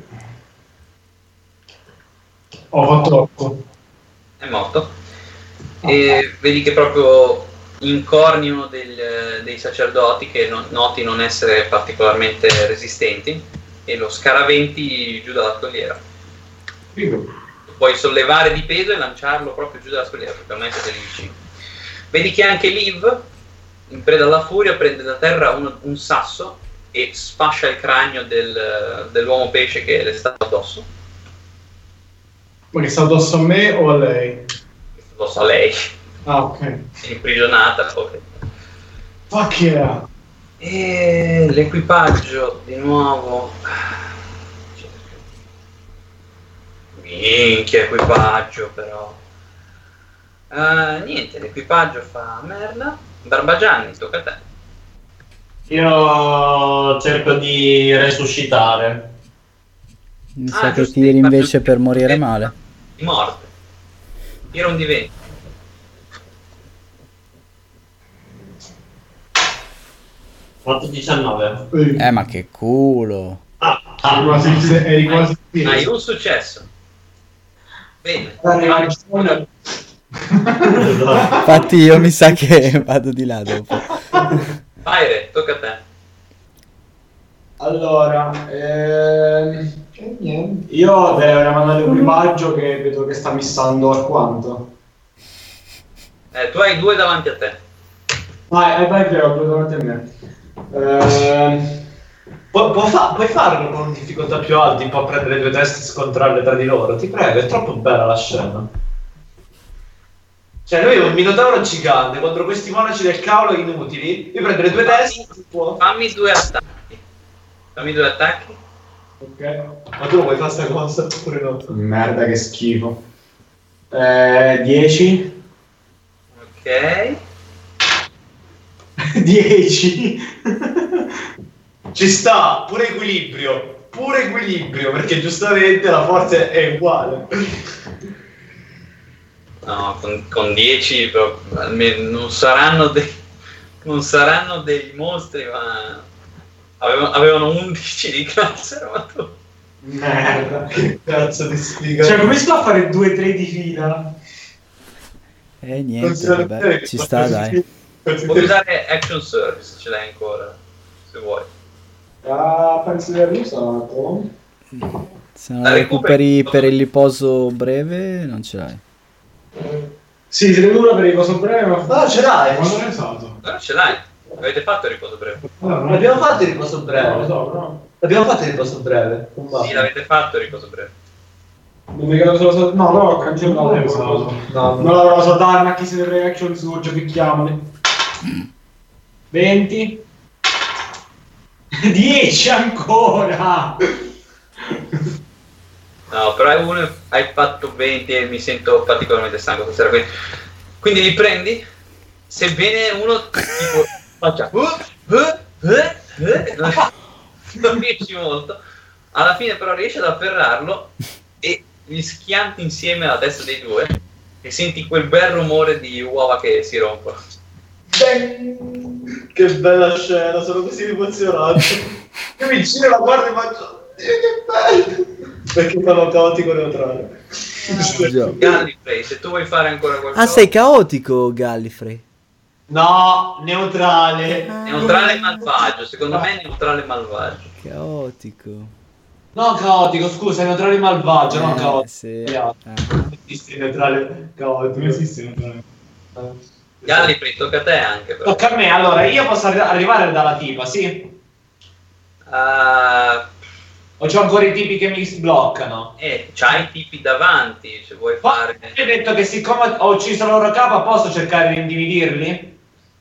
Ho fatto otto. È morto. E vedi che proprio incorni uno del- dei sacerdoti che non- noti non essere particolarmente resistenti e lo scaraventi giù dalla scogliera. Figo. Puoi sollevare di peso e lanciarlo proprio giù dalla scogliera perché ormai siete lì vicino. Vedi che anche Liv, in preda alla furia, prende da terra un, un sasso e sfascia il cranio del- dell'uomo pesce che le sta addosso. Ma che sta addosso a me o a lei? Addosso a lei, Ah, ok. è imprigionata. Poi. Fuck yeah. E l'equipaggio di nuovo Minchia, equipaggio però. Uh, niente, l'equipaggio fa merda. Barbagianni, tocca a te. Io cerco di resuscitare. Mi Ah, sa che giusto, tiri infatti- invece per morire male. Di morte. Tira un di venti. Fatto diciannove. Eh, ma che culo. Ah, Eri ah. quasi, eri quasi Hai un successo. Bene. Infatti io mi sa che vado di là dopo. Fire, tocca a te. Allora, ehm, io darei una mano all'equipaggio che vedo che sta missando alquanto. Eh, tu hai due davanti a te. Vai, vai, vero, due davanti a me. Ehm, Pu- può fa- puoi farlo con difficoltà più alte, un po' prendere due teste e scontrarle tra di loro, ti prego, è troppo bella la scena. Cioè, noi un minotauro gigante contro questi monaci del cavolo inutili, io prendere due teste, si può. Fammi due attacchi. Fammi due attacchi. ok. Ma tu lo vuoi fare sta cosa oppure no? Merda, che schifo. Eh, dieci. Ok. dieci. Ci sta, pure equilibrio, pure equilibrio, perché giustamente la forza è uguale. No, con, con dieci però, almeno non saranno dei non saranno dei mostri, ma avevano, avevano undici di classe armatura. Merda. Che cazzo di sfiga. Cioè, come si fa a fare due tre di fila? Eh, niente, vabbè, ci sta, dai. Puoi usare action surge se ce l'hai ancora, se vuoi. Ah, penso di aver usato. Se non La la recuperi recuperi- per il riposo breve, non ce l'hai. Sì, se ne uno per il coso breve, ma No, ce l'hai. Quando l'hai usato? Allora ce l'hai, avete fatto il riposo breve. L'abbiamo fatto il riposo No, lo breve. so, no. L'abbiamo fatto il riposo breve. Non va. Sì, l'avete fatto il riposo breve. Non mi ricordo solo so- no, però ho cancellato. Non l'hai usato. No, Non l'avevo usato, dai, ma chi se ne frega action surge, picchiamoli. venti. dieci ancora. No, però hai uno, hai fatto venti e mi sento particolarmente stanco stasera. Quindi, quindi li prendi, sebbene uno tipo faccia uh, uh, uh, uh, non, non riesci molto, alla fine però riesci ad afferrarlo e gli schianti insieme alla testa dei due e senti quel bel rumore di uova che si rompono. che bella scena, sono così emozionato. Io mi giro la guardo e faccio "Dio, che bello", perché sono caotico neutrale. Già. Gallifrey, se tu vuoi fare ancora qualcosa, Ah, sei caotico, Gallifrey. No, neutrale. neutrale e malvagio, secondo me è neutrale e malvagio. Caotico. No, caotico, scusa, è neutrale malvagio, non Eh, caotico. sì. Yeah. Ah. Non esiste neutrale Non caotico. esiste neutrale. Eh. Gallifrey, tocca a te anche però. Tocca a me, allora, io posso arri- arrivare dalla tipa, sì? Ah, O c'ho ancora i tipi che mi sbloccano? eh, c'hai i tipi davanti, se vuoi Ma fare. io ho detto che siccome ho ucciso la loro capa, posso cercare di intimidirli?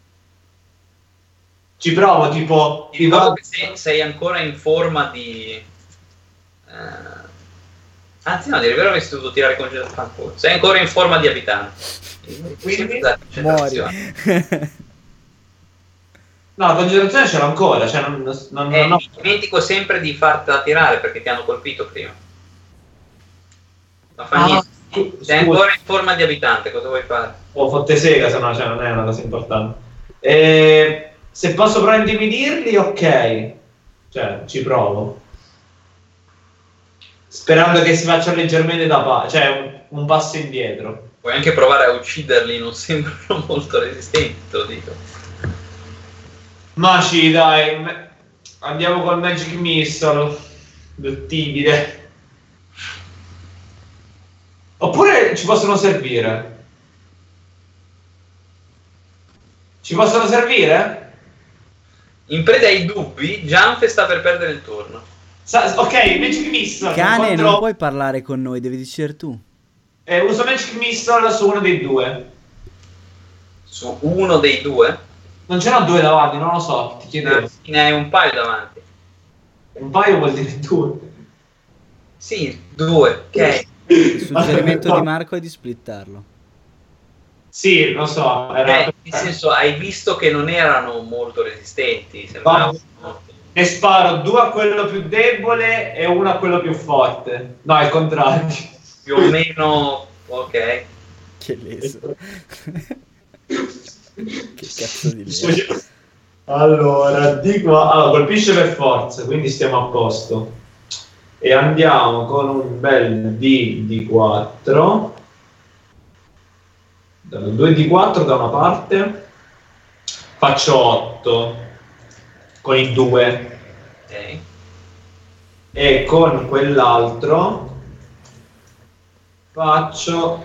Ci provo, tipo... Ti ricordo che sei, sei ancora in forma di... eh, anzi no, di vero avresti dovuto tirare concentrazione. Sei ancora in forma di abitante. Quindi? Muori. No, la concentrazione ce l'ho ancora, cioè non, non, Eh, non ho... mi dimentico sempre di fartela tirare perché ti hanno colpito prima. Non fa Ah, niente. scu- Sei scusa. ancora in forma di abitante, cosa vuoi fare? Oh, fotte sega, se no cioè, non è una cosa importante. Eh, se posso provare a intimidirli, ok. Cioè, ci provo. Sperando che si faccia leggermente da pa- cioè un, un passo indietro. Puoi anche provare a ucciderli, non sembrano molto resistenti, te lo dico. Ma sì, dai, me- andiamo col Magic Missile. Duttibile. Oppure ci possono servire. Ci possono servire? In preda ai dubbi, Gianfe sta per perdere il turno. Sa- ok, Magic Missile. Cane, contro- non puoi parlare con noi, devi decidere tu. Eh, uso Magic Missile su uno dei due. Su uno dei due, Non ce n'ho due davanti, non lo so, ti chiedevo. ne hai un paio davanti. Un paio vuol dire due. Sì, due, ok. Il suggerimento di Marco è di splittarlo. Sì, lo so. Era... Eh, nel senso, hai visto che non erano molto resistenti. Sembrava... Ne sparo due a quello più debole e uno a quello più forte. No, è il contrario. Più o meno, ok. Che leso. Che cazzo di leso. Allora, di qua... allora, colpisce per forza, quindi stiamo a posto. E andiamo con un bel D di quattro. due di quattro da una parte. Faccio otto. Con i due. Ok. E con quell'altro faccio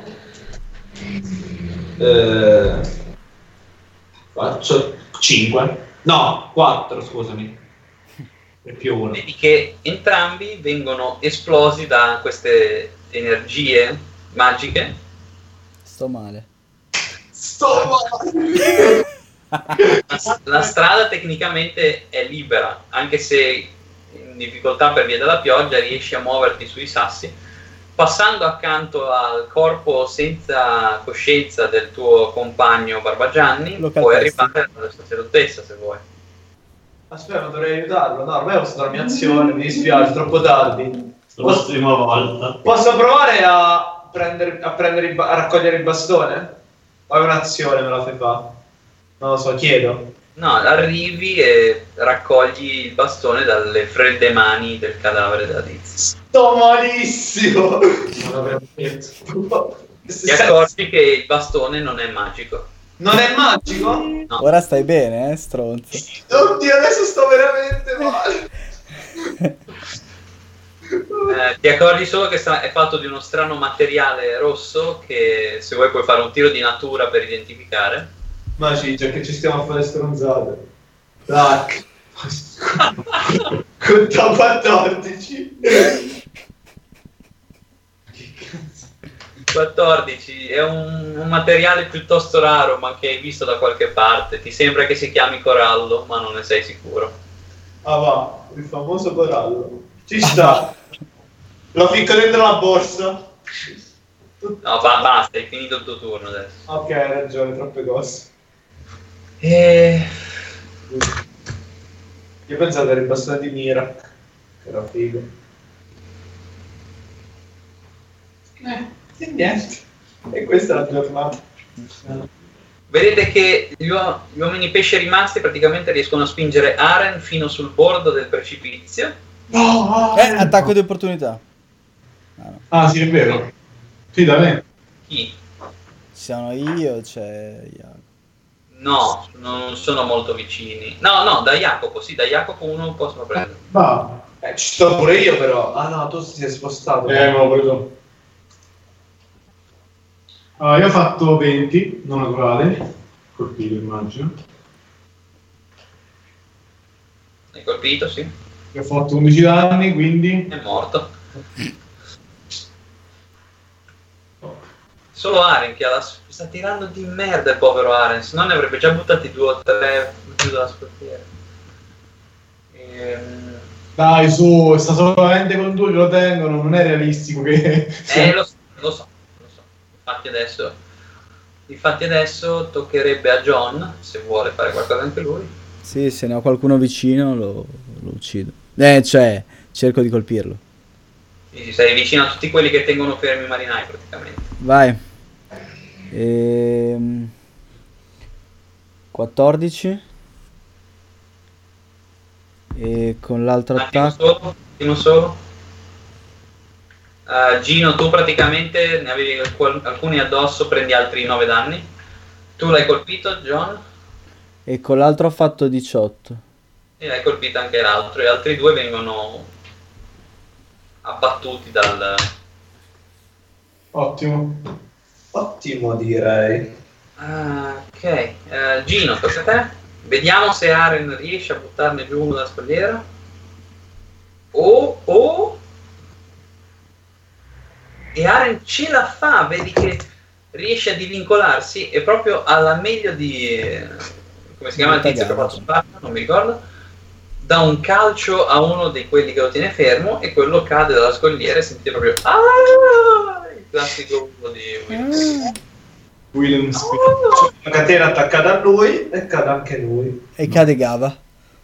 eh, faccio cinque, no, quattro, scusami, e più uno. Vedi che entrambi vengono esplosi da queste energie magiche. Sto male. Sto male. La, la strada tecnicamente è libera, anche se in difficoltà per via della pioggia riesci a muoverti sui sassi. Passando accanto al corpo senza coscienza del tuo compagno Barbagianni, Lo puoi calpesti. arrivare alla sacerdotessa se vuoi. Aspetta, ma dovrei aiutarlo. No, ormai ho usato la mia azione, mi dispiace, troppo tardi. La prossima volta. Posso provare a prendere, a, prendere il ba- a raccogliere il bastone? O è un'azione me la fai fare? Non lo so, chiedo. No, arrivi e raccogli il bastone dalle fredde mani del cadavere della tizia. Sto malissimo. Non avrei detto. Ti accorgi che il bastone non è magico. Non è magico? No. Ora stai bene, eh, stronzo. Oddio, adesso sto veramente male. Eh, ti accorgi solo che sta- è fatto di uno strano materiale rosso che se vuoi puoi fare un tiro di natura per identificare. Ma ciccia, che ci stiamo a fare stronzate. Tac. Conta quattordici. quattordici è un, un materiale piuttosto raro ma che hai visto da qualche parte. Ti sembra che si chiami corallo ma non ne sei sicuro. Ah va, il famoso corallo. Ci sta. Lo ficco dentro la borsa. No, ba- basta, hai finito il tuo turno adesso. Ok, hai ragione, troppe cose. E... Io pensavo era il bastone di Mira. Che era figo. Eh, e niente. E questa è la giornata. Vedete che gli, uo- gli uomini pesce rimasti praticamente riescono a spingere Aren fino sul bordo del precipizio. No! Eh, attacco di opportunità. Ah, no. Ah, sì, è vero. Sì, da me. Chi? Siamo io, c'è Iago. No, non sono molto vicini. No, no, da Jacopo, sì, da Jacopo uno possono prendere. Va. Eh, ci sto pure io però. Ah no, tu si sei spostato. Eh, me l'ho preso. Allora, io ho fatto venti, non naturale. Colpito, immagino. Hai colpito, sì. E ho fatto undici danni, quindi... È morto. Solo Aren che ha la... sta tirando di merda il povero Aren, se no ne avrebbe già buttati due o tre giù dalla scortiera. Ehm... Dai, su, sta solamente con due che lo tengono, non è realistico che... Eh, lo so, lo so, lo so. Infatti adesso, infatti adesso toccherebbe a John, se vuole fare qualcosa anche lui. Sì, se ne ho qualcuno vicino lo, lo uccido. Eh, cioè, cerco di colpirlo. Quindi sei vicino a tutti quelli che tengono fermi i marinai praticamente. Vai. Ehm... quattordici. E con l'altro Un attimo attacco... solo, un attimo solo. Uh, Gino, tu praticamente ne avevi alc- alcuni addosso, prendi altri nove danni. Tu l'hai colpito, John? E con l'altro ho fatto diciotto. E hai colpito anche l'altro. E altri due vengono abbattuti dal... Ottimo. Ottimo, direi. Ah, ok, eh, Gino, tocca a te. Vediamo se Aren riesce a buttarne giù uno dalla spalliera. Oh, oh. E Aren ce la fa, vedi che riesce a divincolarsi e proprio alla meglio di... come si chiama il tizio che ha fatto Sparta? Non mi ricordo. dà un calcio a uno di quelli che lo tiene fermo e quello cade dalla scogliera e sentite proprio ah! Il classico urlo di William. William Smith. C'è una catena attaccata a lui e cade anche lui. E cade Gava.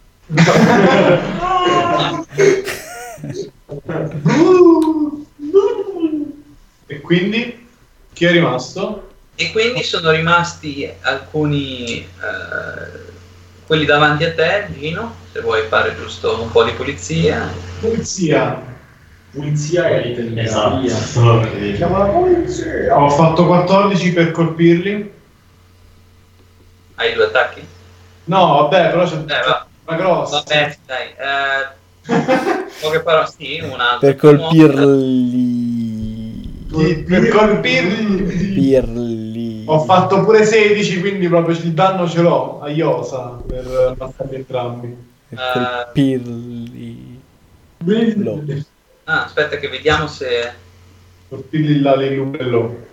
E quindi chi è rimasto? E quindi sono rimasti alcuni eh, quelli davanti a te, Gino, se vuoi fare giusto un po' di pulizia. Polizia. Pulizia e ritenere. Esatto. Chiama la polizia. Ho fatto quattordici per colpirli. Hai due attacchi? No, vabbè, però c'è Eh, va. una grossa. Vabbè, dai. Eh, poche parole, sì, una. Per colpirli. Di- per colpirli Pirli. ho fatto pure sedici, quindi proprio il danno ce l'ho a Iosa per passarli entrambi. Per Eh. colpirli. Lo. Ah, aspetta che vediamo se. Colpirli là l'illumellò.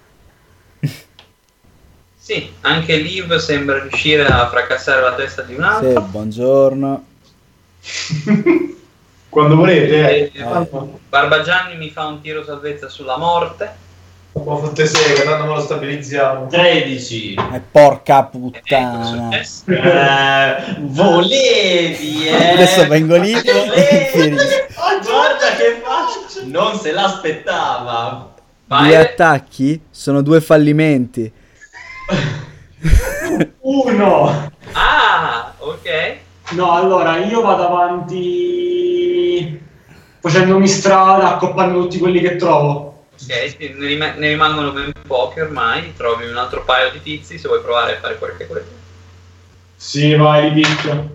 Sì, anche Liv sembra riuscire a fracassare la testa di un altro. Sì, buongiorno. Quando volete, eh. E, eh, Barbagianni mi fa un tiro salvezza sulla morte. Ma fotte sega, tanto me lo stabilizziamo. tredici. E porca E cosa è puttana. successo? Eh, volevi, eh. Adesso vengo lì e Volevi. infierisco. Guarda che faccia. Non se l'aspettava. Vai. Due attacchi sono due fallimenti. Uno. Ah, ok. No, allora io vado avanti facendomi strada, accoppando tutti quelli che trovo. Ok, sì, ne, rim- ne rimangono ben pochi ormai. Trovi un altro paio di tizi se vuoi provare a fare qualche cosa. Sì, vai, ripicchio.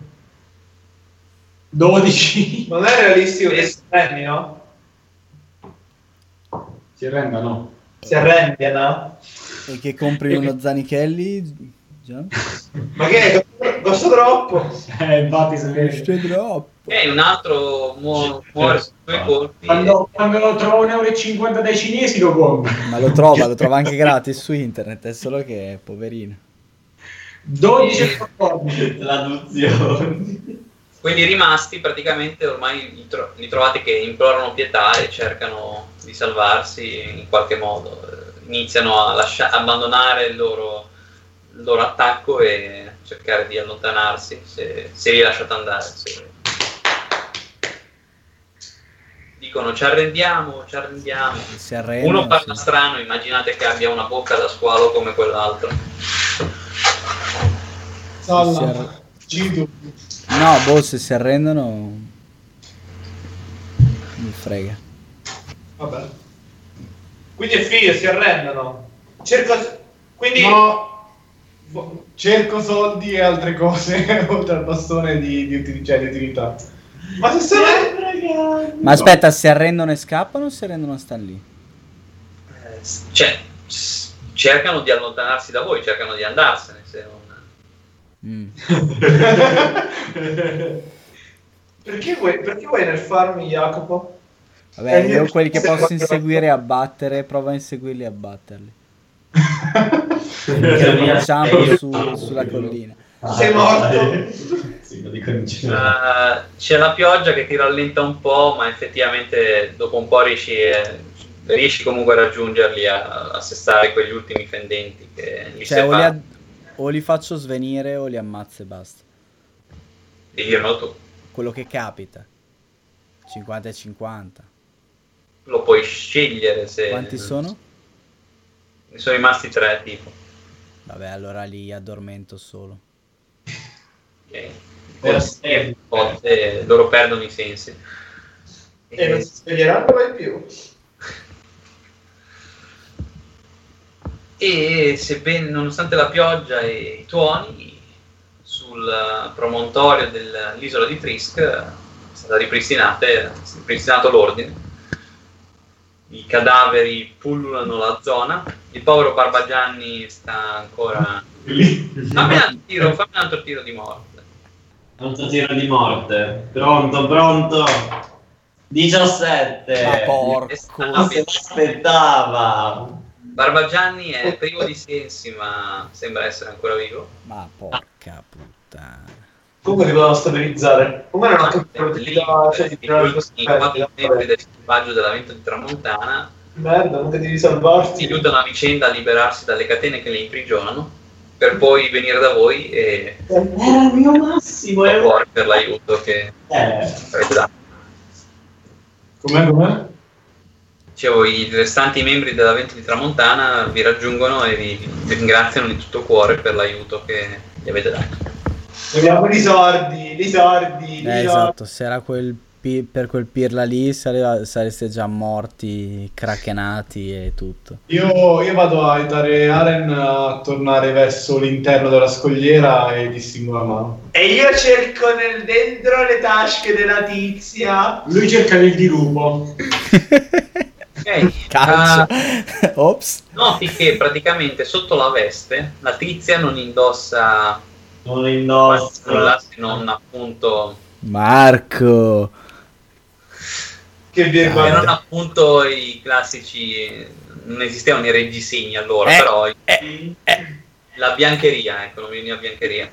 dodici. Non è realistico che si arrendi, no? Si arrenda, no? Si arrendi, no? E che compri uno Zanichelli? Già? Ma che è? Costa troppo. Eh, infatti se vede. Costa troppo. Ok, un altro muo- muore su due colpi. Quando, quando trovo un euro e cinquanta dai cinesi lo compro. Ma lo trova, lo trova anche gratis su internet, è solo che è poverino. dodici e quattordici. Traduzione. Quelli rimasti praticamente ormai li, tro- li trovate che implorano pietà e cercano di salvarsi in qualche modo. Eh, Iniziano a lascia- abbandonare il loro, il loro attacco e cercare di allontanarsi se, se li lasciate andare. Se... Dicono ci arrendiamo, ci arrendiamo. Si arrendono, Uno parla sì. strano, immaginate che abbia una bocca da squalo come quell'altro. Salla. Si arre- Gido. No, boh, se si arrendono mi frega. Vabbè. Quindi è figlio, si arrendono. Cerco... Quindi... No. Fo- Cerco soldi e altre cose oltre al bastone di, di, uti- cioè, di utilità. Ma se stai... Ma aspetta, si arrendono e scappano o si arrendono e stanno lì? Eh, cioè, s- cercano di allontanarsi da voi, cercano di andarsene se non... Mm. Perché vuoi, perché vuoi nel farm, Jacopo? Vabbè, Eh, io quelli che se- posso inseguire e abbattere, prova a inseguirli e abbatterli. Teoria Facciamo sei- su, sulla collina. Sei morto? Sì, lo dico in generale. Uh, c'è la pioggia che ti rallenta un po', ma effettivamente dopo un po' riesci, eh, riesci comunque a raggiungerli, a, a assestare quegli ultimi fendenti che li Cioè, o li, separano. ad- o li faccio svenire o li ammazzo e basta. Devi dirmelo tu. Quello che capita. cinquanta e cinquanta. Lo puoi scegliere se... Quanti sono? Ne sono rimasti tre, tipo. Vabbè, allora li addormento solo. Ok. Forse, forse loro perdono i sensi. E non si sveglieranno mai più. E sebbene, nonostante la pioggia e i tuoni, sul eh, promontorio dell'isola di Frisk è stata ripristinata, è ripristinato l'ordine. I cadaveri pullulano la zona. Il povero Barbagianni sta ancora... Fammi un altro tiro, fammi un altro tiro di morte. Altro tiro di morte. Pronto, pronto. diciassette. Ma porco. Non si aspettava. Barbagianni è privo di sensi, ma sembra essere ancora vivo. Ma porca puttana. Comunque ti potevano stabilizzare. Come non ho capito Lì, cioè, di i tirare tuoi questo i quattro pezzo, membri dell'equipaggio della Vento di Tramontana merda, non che devi si salvarti. aiutano a vicenda a liberarsi dalle catene che le imprigionano, per poi venire da voi e Era il mio massimo. a Eh. cuore per l'aiuto che Eh. avete dato. Com'è, com'è? Dicevo, i restanti membri della Vento di Tramontana vi raggiungono e vi, vi ringraziano di tutto cuore per l'aiuto che gli avete dato. Vogliamo i sordi, i sordi, i Eh, sordi. esatto, se era quel pi- per quel pirla lì sareva- sareste già morti, crakenati e tutto. Io, io vado a aiutare Aren a tornare verso l'interno della scogliera e distingo la mano. E io cerco nel dentro le tasche della tizia. Lui cerca il dirupo. Ok, Cazzo. ah, Ops. noti che praticamente sotto la veste la tizia non indossa Non nulla indossa. se non appunto Marco. Che che vergogna. non appunto i classici, non esistevano i reggiseni allora, Eh, però i- eh, eh. la biancheria, ecco, non veniva biancheria.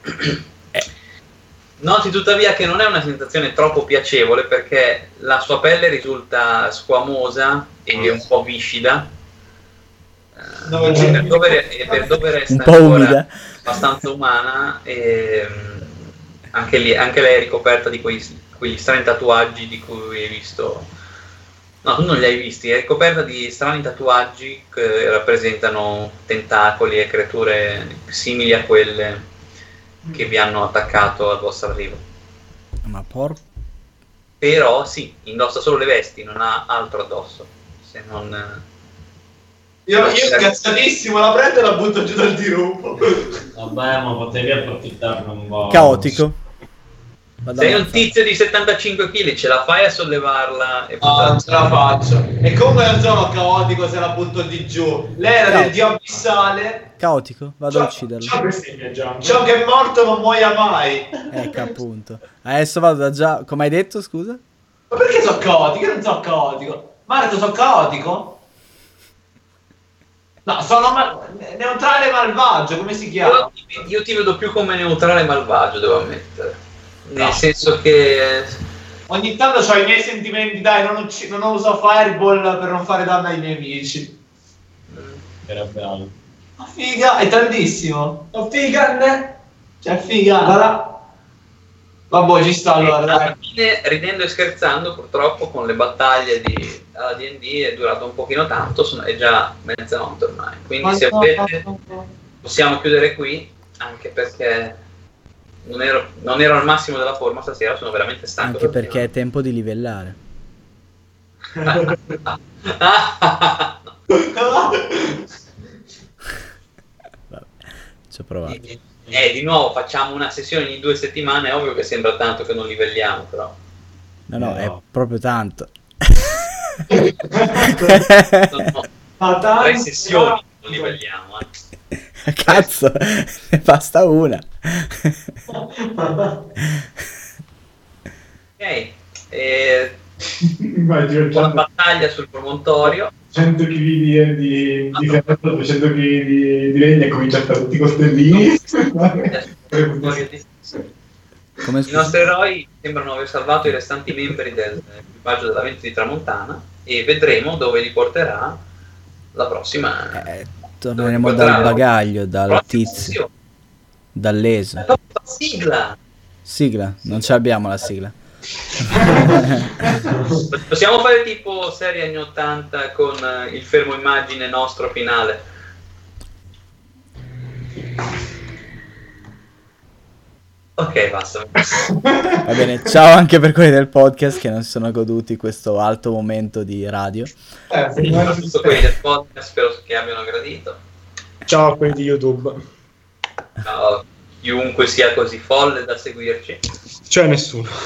Noti tuttavia che non è una sensazione troppo piacevole perché la sua pelle risulta squamosa e un po' viscida. Eh, No, e cioè- per dove, e per dove resta Un po' ancora umida. abbastanza umana, e mm, anche, lì, anche lei è ricoperta di quei, quegli strani tatuaggi di cui hai visto. No, tu non li hai visti, è ricoperta di strani tatuaggi che rappresentano tentacoli e creature simili a quelle che vi hanno attaccato al vostro arrivo. Ma por... Però sì, indossa solo le vesti, non ha altro addosso. Se non... Io, io incazzatissimo, la prendo e la butto giù dal dirupo. Vabbè, ma potevi approfittarne un po'. Caotico. Vado Sei a un ammazzare. tizio di settantacinque chili, ce la fai a sollevarla e Ah, non buttarla? ce la faccio. E come non sono caotico se la butto di giù. Lei era del Ciao. dio abissale. Caotico, vado a Ciao, ucciderlo. ciao. Bestemmiaggiando. Ciò che è morto non muoia mai. Ecco appunto. Adesso vado da già... Come hai detto, scusa? Ma perché sono caotico? Io non sono caotico. Marco, sono caotico? No, sono ma- neutrale malvagio, come si chiama? Io, ti- io ti vedo più come neutrale malvagio, devo ammettere. Nel senso che Ogni tanto ho i miei sentimenti, dai, non, ucc- non uso fireball per non fare danno ai miei amici. Era bello. Ma figa, è tantissimo. Ma figa, ne? Cioè, figa, guarda. Vabbè, ci sta allora, alla dai. fine, ridendo e scherzando, purtroppo con le battaglie di alla D and D è durato un pochino tanto, sono- è già mezzanotte ormai. Quindi se no, volete no, no. possiamo chiudere qui, anche perché non ero, non ero al massimo della forma stasera, sono veramente stanco. Anche perché è tempo di livellare. Vabbè, ci ho provato. Eh, di nuovo facciamo una sessione ogni due settimane, è ovvio che sembra tanto che non livelliamo, però. No, no, No. è proprio tanto. No, no, Ma tre tanto- sessioni non livelliamo. eh. Cazzo, ne basta una. Ok, eh, Vai, buona cento battaglia sul promontorio. chili di, di, di ferro, duecento chili di, di legna e comincia a fare tutti i costellini. Come I scusa? nostri eroi sembrano aver salvato i restanti membri dell'equipaggio della Vento di Tramontana e vedremo dove li porterà la prossima. Eh, torneremo dal bagaglio, dal prossima tizio, sessione. dall'eso. La sigla! Sigla, non ce l'abbiamo la sigla. Possiamo fare tipo serie anni ottanta con eh, il fermo immagine nostro finale. Ok, basta. Va bene, ciao anche per quelli del podcast che non si sono goduti questo alto momento di radio. Eh, Soprattutto quelli del podcast, spero che abbiano gradito. Ciao a quelli di YouTube. Ciao, chiunque sia così folle da seguirci. C'è nessuno.